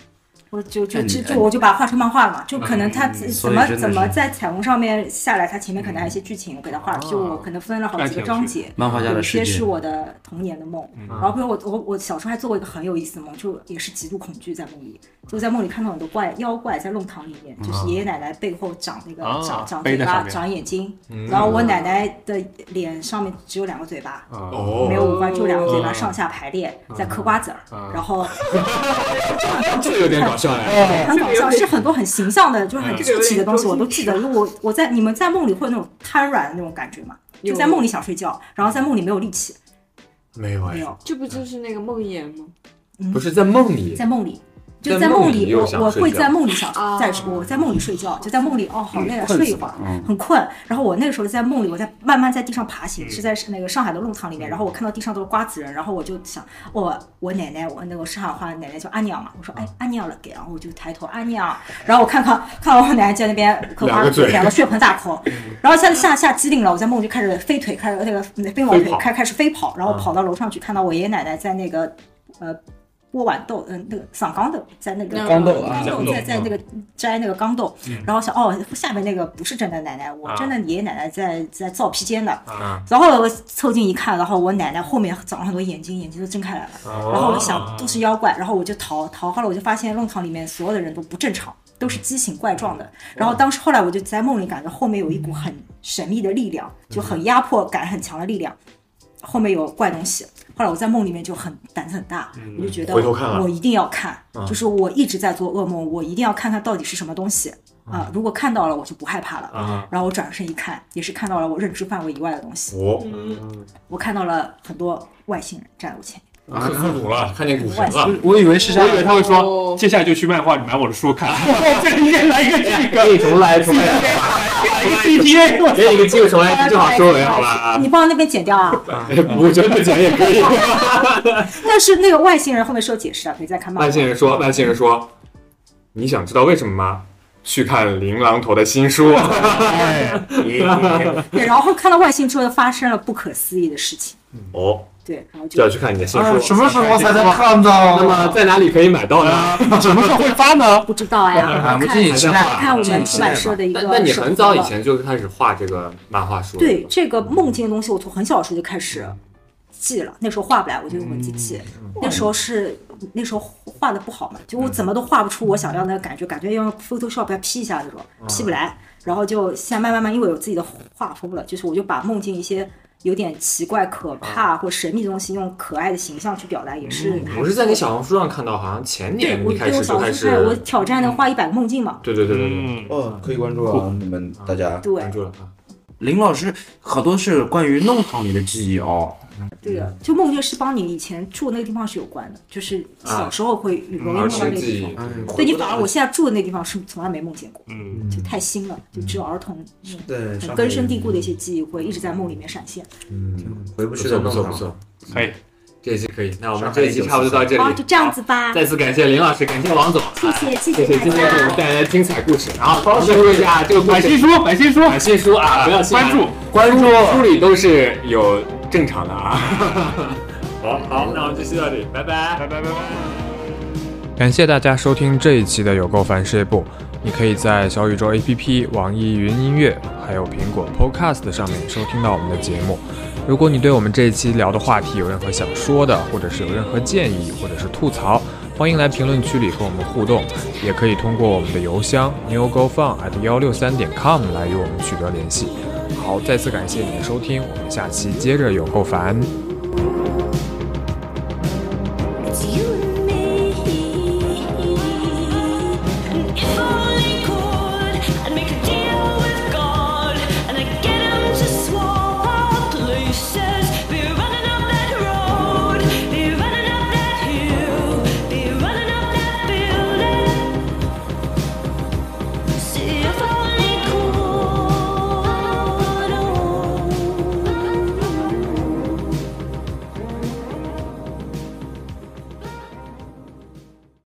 我就就就就我就把它画成漫画了嘛，就可能它怎么怎么在彩虹上面下来，它前面可能还有一些剧情，我给它画，就我可能分了好几个章节。 漫画家的世界，有些是我的童年的梦，然后比如我我我小时候还做过一个很有意思的梦，就也是极度恐惧在梦里，就在梦里看到很多怪妖怪在弄堂里面，就是爷爷奶奶背后长那个长长嘴巴长眼睛，然后我奶奶的脸上面只有两个嘴巴，没有五官，就两个嘴巴上下排列在嗑瓜子儿，然后这个有点搞笑哎， 很搞笑，是很多很形象的，就是很具体的东西，我都记得。因为我我在你们在梦里会有那种瘫软的那种感觉吗？就在梦里想睡觉，然后在梦里没有力气。 没有没有， 这不就是那个梦魇吗？ 不是在梦里， 在梦里。就在梦里，我我会在梦里想，在我在梦里睡觉，就在梦里哦，好累了，睡一会儿，很困。然后我那个时候在梦里，我在慢慢在地上爬行，是在那个上海的弄堂里面。然后我看到地上都是瓜子仁，然后我就想，我我奶奶，我那个上海话奶奶叫阿娘嘛，我说哎阿娘了给，然后我就抬头阿娘，然后我看看看到我奶奶在那边嗑瓜子，两个血盆大口，然后下下下机灵了，我在梦里就开始飞腿，开始那个飞毛腿，开开始飞跑，然后跑到楼上去，看到我爷爷奶奶在那个呃。剥豌豆，嗯、呃，那个赏缸豆，在那个缸豆啊， 缸豆在在那个摘那个缸豆，嗯、然后想哦，下面那个不是真的奶奶，我真的爷爷奶奶在在造披肩的，啊、然后我凑近一看，然后我奶奶后面长了很多眼睛，眼睛都睁开来了，哦、然后我想都是妖怪，然后我就逃逃，后来我就发现弄堂里面所有的人都不正常，都是畸形怪状的，然后当时后来我就在梦里感觉后面有一股很神秘的力量，就很压迫感很强的力量，后面有怪东西。后来我在梦里面就很胆子很大，嗯、我就觉得我一定要看，嗯、就是我一直在做噩梦，我一定要看看到底是什么东西啊、嗯呃！如果看到了，我就不害怕了。嗯、然后我转身一看，也是看到了我认知范围以外的东西。哦、嗯，我看到了很多外星人站在我前面。 啊，复古了，看见古神了。 我以为是，我以为他会说，接下来就去漫画里买我的书看。这里面来一个这个， 可以重来，重来， G T A， 给一个机会重来，正好收尾好了。 你帮我那边剪掉啊？ 不，真的剪也可以。 但是那个外星人后面是有解释的，可以再看漫画。 外星人说，外星人说，你想知道为什么吗？去看林榔头的新书。 对，然后看到外星之后发生了不可思议的事情。 哦。 对，然后就就要去看你的新书、 呃，什么时候才能看到？ 那么在哪里可以买到呢？ 什么时候会发呢？ 不知道呀。 我们自己期待。 看我们出版社的一个。 那你很早以前就开始画这个漫画书了？ 对，这个梦境的东西，我从很小的时候就开始记了。那时候画不来，我就用文字记。嗯、那时候是那时候画的不好嘛，就我怎么都画不出我想要的感觉，感觉用 Photoshop 要 P 一下那种，P 不来。然后就现在慢慢慢，因为有自己的画风了，就是我就把梦境一些。有点奇怪、可怕或神秘的东西，用可爱的形象去表达，也是。 嗯、我是在你小红书上看到，好像前年你开始就开始。 我挑战那画一百个梦境嘛。 对对对对对。 嗯、哦，可以关注啊，你们大家。 对， 关注了啊。 林老师好多是关于弄堂里的记忆哦。 对的，就梦境是帮你以前住那个地方是有关的，就是小时候会容易梦到那个地方。嗯、对你反而我现在住的那个地方是从来没梦见过，嗯，就太新了，就只有儿童对很根深蒂固的一些记忆会一直在梦里面闪现。 嗯，回不去的不错不错，可以。这一期可以，那我们这一期差不多到这里。 好，就这样子吧。 再次感谢林老师，感谢王总， 谢谢谢谢谢今天给我们带来的精彩故事。然后帮我说一下这个买新书，买新书， 买新书啊！不要关注关注，书里都是有正常的啊。好好，那我们这期到这里，拜拜拜拜拜拜。 感谢大家收听这一期的有够烦事业部。你可以在小宇宙 A P P、网易云音乐，还有苹果 Podcast 上面收听到我们的节目。如果你对我们这一期聊的话题有任何想说的，或者是有任何建议，或者是吐槽，欢迎来评论区里和我们互动，也可以通过我们的邮箱 newgofun at 一六三点 com 来与我们取得联系。好，再次感谢你的收听，我们下期接着有够烦。